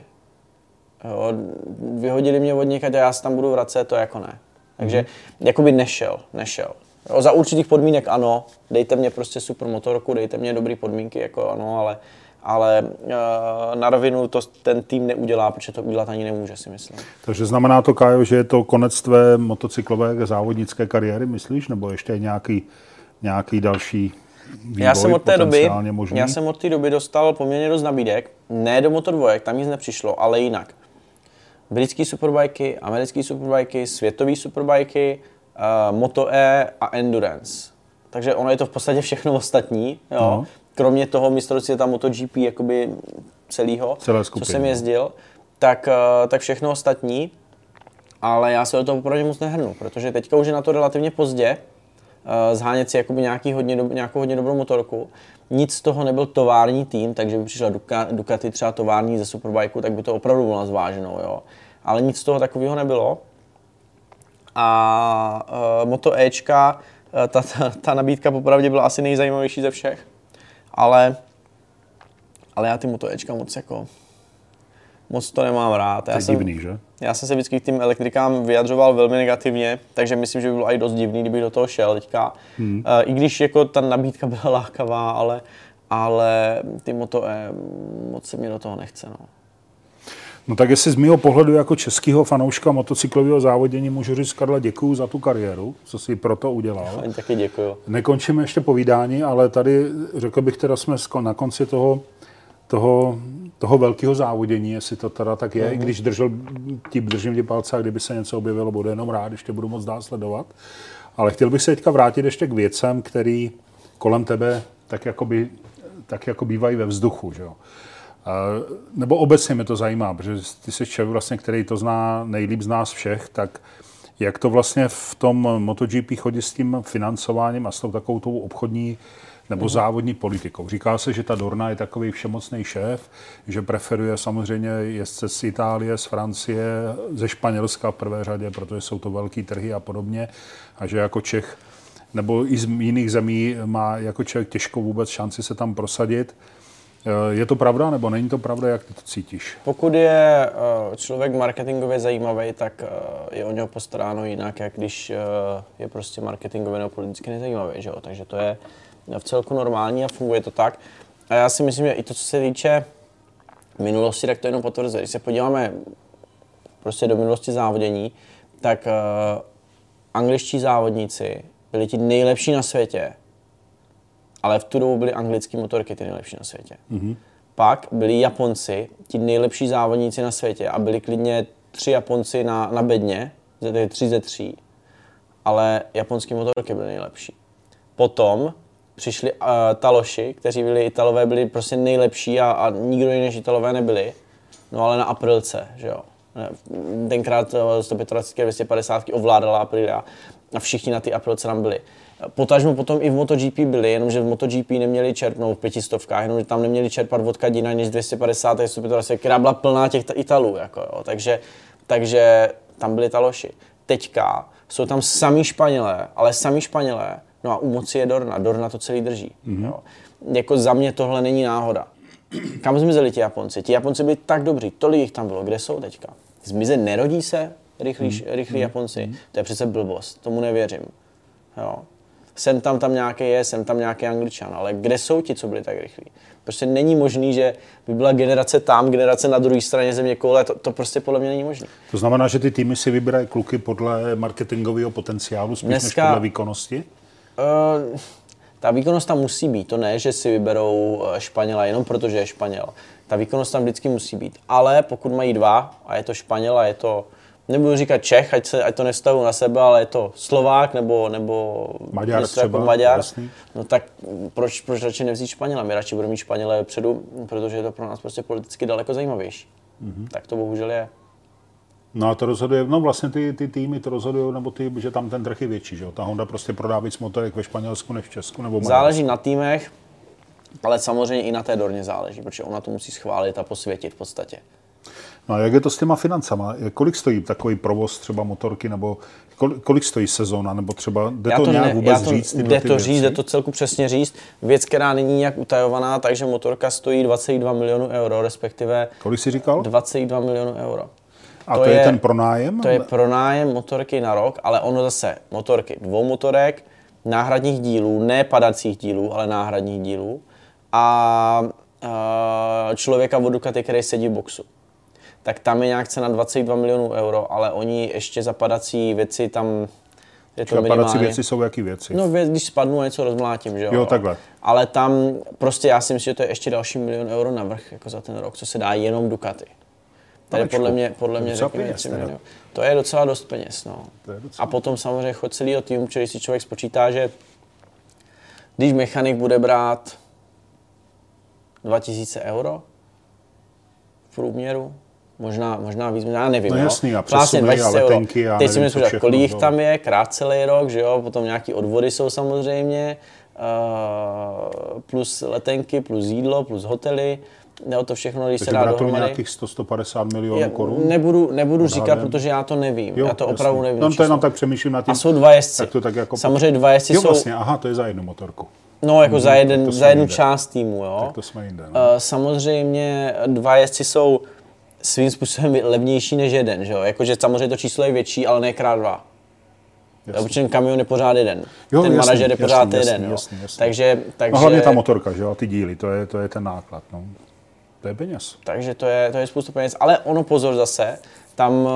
Jo, vyhodili mě od někať a já se tam budu vracet, to jako ne. Takže mm. jakoby nešel, nešel. Jo, za určitých podmínek ano, dejte mě prostě super motorku, dejte mě dobré podmínky, jako ano, ale, ale uh, na rovinu to ten tým neudělá, protože to udělat ani nemůže, si myslím. Takže znamená to, Kájo, že je to konec tvé motocyklové závodnické kariéry, myslíš? Nebo ještě nějaký, nějaký další vývoj já jsem od té doby, možný? Já jsem od té doby dostal poměrně dost nabídek, ne do Moto dva, tam nic nepřišlo, ale jinak. Britský superbajky, americký superbajky, světový superbajky, uh, Moto E a Endurance. Takže ono je to v podstatě všechno ostatní, jo. No. Kromě toho mistrovství je tam MotoGP jakoby celýho, co jsem jezdil, tak, uh, tak všechno ostatní. Ale já se do toho opravdu moc nehrnu, protože teďka už je na to relativně pozdě uh, zhánět si jakoby nějaký hodně do, nějakou hodně dobrou motorku. Nic z toho nebyl tovární tým, takže by přišla Ducati třeba tovární ze superbajku, tak by to opravdu bylo zváženou, jo. Ale nic z toho takového nebylo. A uh, Moto Ečka, uh, ta, ta, ta nabídka popravdě byla asi nejzajímavější ze všech. Ale, ale já ty Moto Ečka moc jako, moc to nemám rád. Já, jsem, divný, že? Já jsem se vždycky k tým elektrikám vyjadřoval velmi negativně, takže myslím, že by bylo i dost divný, kdybych do toho šel teďka. Hmm. Uh, I když jako ta nabídka byla lákavá, ale, ale ty Moto E moc se mě do toho nechce. No. No tak jestli z mého pohledu jako českého fanouška motocyklového závodění můžu říct, Karle, děkuju za tu kariéru, co jsi pro to udělal. Ani taky děkuju. Nekončíme ještě povídání, ale tady řekl bych teda jsme na konci toho, toho, toho velkého závodění, jestli to teda tak je, mm-hmm. i když držel, tí, držím ti palce, a kdyby se něco objevilo, budu jenom rád, ještě budu moc dál sledovat. Ale chtěl bych se teďka vrátit ještě k věcem, které kolem tebe tak jako, by, tak jako bývají ve vzduchu, že jo. Uh, nebo obecně mě to zajímá, protože ty jsi člověk, vlastně, který to zná nejlíp z nás všech, tak jak to vlastně v tom MotoGP chodí s tím financováním a s tou takovou tou obchodní nebo mm. závodní politikou. Říká se, že ta Dorna je takový všemocný šéf, že preferuje samozřejmě jezdce z Itálie, z Francie, ze Španělska v prvé řadě, protože jsou to velký trhy a podobně, a že jako Čech nebo i z jiných zemí má jako člověk těžko vůbec šanci se tam prosadit. Je to pravda, nebo není to pravda, jak ty to cítíš? Pokud je člověk marketingově zajímavý, tak je o něho postaráno jinak, jak když je prostě marketingově nebo politicky nezajímavý, že jo? Takže to je v celku normální a funguje to tak. A já si myslím, že i to, co se týče minulosti, tak to jenom potvrzuje. Když se podíváme prostě do minulosti závodění, tak angličtí závodníci byli ti nejlepší na světě, ale v tu dobu byly anglické motorky ty nejlepší na světě. Mm-hmm. Pak byli Japonci, ti nejlepší závodníci na světě a byli klidně tři Japonci na, na bedně, tedy tři ze tří. ale japonský motorky byly nejlepší. Potom přišli uh, Taloši, kteří byli Italové, byli prostě nejlepší a, a nikdo jiný než Italové nebyli. No ale na Aprilce, že jo. Tenkrát sto dvacet pět, dvě stě padesát ovládala Aprilia a všichni na ty Aprilce tam byli. Potažmo potom i v MotoGP byli, jenomže v MotoGP neměli čerpnout v pětistovkách, jenomže tam neměli čerpat od Kadina než dvě stě padesát, sto dvacet, která byla plná těch Italů, jako jo. Takže, takže tam byli Taloši. Teďka jsou tam samý Španělé, ale samý Španělé, no a u moci je Dorna, Dorna to celý drží. Mm-hmm. Jo. Jako za mě tohle není náhoda. Kam zmizeli ti Japonci? Ti Japonci byli tak dobří, tolik jich tam bylo, kde jsou teďka? Zmize, nerodí se rychlí, mm. rychlí mm. Japonci? Mm. To je přece blbost, tomu nevěřím. Jo. Sem tam tam nějaký je, sem tam nějaký Angličan, ale kde jsou ti, co byli tak rychlí? Prostě není možný, že by byla generace tam, generace na druhé straně země koule, to, to prostě podle mě není možné. To znamená, že ty týmy si vybírají kluky podle marketingového potenciálu, spíš Dneska, než podle výkonnosti? Uh, ta výkonnost tam musí být, to ne, že si vyberou Španěla jenom protože je Španěl. Ta výkonnost tam vždycky musí být, ale pokud mají dva a je to Španěl a je to, nebudu říkat Čech, ať, se, ať to nestavu na sebe, ale je to Slovák nebo, nebo Maďar třeba, jako Maďar, jasný. No tak proč, proč radši nevzít Španěla? My radši budeme mít Španěle předu, protože je to pro nás prostě politicky daleko zajímavější. Mm-hmm. Tak to bohužel je. No a to rozhoduje, no vlastně ty, ty týmy to rozhodují, nebo ty, že tam ten trh je větší, že jo? Ta Honda prostě prodá víc motorek ve Španělsku než v Česku, nebo Maďarsku. Záleží na týmech, ale samozřejmě i na té Dorně záleží, protože ona to musí schválit a posvětit v podstatě. No a jak je to s těma financama? Kolik stojí takový provoz třeba motorky, nebo kolik, kolik stojí sezóna, nebo třeba jde to, to nějak ne, vůbec to, říct? Jde to říct, jde to celku přesně říct. Věc, která není nějak utajovaná, takže motorka stojí dvacet dva milionů euro, respektive... Kolik jsi říkal? dvacet dva milionů euro. A to, to je, je ten pronájem? To je pronájem motorky na rok, ale ono zase motorky dvou motorek, náhradních dílů, ne padacích dílů, ale náhradních dílů a, a člověka od Ducati, který sedí v boxu. Tak tam je nějak cena dvacet dva milionů euro, ale oni ještě za padací věci tam je to minimálně. Padací věci jsou jaký věci? No, když spadnu a něco rozmlátím, že jo. Jo, takhle. Ale tam prostě já si myslím, že to je ještě další milion euro navrch jako za ten rok, co se dá jenom Ducati. Tady podle mě, podle mě řekněme tři miliony. To je docela dost peněz, no. A potom samozřejmě chod celého týmu, který si člověk spočítá, že když mechanik bude brát dva tisíce euro v průměru, možná, možná víc, já nevím, no jasný, a přesuny a letenky a teď si myslím, že kolik jich tam je, krát celý rok, že jo, potom nějaký odvody jsou samozřejmě, uh, plus letenky, plus jídlo, plus hotely. Jo, to všechno, když se dá dohromady. nějakých sto až sto padesát milionů korun? Nebudu, nebudu říkat, protože já to nevím. Jo, já to opravdu jasný. nevím. No, to jenom tak přemýšlím nad tím. A jsou dva jezdci. Tak to tak jako samozřejmě dva jezdci jo, jsou... vlastně, aha, to je za jednu motorku. No, jako mm, za, jeden, za jednu jinde. část týmu, jo. Tak to jsme jinde, no. uh, samozřejmě dva jezdci jsou svým způsobem levnější než jeden, že jo. Jakože samozřejmě to číslo je větší, ale ne krát dva. Jo, protože ten kamion je pořád jeden. Jo, ten jasný, manažer je pořád jasný, jeden, jasný, jo. jasný, jasný. Takže, takže... No hlavně ta motorka, že jo, a ty díly, to je, to je ten náklad, no. To je peněz. Takže to je, to je spousta peněz, ale ono pozor zase, tam uh,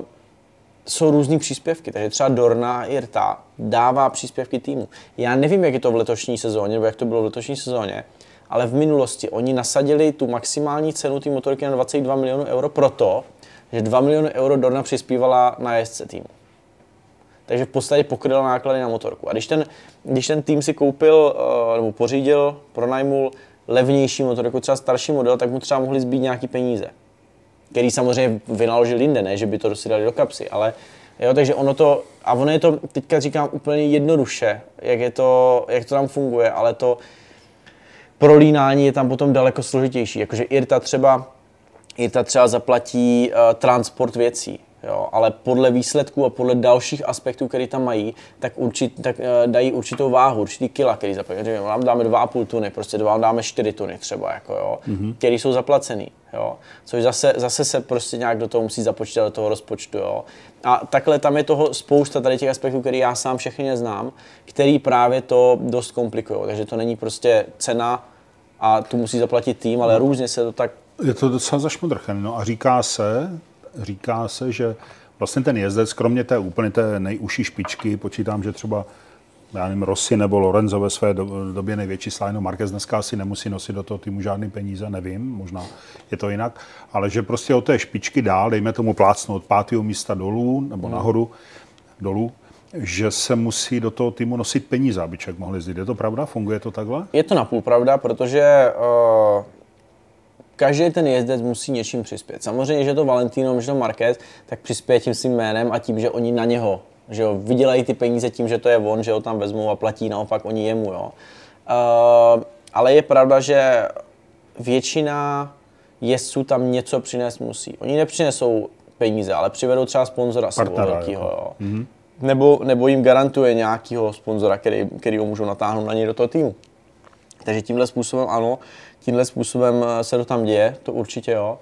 jsou různý příspěvky, takže třeba Dorna a Irta dává příspěvky týmu. Já nevím, jak je to v letošní sezóně, nebo jak to bylo v letošní sezóně, ale v minulosti oni nasadili tu maximální cenu té motorky na dvacet dva milionů euro proto, že dva miliony euro Dorna přispívala na jezdce týmu. Takže v podstatě pokryla náklady na motorku. A když ten, když ten tým si koupil, uh, nebo pořídil, pronajmul levnější motorku, třeba starší model, tak mu třeba mohli zbýt nějaký peníze, který samozřejmě vynaložil jinde, ne, že by to si dali do kapsy, ale jo, takže ono to, a ono je to, teďka říkám úplně jednoduše, jak je to, jak to tam funguje, ale to prolínání je tam potom daleko složitější, jakože Irta třeba, Irta třeba zaplatí uh, transport věcí, jo, ale podle výsledků a podle dalších aspektů, které tam mají, tak, určit, tak uh, dají určitou váhu, určitý kila, který zaplatí. Nám dáme dva a půl tuny, prostě dva dáme čtyři tuny třeba, jako jo, mm-hmm. který jsou zaplacený, jo, což zase, zase se prostě nějak do toho musí započítat do toho rozpočtu, jo. A takhle tam je toho spousta tady těch aspektů, který já sám všechny neznám, který právě to dost komplikují, takže to není prostě cena a tu musí zaplatit tým, ale různě se to tak... Je to docela zašmodrchané, no a říká se, říká se, že vlastně ten jezdec, kromě té úplně té nejužší špičky, počítám, že třeba, já nevím, Rossi nebo Lorenzo ve své době největší sláno, Marquez dneska asi nemusí nosit do toho týmu žádný peníze, nevím, možná je to jinak, ale že prostě od té špičky dál, dejme tomu plácnout od pátého místa dolů, nebo nahoru, dolů, že se musí do toho týmu nosit peníze, aby člověk mohl jezdit. Je to pravda? Funguje to takhle? Je to napůl pravda, protože uh, každý ten jezdec musí něčím přispět. Samozřejmě, že to Valentino, že to Marquez, tak přispěje tím svým jménem a tím, že oni na něho, že jo, vydělají ty peníze tím, že to je on, že ho tam vezmou a platí naopak oni jemu, jo. Uh, ale je pravda, že většina jezdců tam něco přinést musí. Oni nepřinesou peníze, ale přivedou třeba sponzora sebou velkýho, jo. Mm-hmm. Nebo, nebo jim garantuje nějakýho sponzora, který, který ho můžou natáhnout na něj do toho týmu. Takže tímhle způsobem ano, tímhle způsobem se to tam děje, to určitě jo.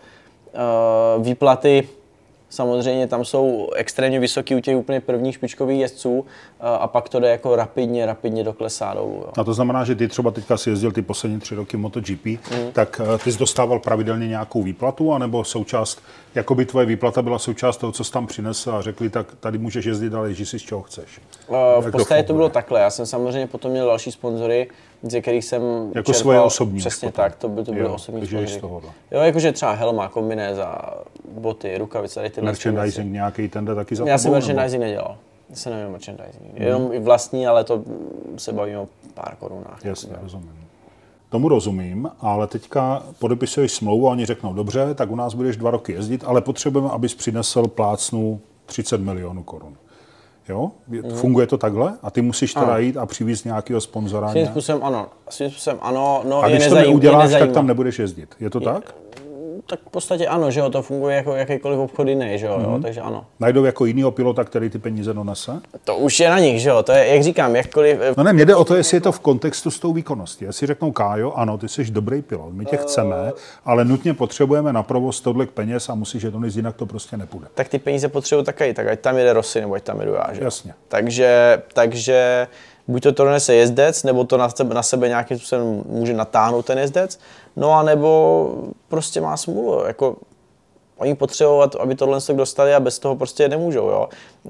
Uh, výplaty samozřejmě tam jsou extrémně vysoký u těch úplně prvních špičkových jezdců uh, a pak to jde jako rapidně, rapidně doklesá dolů. Jo. A to znamená, že ty třeba teďka si jezdil ty poslední tři roky MotoGP, mm. tak uh, ty jsi dostával pravidelně nějakou výplatu, anebo součást, jako by tvoje výplata byla součást toho, co jsi tam přinesl a řekli, tak tady můžeš jezdit, ale ježdí si z čeho chceš. Uh, v podstatě to, to bylo takhle, já jsem samozřejmě potom měl další sponzory, ze kterých jsem jako čerpal, svoje osobní. Přesně potom. tak, to, by, to byly jo, osobní sponzory. Jo, jakože třeba helma, kombinéza, boty, rukavice, tady ty merchandising nějaký ten jde taky za Já jsem merchandising nedělal, já jsem neměl merchandising, hmm. jenom i vlastní, ale to se bavíme o pár korunách. Jasně, rozumím. Tomu rozumím, ale teďka podepisuješ smlouvu a oni řeknou, dobře, tak u nás budeš dva roky jezdit, ale potřebujeme, abys přinesl plácnu třicet milionů korun. Jo? Funguje to takhle? A ty musíš teda jít a přivízt nějakého sponzora? Svým způsobem ano. Svým způsobem ano. No, a když to neuděláš, tak tam nebudeš jezdit. Je to je, tak? Tak v podstatě ano, že jo, to funguje jako jakýkoliv obchod jiný, že jo, mm-hmm. jo, takže ano. Najdou jako jinýho pilota, který ty peníze donese? To už je na nich, že jo, to je, jak říkám, jakkoliv... No ne, mě jde o to, jestli je to v kontextu s tou výkonností. Jestli řeknou, Kájo, ano, ty jsi dobrý pilot, my tě chceme, ale nutně potřebujeme na provoz tolik peněz a musíš je donést, jinak to prostě nepůjde. Tak ty peníze potřebují taky, tak ať tam jede Rossi, nebo ať tam jedu já, že? Jasně. Takže, takže buď to to donese jezdec, nebo to na sebe, na sebe nějakým způsobem může natáhnout ten jezdec, no a nebo prostě má smůlu, jako oni potřebovat, aby tohle se dostali a bez toho prostě nemůžou, jo.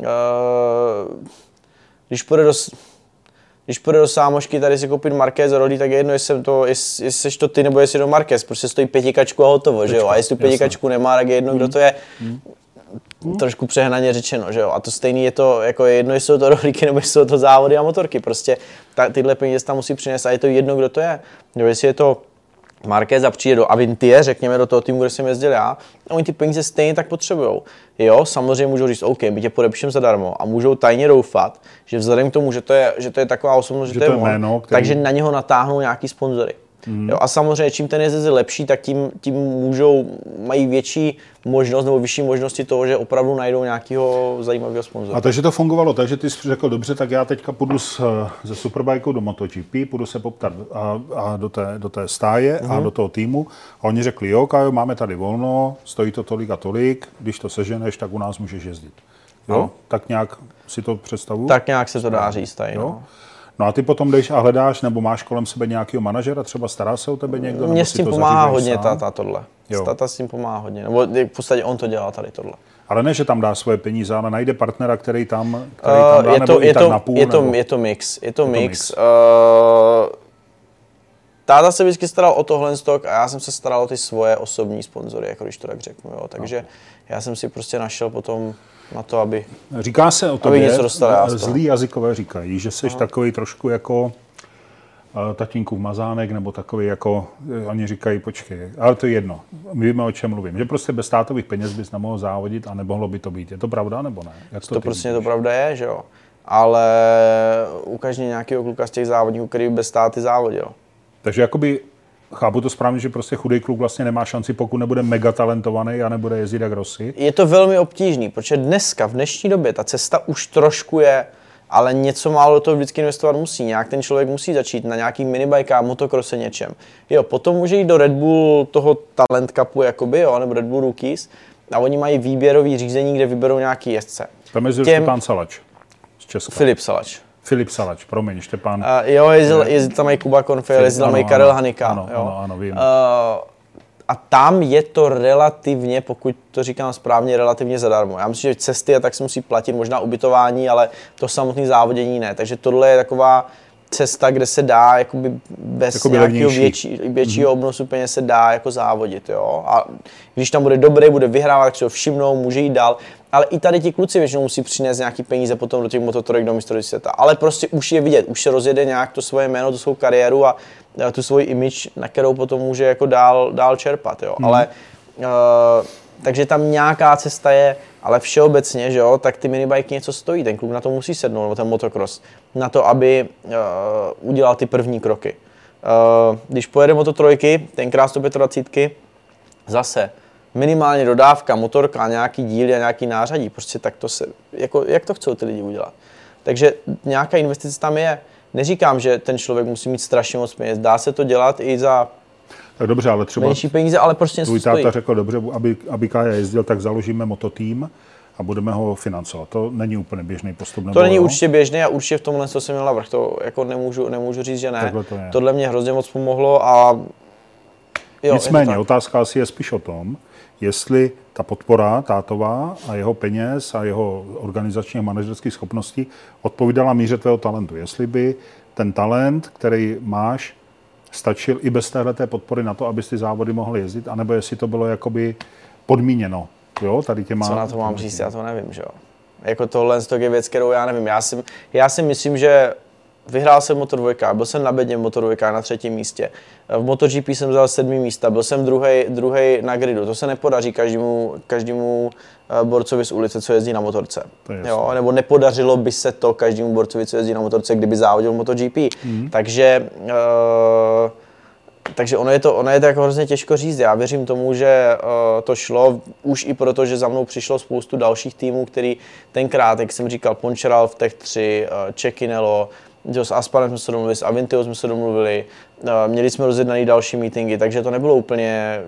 Když půjde do, když půjde do sámošky tady si koupit Marquez rodí, tak je jedno, jestli, jsem to, jestli, jestli jsi to ty nebo jestli to Marquez, prostě stojí pětikačku a hotovo, že jo. A jestli tu pětikačku nemá, tak je jedno, kdo to je. Hmm. Trošku přehnaně řečeno, že jo, a to stejný je to, jako je jedno, jestli jsou to rohlíky nebo jestli jsou to závody a motorky, prostě ta, tyhle peníze tam musí přinést a je to jedno, kdo to je, nebo jestli je to Marquez a přijde do Avintie, řekněme do toho týmu, kde jsem jezdil já, a oni ty peníze stejně tak potřebujou. Jo, samozřejmě můžou říct, OK, my tě podepíšem zadarmo a můžou tajně doufat, že vzhledem k tomu, že to je, že to je taková osobnost, že, že to je on, jméno, který... takže na něho natáhnou nějaký sponzory. Mm. Jo, a samozřejmě, čím ten jezdec je lepší, tak tím, tím můžou, mají větší možnost nebo vyšší možnosti toho, že opravdu najdou nějakého zajímavého sponzora. A takže to fungovalo, takže ty jsi řekl, dobře, tak já teďka půjdu s, se Superbikou do MotoGP, půjdu se poptat a, a do, té, do té stáje mm. a do toho týmu. A oni řekli, jo, Kájo, máme tady volno, stojí to tolik a tolik, když to seženeš, tak u nás můžeš jezdit. Jo? No. Tak nějak si to představuji? Tak nějak se to dá říct tady, no. No a ty potom jdeš a hledáš, nebo máš kolem sebe nějakého manažera, třeba stará se o tebe někdo? Mně s tím pomáhá hodně tata tohle. Tata s tím pomáhá hodně, nebo v podstatě on to dělá tady tohle. Ale ne, že tam dá svoje peníze, ale najde partnera, který tam, který tam dá, je to, nebo je i to, tak na půl? Je to, nebo... je to mix, je to je mix. mix. Uh, táta se vždycky staral o tohle stok a já jsem se staral o ty svoje osobní sponzory, jako když to tak řeknu, jo. Takže no. Já jsem si prostě našel potom na to, aby říká se o tobě, zlý jazykové říkají, že jsi takový trošku jako uh, tatínkův mazánek, nebo takový jako, oni říkají, počkej, ale to je jedno, my víme, o čem mluvím, že prostě bez státových peněz bys nemohl závodit a nemohlo by to být. Je to pravda, nebo ne? Jak to to prostě to pravda je, že jo, ale ukaž mě nějakého kluka z těch závodníků, který by bez státy závodil. Takže jakoby chápu to správně, že prostě chudý kluk vlastně nemá šanci, pokud nebude mega talentovaný a nebude jezdit jak Rossi. Je to velmi obtížný, protože dneska, v dnešní době, ta cesta už trošku je, ale něco málo do toho vždycky investovat musí. Nějak ten člověk musí začít na nějaký minibajkách, motokrose, něčem. Jo, potom může jít do Red Bull toho Talent Cupu, jakoby, jo, nebo Red Bull Rookies, a oni mají výběrový řízení, kde vyberou nějaký jezdce. Tam jezdil Těm... Štěpán Salač z Česka. Filip Salač. Filip Salač, promiň, Štěpán. Uh, jo, jezdil, jezdil tam i Kuba Konfil, jezdil tam i Karel Hanika. Ano, jo. ano, ano, vím. Uh, a tam je to relativně, pokud to říkám správně, relativně zadarmo. Já myslím, že cesty a tak se musí platit, možná ubytování, ale to samotné závodění ne. Takže tohle je taková cesta, kde se dá jakoby bez jakoby nějakého větší, většího mm-hmm. obnosu peněz se dá jako závodit, jo. A když tam bude dobrý, bude vyhrávat, tak si ho všimnou, může jít dál. Ale i tady ti kluci většinou musí přinést nějaký peníze potom do těch mototrojek do mistrovství světa. Ale prostě už je vidět, už se rozjede nějak to svoje jméno, tu svou kariéru a tu svoji image, na kterou potom může jako dál, dál čerpat, jo. Mm. Ale uh, takže tam nějaká cesta je, ale všeobecně, že jo, tak ty minibajky něco stojí, ten kluk na to musí sednout, nebo ten motocross, na to, aby uh, udělal ty první kroky. Uh, když pojede mototrojky, tenkrát sto dvacet pět, zase minimálně dodávka, motorka, nějaký díly a nějaký nářadí, prostě tak to se, jako, jak to chcou ty lidi udělat. Takže nějaká investice tam je. Neříkám, že ten člověk musí mít strašně moc peněz, dá se to dělat i za tak dobře, ale třeba menší peníze, ale prostě něco stojí. Tvůj táta řekl, dobře, aby, aby Kája jezdil, tak založíme mototým a budeme ho financovat. To není úplně běžný postup. To není jo? určitě běžný a určitě v tomhle to jsem měl navrch. To jako nemůžu, nemůžu říct, že ne. To Tohle mě hrozně moc pomohlo a jo, nicméně, otázka asi je spíš o tom, jestli ta podpora tátová a jeho peněz a jeho organizačních manažerských schopností odpovídala míře tvého talentu. Jestli by ten talent, který máš, stačil i bez téhleté podpory na to, abys ty závody mohl jezdit, anebo jestli to bylo jakoby podmíněno. Jo, tady těma, co na to mám říct, já to nevím, že jo. Jako tohle je věc, kterou já nevím. Já si, já si myslím, že vyhrál jsem Moto dva, byl jsem na bedně v Moto dva na třetím místě. V MotoGP jsem vzal sedmý místa, byl jsem druhý na gridu. To se nepodaří každému, každému borcovi z ulice, co jezdí na motorce. Jo? Nebo nepodařilo by se to každému borcovi, co jezdí na motorce, kdyby závodil v MotoGP. Mm. Takže, uh, takže ono je to, ono je to jako hrozně těžko říct. Já věřím tomu, že uh, to šlo už i proto, že za mnou přišlo spoustu dalších týmů, který tenkrát, jak jsem říkal, Poncharal v Tech tři, uh, Cecchinello, s Aspanem jsme se domluvili, s Avintio jsme se domluvili, měli jsme rozjednaný další meetingy, takže to nebylo úplně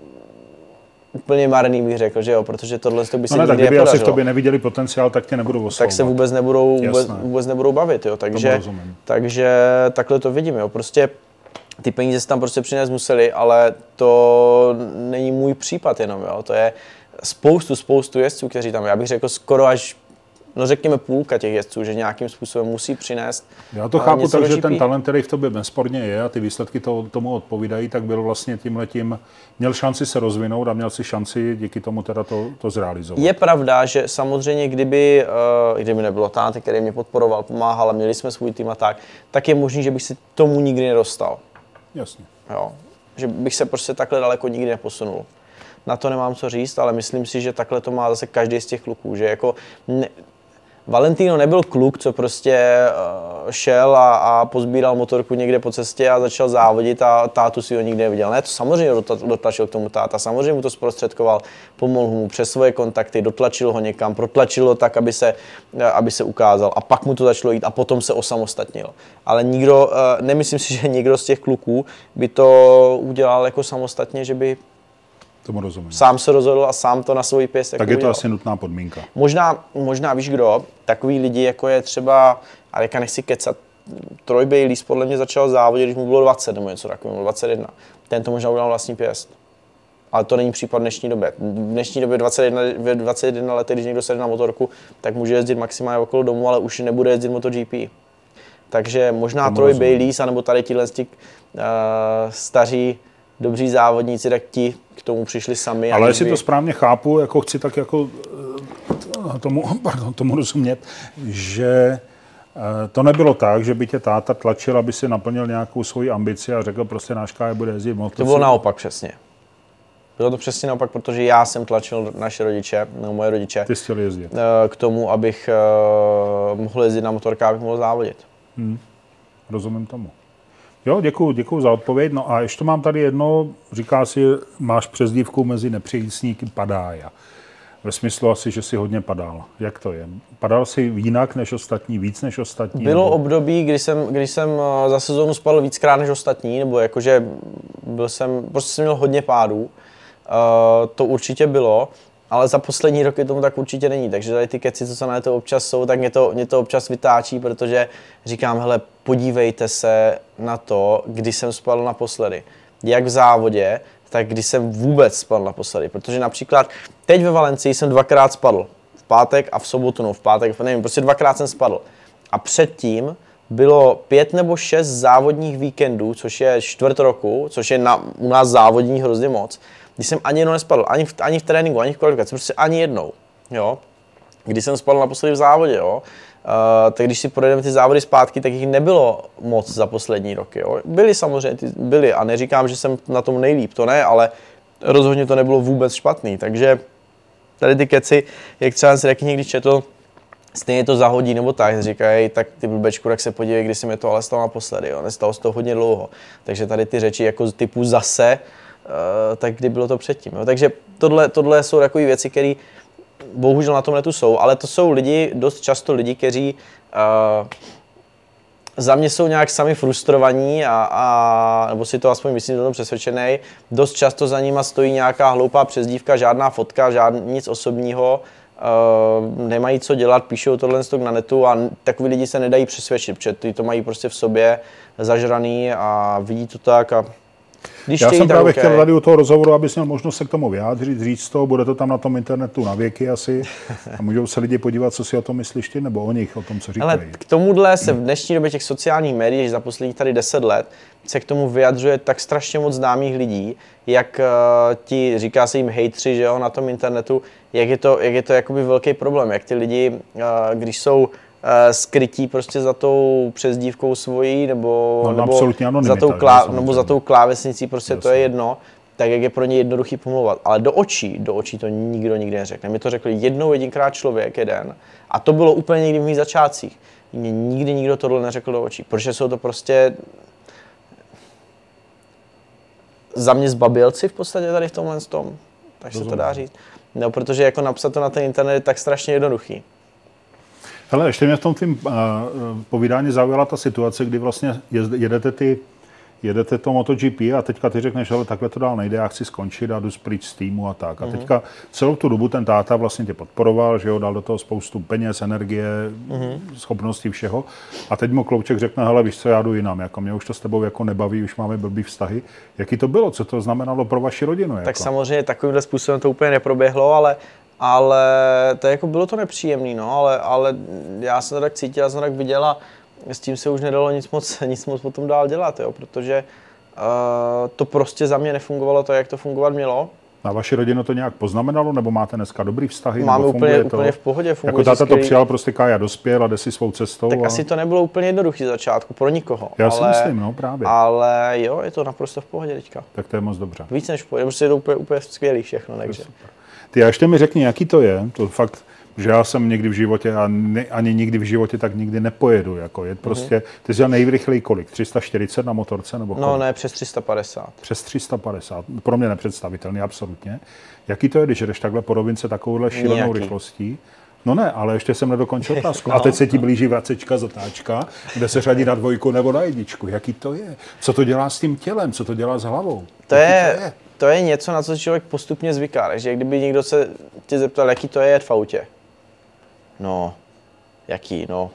úplně marný, bych řekl, že jo, protože tohle to by se no ne, nikdy nepodařilo. Tak kdyby asi v tobě neviděli potenciál, tak tě nebudou oslovovat. Tak se vůbec nebudou, vůbec, vůbec nebudou bavit, jo, takže, takže takhle to vidím, jo, prostě ty peníze se tam prostě přinést museli, ale to není můj případ jenom, jo, to je spoustu, spoustu jezdců, kteří tam, já bych řekl skoro až no řekněme půlka těch jezdců, že nějakým způsobem musí přinést. Já to chápu tak, že ten talent, který v tobě nesporně je a ty výsledky to, tomu odpovídají, tak byl vlastně tímhletím, měl šanci se rozvinout a měl si šanci díky tomu teda to, to zrealizovat. Je pravda, že samozřejmě kdyby, uh, kdyby nebylo táty, který mě podporoval, pomáhal a měli jsme svůj tým a tak, tak je možný, že bych si tomu nikdy nedostal. Jasně. Jo, že bych se prostě takhle daleko nikdy neposunul. Na to nemám co říct, ale myslím si, že takhle to má zase každý z těch kluků, že jako ne, Valentino nebyl kluk, co prostě uh, šel a, a pozbíral motorku někde po cestě a začal závodit a tátu si ho nikdy neviděl. Ne, to samozřejmě dotlačil k tomu táta, samozřejmě mu to zprostředkoval, pomohl mu přes svoje kontakty, dotlačil ho někam, protlačil ho tak, aby se, uh, aby se ukázal a pak mu to začalo jít a potom se osamostatnil. Ale nikdo, uh, nemyslím si, že nikdo z těch kluků by to udělal jako samostatně, že by Tomu rozumím. Sám se rozhodl a sám to na svůj pěst. Tak je to udělal. Asi nutná podmínka. Možná, možná víš kdo, takový lidi, jako je třeba, a teďka nechci kecat, Troy Bayliss podle mě začal závodit, když mu bylo dvacet nebo něco takového, dvacet jedna. Ten to možná udělal vlastní pěst. Ale to není případ dnešní doby. V dnešní době dvacet jedna, dvacet jedna let, když někdo sedne na motorku, tak může jezdit maximálně okolo domu, ale už nebude jezdit MotoGP. Takže možná Tomu Troy rozumím. Bayliss, anebo tady tihle uh, staří dobří závodníci, tak ti k tomu přišli sami. Ale jestli by... to správně chápu, jako chci tak jako tomu, pardon, tomu rozumět, že to nebylo tak, že by tě táta tlačil, aby si naplnil nějakou svoji ambici a řekl prostě náš Kája bude jezdit motor. To bylo naopak přesně. Bylo to přesně naopak, protože já jsem tlačil naše rodiče, nebo moje rodiče, Ty jsi chtěl jezdit. k tomu, abych mohl jezdit na motorkách, abych mohl závodit. Hmm. Rozumím tomu. Jo, děkuju, děkuju za odpověď. No a ještě mám tady jedno, říká si, máš přezdívku mezi nepřísníky Padája. Ve smyslu asi, že si hodně padal. Jak to je? Padal jsi jinak než ostatní, víc než ostatní? Bylo nebo... období, kdy jsem, kdy jsem za sezónu spadl víckrát než ostatní, nebo jakože byl jsem, prostě jsem měl hodně pádů. Uh, to určitě bylo, ale za poslední roky tomu tak určitě není. Takže tady ty keci, co se na to občas jsou, tak mě to, mě to občas vytáčí, protože říkám, hele, podívejte se na to, kdy jsem spadl naposledy. Jak v závodě, tak kdy jsem vůbec spadl naposledy. Protože například teď ve Valencii jsem dvakrát spadl. V pátek a v sobotu, no v pátek, nevím, prostě dvakrát jsem spadl. A předtím bylo pět nebo šest závodních víkendů, což je čtvrt roku, což je na, u nás závodní hrozně moc, když jsem ani jednou nespadl, ani v, ani v tréninku, ani v kvalifikaci, prostě ani jednou, jo. Když jsem spadl naposledy v závodě, jo, uh, tak když si projedeme ty závody zpátky, tak jich nebylo moc za poslední roky, jo. Byly samozřejmě, ty, byly a neříkám, že jsem na tom nejlíp, to ne, ale rozhodně to nebylo vůbec špatný, takže tady ty keci, jak třeba si taky někdy četl, stejně to zahodí nebo tak, říkají, tak ty blbečku, tak se podívej, když se mi to ale stalo naposledy, jo, nestalo se to hodně dlouho, takže tady ty řeči jako typu zase, uh, tak kdy bylo to předtím, jo. Takže tohle, tohle jsou takové věci, které bohužel na tom netu jsou, ale to jsou lidi, dost často lidi, kteří uh, za mě jsou nějak sami frustrovaní a, a nebo si to aspoň myslím, že jsem přesvědčený. Dost často za nima stojí nějaká hloupá přezdívka, žádná fotka, žádný, nic osobního, uh, nemají co dělat, píšou tohle na netu a takový lidi se nedají přesvědčit, protože ty to mají prostě v sobě zažraný a vidí to tak a když já chtějí, jsem právě okay. chtěl tady u toho rozhovoru, abys měl možnost se k tomu vyjádřit, říct to, bude to tam na tom internetu na věky asi a můžou se lidi podívat, co si o tom myslíš ty, nebo o nich, o tom, co říkají. Ale k tomuhle se v dnešní době těch sociálních médií, za posledních tady deset let, se k tomu vyjadřuje tak strašně moc známých lidí, jak uh, ti, říká se jim hejtři, že jo, na tom internetu, jak je to, jak je to jakoby velký problém, jak ty lidi, uh, když jsou Uh, skrytí prostě za tou přezdívkou svojí, nebo, no, nebo, za tou klá, nebo za tou klávesnicí, prostě jasně. To je jedno, tak jak je pro ně jednoduchý pomlouvat. Ale do očí, do očí to nikdo nikdy neřekne. Mi to řekl jednou jedinkrát člověk, jeden, a to bylo úplně někdy v mých začátcích. Mě nikdy nikdo tohle neřekl do očí, protože jsou to prostě za mě zbabělci v podstatě tady v tomhle tom, tak se to dá říct. No, protože jako napsat to na ten internet je tak strašně jednoduchý. Hele, ještě mě v tom tvým uh, povídání zaujala ta situace, kdy vlastně jedete ty, jedete to MotoGP a teďka ty řekneš, ale takhle to dál nejde, já chci skončit a jdu pryč z týmu a tak. A mm-hmm. teďka celou tu dobu ten táta vlastně tě podporoval, že jo, dal do toho spoustu peněz, energie, mm-hmm. schopností všeho. A teď mu Klouček řekne, hele, víš co, já jdu jinam, jako mě už to s tebou jako nebaví, už máme blbý vztahy. Jaký to bylo, co to znamenalo pro vaši rodinu? Tak jako? Samozřejmě takovýmhle způsobem to úplně neproběhlo, ale Ale to jako bylo to nepříjemný, no, ale, ale já jsem to tak cítil, já jsem to tak viděl a s tím se už nedalo nic moc, nic moc potom dál dělat, jo, protože uh, to prostě za mě nefungovalo to, jak to fungovat mělo. A vaši rodinu to nějak poznamenalo, nebo máte dneska dobrý vztahy? Máme nebo úplně, to? úplně v pohodě. Jako táta to přijal, prostě Kája dospěl a jde si svou cestou. Tak a... asi to nebylo úplně jednoduché z začátku, pro nikoho. Já ale, si myslím, no právě. Ale jo, je to naprosto v pohodě teďka. Tak to je moc dobře. Víc než v pohodě, protože je to úplně, úplně skvělý všechno, takže. Ty a ještě mi řekni, jaký to je, to fakt, že já jsem někdy v životě a ne, ani nikdy v životě tak nikdy nepojedu, jako je prostě, mm-hmm. ty jsi jel nejrychleji kolik, tři sta čtyřicet na motorce nebo kolik? No ne, přes tři sta padesát. Přes tři sta padesát, pro mě nepředstavitelný, absolutně. Jaký to je, když jdeš takhle po rovince takovouhle šílenou Nějaký. rychlostí? No ne, ale ještě jsem nedokončil otázku. No. A teď se ti blíží vracečka, zatáčka, kde se řadí na dvojku nebo na jedničku. Jaký to je? Co to dělá s tím tělem? Co to dělá s hlavou? To je, to je? To je něco, na co se člověk postupně zvyká. Takže kdyby někdo se tě zeptal, jaký to je jet v autě. No, jaký, no.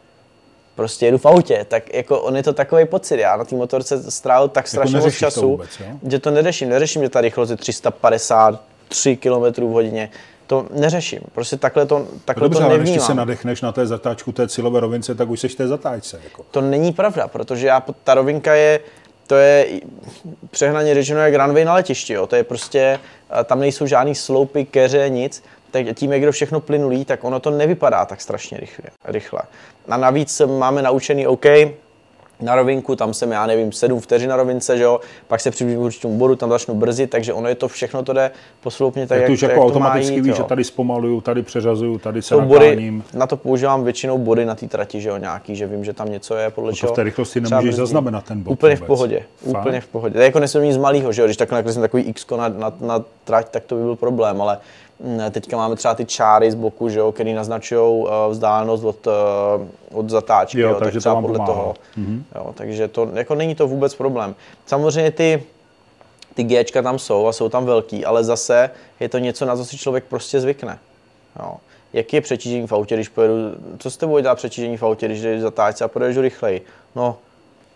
Prostě jedu v autě, tak jako on je to takový pocit. Já na té motorce strávil tak strašně jako moc času, vůbec, že to neřeším. Neřeším, že ta rychlost je tři sta padesát tři kilometrů v hodině. To neřeším. Prostě takhle to, takhle Dobře, to nevnímám. Ale když ty se nadechneš na té zatáčku té cílové rovince, tak už seš té zatáčce. Jako. To není pravda, protože já, ta rovinka je, to je přehnaně řečeno jak runway na letišti. Jo. To je prostě, tam nejsou žádný sloupy, keře, nic. Tak tím, jak kdo všechno plynulý, tak ono to nevypadá tak strašně rychle. rychle. A navíc máme naučený OK, na rovinku, tam jsem, já nevím, sedm vteřin na rovince, že jo, pak se přiblížím k určitému bodu, tam začnu brzdit, takže ono je to všechno, to jde posloupně tak, jak, už jak jako to automaticky má jít, víš, jo. že tady zpomaluju, tady přeřazuju, tady se nakláním. Na to používám většinou body na té trati, že jo, nějaký, že vím, že tam něco je, podle čeho. To v té rychlosti nemůžeš zaznamenat ten bod. Úplně vůbec. v pohodě, Fakt? úplně v pohodě. To je jako nesmím nic malýho, že jo, když takhle nakreslím takový X na, na, na trať, tak to by byl problém, ale teďka máme třeba ty čáry z boku, že jo, který naznačují uh, vzdálenost od, uh, od zatáčky, jo, jo, takže tak třeba to podle pomáhá. toho. Mm-hmm. Jo, takže to, jako není to vůbec problém. Samozřejmě ty, ty Gčka tam jsou a jsou tam velký, ale zase je to něco, na co si člověk prostě zvykne. Jo. Jaký je přetížení v autě, když pojedu, co s tebou dělá přetížení v autě, když jdeš v zatáčce a pojedeš rychleji? No,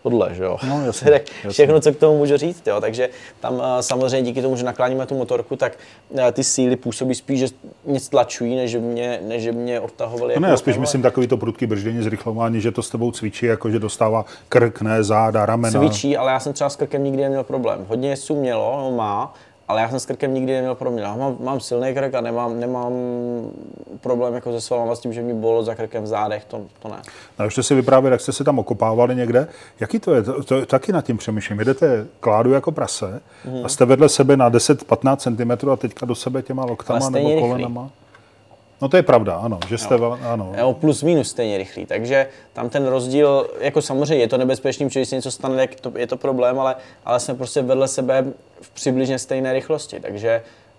tohle, že jo. No, jasně, tak jasně. Všechno, co k tomu můžu říct, jo. Takže tam uh, samozřejmě díky tomu, že nakláníme tu motorku, tak uh, ty síly působí spíš, že nic tlačují, než že mě, než že mě odtahovaly. No ne, já spíš myslím takový to prudký brždění, zrychlování, že to s tebou cvičí, jako že dostává krk, ne záda, ramena. Cvičí, ale já jsem třeba s krkem nikdy neměl problém. Hodně jezdců mělo, no má, ale já jsem s krkem nikdy neměl problém. Já mám, mám silný krk a nemám, nemám problém jako se svalama s tím, že mi bolelo za krkem v zádech, to, to ne. A ještě si vyprávět, jak jste se tam okopávali někde. Jaký to je? To, to, taky nad tím přemýšlím. Jedete kládu jako prase hmm. a jste vedle sebe na deset patnáct centimetrů a teďka do sebe těma loktama nebo kolenama. Rychlý. No to je pravda, ano, že jste, jo. ano. Jo, plus minus stejně rychlý, takže tam ten rozdíl, jako samozřejmě je to nebezpečný, protože když se něco stane, tak to, je to problém, ale, ale jsme prostě vedle sebe v přibližně stejné rychlosti, takže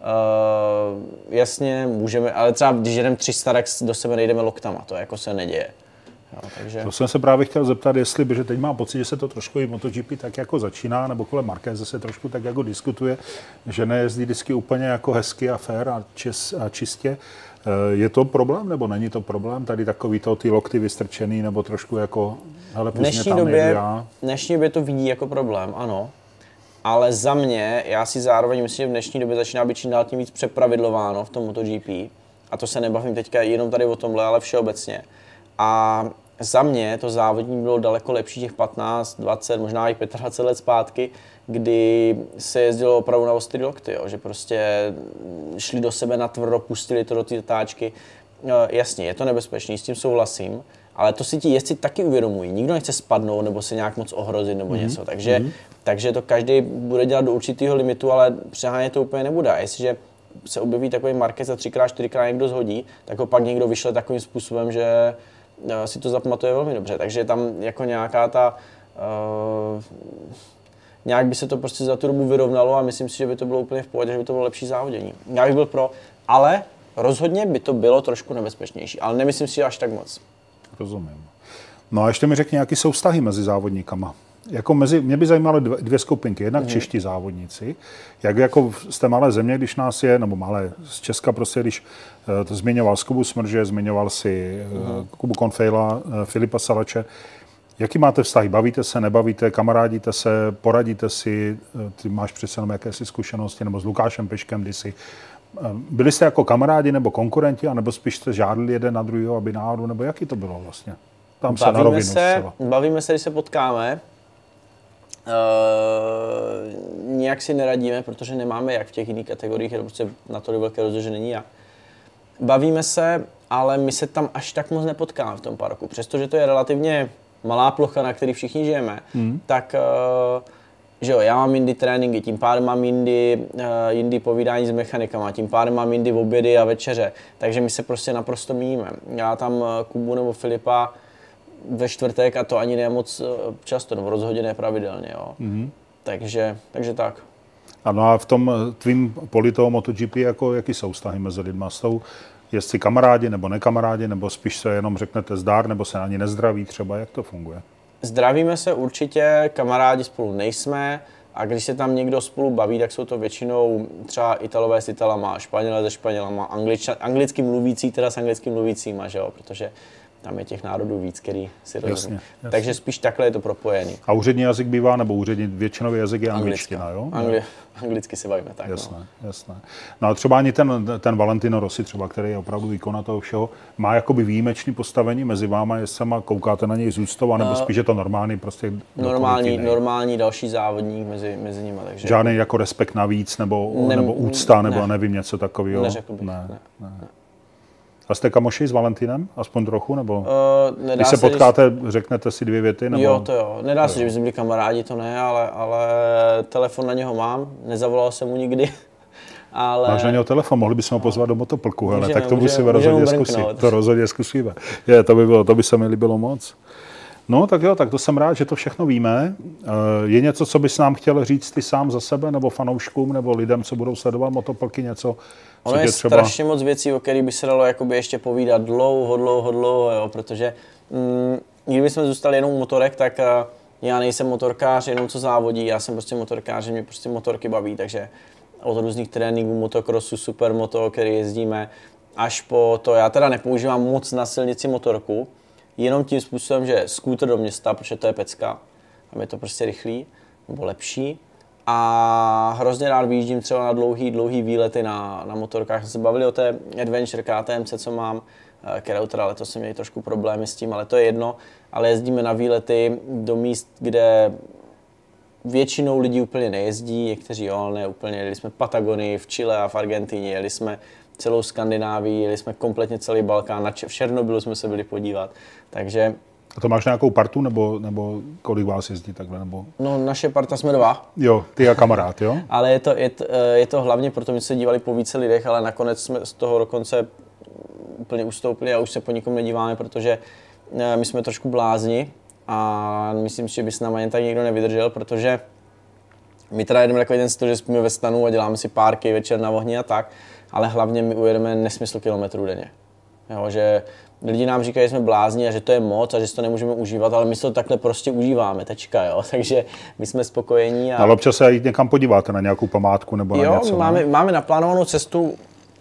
uh, jasně můžeme, ale třeba když jedeme tři sta, tak do sebe nejdeme loktama, to jako se neděje. Jo, takže... To jsem se právě chtěl zeptat, jestli, protože teď mám pocit, že se to trošku i MotoGP tak jako začíná, nebo kolem Marqueze se trošku tak jako diskutuje, že nejezdí vždycky úplně jako hezky a fair a, čis, a čistě. Je to problém, nebo není to problém? Tady takový to, ty lokty vystrčený, nebo trošku jako, hele, v dnešní tam době, já. V dnešní době to vidí jako problém, ano. Ale za mě, já si zároveň myslím, že v dnešní době začíná být čím dál tím víc přepravidlováno v tom MotoGP. A to se nebavím teďka jenom tady o tomhle, ale všeobecně. A za mě to závodní bylo daleko lepší těch patnáct, dvacet, možná i dvacet pět let zpátky, kdy se jezdilo opravdu na ostrý lokty, jo, že prostě šli do sebe na tvrdo, pustili to do té zatáčky. Jasně, je to nebezpečný, s tím souhlasím, ale to si ti jezdci taky uvědomují. Nikdo nechce spadnout nebo se nějak moc ohrozit nebo mm-hmm. něco, takže, mm-hmm. takže to každý bude dělat do určitého limitu, ale přehánět to úplně nebude. A jestliže se objeví takový Marquez a třikrát, čtyřikrát někdo zhodí, tak ho pak někdo vyšle takovým způsobem, že si to zapamatuje velmi dobře. Takže tam jako nějaká ta... Uh, nějak by se to prostě za tu dobu vyrovnalo a myslím si, že by to bylo úplně v pohodě, že by to bylo lepší závodění. Já bych byl pro, ale rozhodně by to bylo trošku nebezpečnější, ale nemyslím si, že až tak moc. Rozumím. No a ještě mi řekni, jaký jsou vztahy mezi závodníkama. Jako mezi, mě by zajímaly dvě, dvě skupinky. Jednak mm. čeští závodníci, jak jako z té malé země, když nás je, nebo malé z Česka prostě, když uh, to zmiňoval z Kubu Smrže, zmiňoval si uh, mm. Kubu Konfejla, uh, Filipa Salače. Jaký máte vztahy? Bavíte se, nebavíte, kamarádíte se, poradíte si, ty máš přece jenom jakési zkušenosti, nebo s Lukášem Peškem kdysi. Byli jste jako kamarádi nebo konkurenti, anebo spíš jste žádli jeden na druhého, aby náhodou, nebo jaký to bylo vlastně? Tam se bavíme na rovinu se, bavíme se, když se potkáme. Uh, nijak si neradíme, protože nemáme jak v těch jiných kategoriích, je to prostě na to velké rozdíl, že není jak. Bavíme se, ale my se tam až tak moc nepotkáme v tom parku, přestože to je relativně malá plocha, na který všichni žijeme, hmm. tak uh, že jo, já mám jindy tréninky, tím pádem mám jindy, uh, jindy povídání s mechanikama, tím pádem mám jindy obědy a večeře, takže my se prostě naprosto míníme. Já tam uh, Kubu nebo Filipa ve čtvrtek a to ani ne moc uh, často, nebo rozhodně nepravidelně, jo. Hmm. Takže, takže tak. Ano a v tom tvým poli toho MotoGP, jako, jaký jsou vztahy mezi lidma? Jsou jestli kamarádi nebo nekamarádi, nebo spíš se jenom řeknete zdár, nebo se ani nezdraví třeba, jak to funguje? Zdravíme se určitě, kamarádi spolu nejsme a když se tam někdo spolu baví, tak jsou to většinou třeba Italové s Italama, Španělé se Španělama, Anglič, anglicky mluvící teda s anglicky mluvícíma, že jo, protože tam je těch národů víc, který si rozumí. Takže spíš takhle je to propojený. A úřední jazyk bývá, nebo úřední většinový jazyk je angličtina, jo? Angli- anglicky se bavíme tak. Jasné, no. jasné. No a třeba ani ten, ten Valentino Rossi, třeba, který je opravdu výkon toho všeho, má jakoby výjimečné postavení mezi váma, jestli sama koukáte na něj z úctou, nebo uh, spíš je to normální, prostě normální, normální další závodník mezi, mezi nimi. Takže... Žádný jako respekt navíc, nebo, ne, nebo úcta, nebo ne. nevím, něco takového. Neřekl bych, ne, ne. ne. ne. A jste kamoši s Valentinem? Aspoň trochu? Nebo uh, když se potkáte, když... řeknete si dvě věty? Nebo... Jo, to jo. Nedá se, že bychom byli kamarádi, to ne, ale, ale telefon na něho mám. Nezavolal jsem mu nikdy. Ale... Máš na něho telefon, mohli bychom ho pozvat do motoplku, hele, můžeme, tak to můžeme, musíme rozhodně zkusit. To rozhodně zkusíme. Je, to by bylo, to by se mi líbilo moc. No tak jo, tak to jsem rád, že to všechno víme. Je něco, co bys nám chtěl říct ty sám za sebe, nebo fanouškům, nebo lidem, co budou sledovat motoplky, něco, co ono je třeba... strašně moc věcí, o kterých by se dalo jakoby ještě povídat dlouho, dlouho, dlouho, jo, protože mm, kdybychom zůstali jenom u motorek, tak uh, já nejsem motorkář, jenom co závodí, já jsem prostě motorkář, že mě prostě motorky baví, takže od různých tréninků, motokrosu, supermoto, který jezdíme, až po to, já teda nepoužívám moc na silnici motorku, jenom tím způsobem, že skútr do města, protože to je pecka. tam je to prostě rychlý nebo lepší. A hrozně rád vyjíždím třeba na dlouhý, dlouhý výlety na, na motorkách. Jsme se bavili o té Adventure K T M C, co mám, kterou teda letos jsem měl trošku problémy s tím, ale to je jedno. Ale jezdíme na výlety do míst, kde většinou lidí úplně nejezdí, někteří jo, ne úplně. Jeli jsme Patagonii v Chile a v Argentině, jeli jsme celou Skandinávii, jeli jsme kompletně celý Balkán, na v Černobylu jsme se byli podívat, takže... A to máš nějakou partu, nebo, nebo kolik vás jezdí takhle, nebo... No, naše parta jsme dva. Jo, ty a kamarád, jo? Ale je to, je, to, je to hlavně proto, my se dívali po více lidech, ale nakonec jsme z toho dokonce úplně ustoupili a už se po nikom nedíváme, protože my jsme trošku blázni a myslím si, že by s náma jen tak nikdo nevydržel, protože my teda jedeme takový ten styl, že spíme ve stanu a děláme si párky večer na ohni a tak, ale hlavně my ujedeme nesmysl kilometrů denně. Jo, že lidi nám říkají, že jsme blázni a že to je moc a že si to nemůžeme užívat, ale my si to takhle prostě užíváme, tečka, jo, takže my jsme spokojení. A... Ale občas se jít někam podíváte na nějakou památku nebo jo, na něco? Jo, máme, máme naplánovanou cestu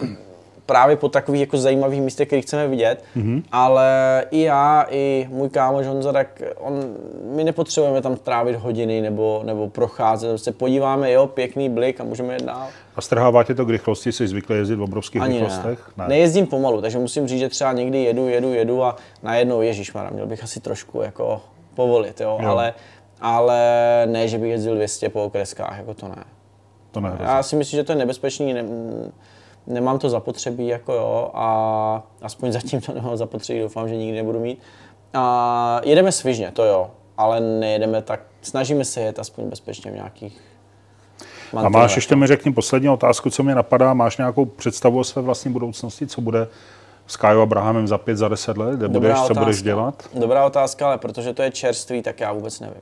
právě po takových jako zajímavých místech, které chceme vidět, mm-hmm. ale i já, i můj kámoš Honza, tak on, my nepotřebujeme tam trávit hodiny nebo, nebo procházet, se podíváme, jo, pěkný blik a můžeme jít dál. A strhává tě to k rychlosti, jsi zvyklý jezdit v obrovských Ani rychlostech? Ne. Ne. Nejezdím pomalu, takže musím říct, že třeba někdy jedu, jedu, jedu a najednou ježišmarja, měl bych asi trošku jako povolit, jo, jo. Ale, ale ne, že bych jezdil dvě stě po okreskách, jako to ne. To ne. Já si myslím, že to je nebezpečný, ne, nemám to zapotřebí, jako jo, a aspoň zatím to nemám zapotřebí, doufám, že nikdy nebudu mít. A jedeme svižně, to jo, ale nejedeme tak, snažíme se jet aspoň bezpečně v nějakých A máš, ještě mi řekni poslední otázku, co mě napadá, máš nějakou představu o své vlastní budoucnosti, co bude s Kájou Abrahamem za pět, za deset let, kde budeš, co budeš dělat? Dobrá otázka, ale protože to je čerstvý, tak já vůbec nevím.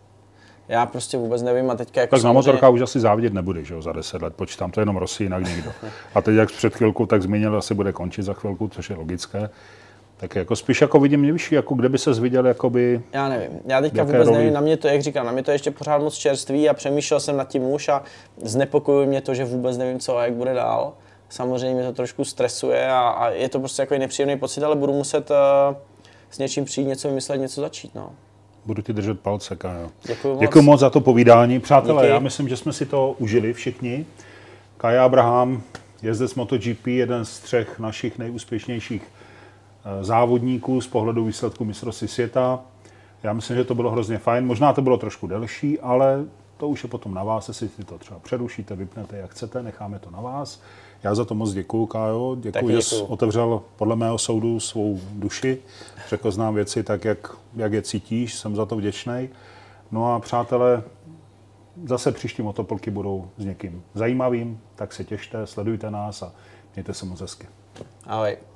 Já prostě vůbec nevím a teďka jako tak na motorkách už asi závidět nebudeš, jo, za deset let, počítám, to jenom Rossi, jinak nikdo. A teď jak před chvilkou tak zmínil, asi bude končit za chvilku, což je logické. Tak jako spíš jako vidím nejvyšší, jako kde by ses viděl, jakoby... Já nevím, já teďka vůbec roli? nevím, na mě to, jak říkám, na mě to je ještě pořád moc čerstvý a přemýšlel jsem nad tím už a znepokojuje mě to, že vůbec nevím co a jak bude dál. Samozřejmě mě to trošku stresuje a, a je to prostě takový nepříjemný pocit, ale budu muset uh, s něčím přijít, něco vymyslet, něco začít, no. Budu ti držet palce, Kájo. Děkuji moc. Děkuji moc za to povídání. Přátelé, díky. Já myslím, že jsme si to užili všichni. Kája Abraham, jezdec MotoGP, jeden z třech našich nejúspěšnějších závodníků z pohledu výsledku mistrovství světa. Já myslím, že to bylo hrozně fajn. Možná to bylo trošku delší, ale to už je potom na vás, jestli si to třeba přerušíte, vypnete, jak chcete, necháme to na vás. Já za to moc děkuju, Kájo. Děkuju, že jsi otevřel podle mého soudu svou duši. Řekl znám věci tak, jak, jak je cítíš. Jsem za to vděčný. No a přátelé, zase příští motopolky budou s někým zajímavým, tak se těšte, sledujte nás a mějte se moc hezky. Ahoj.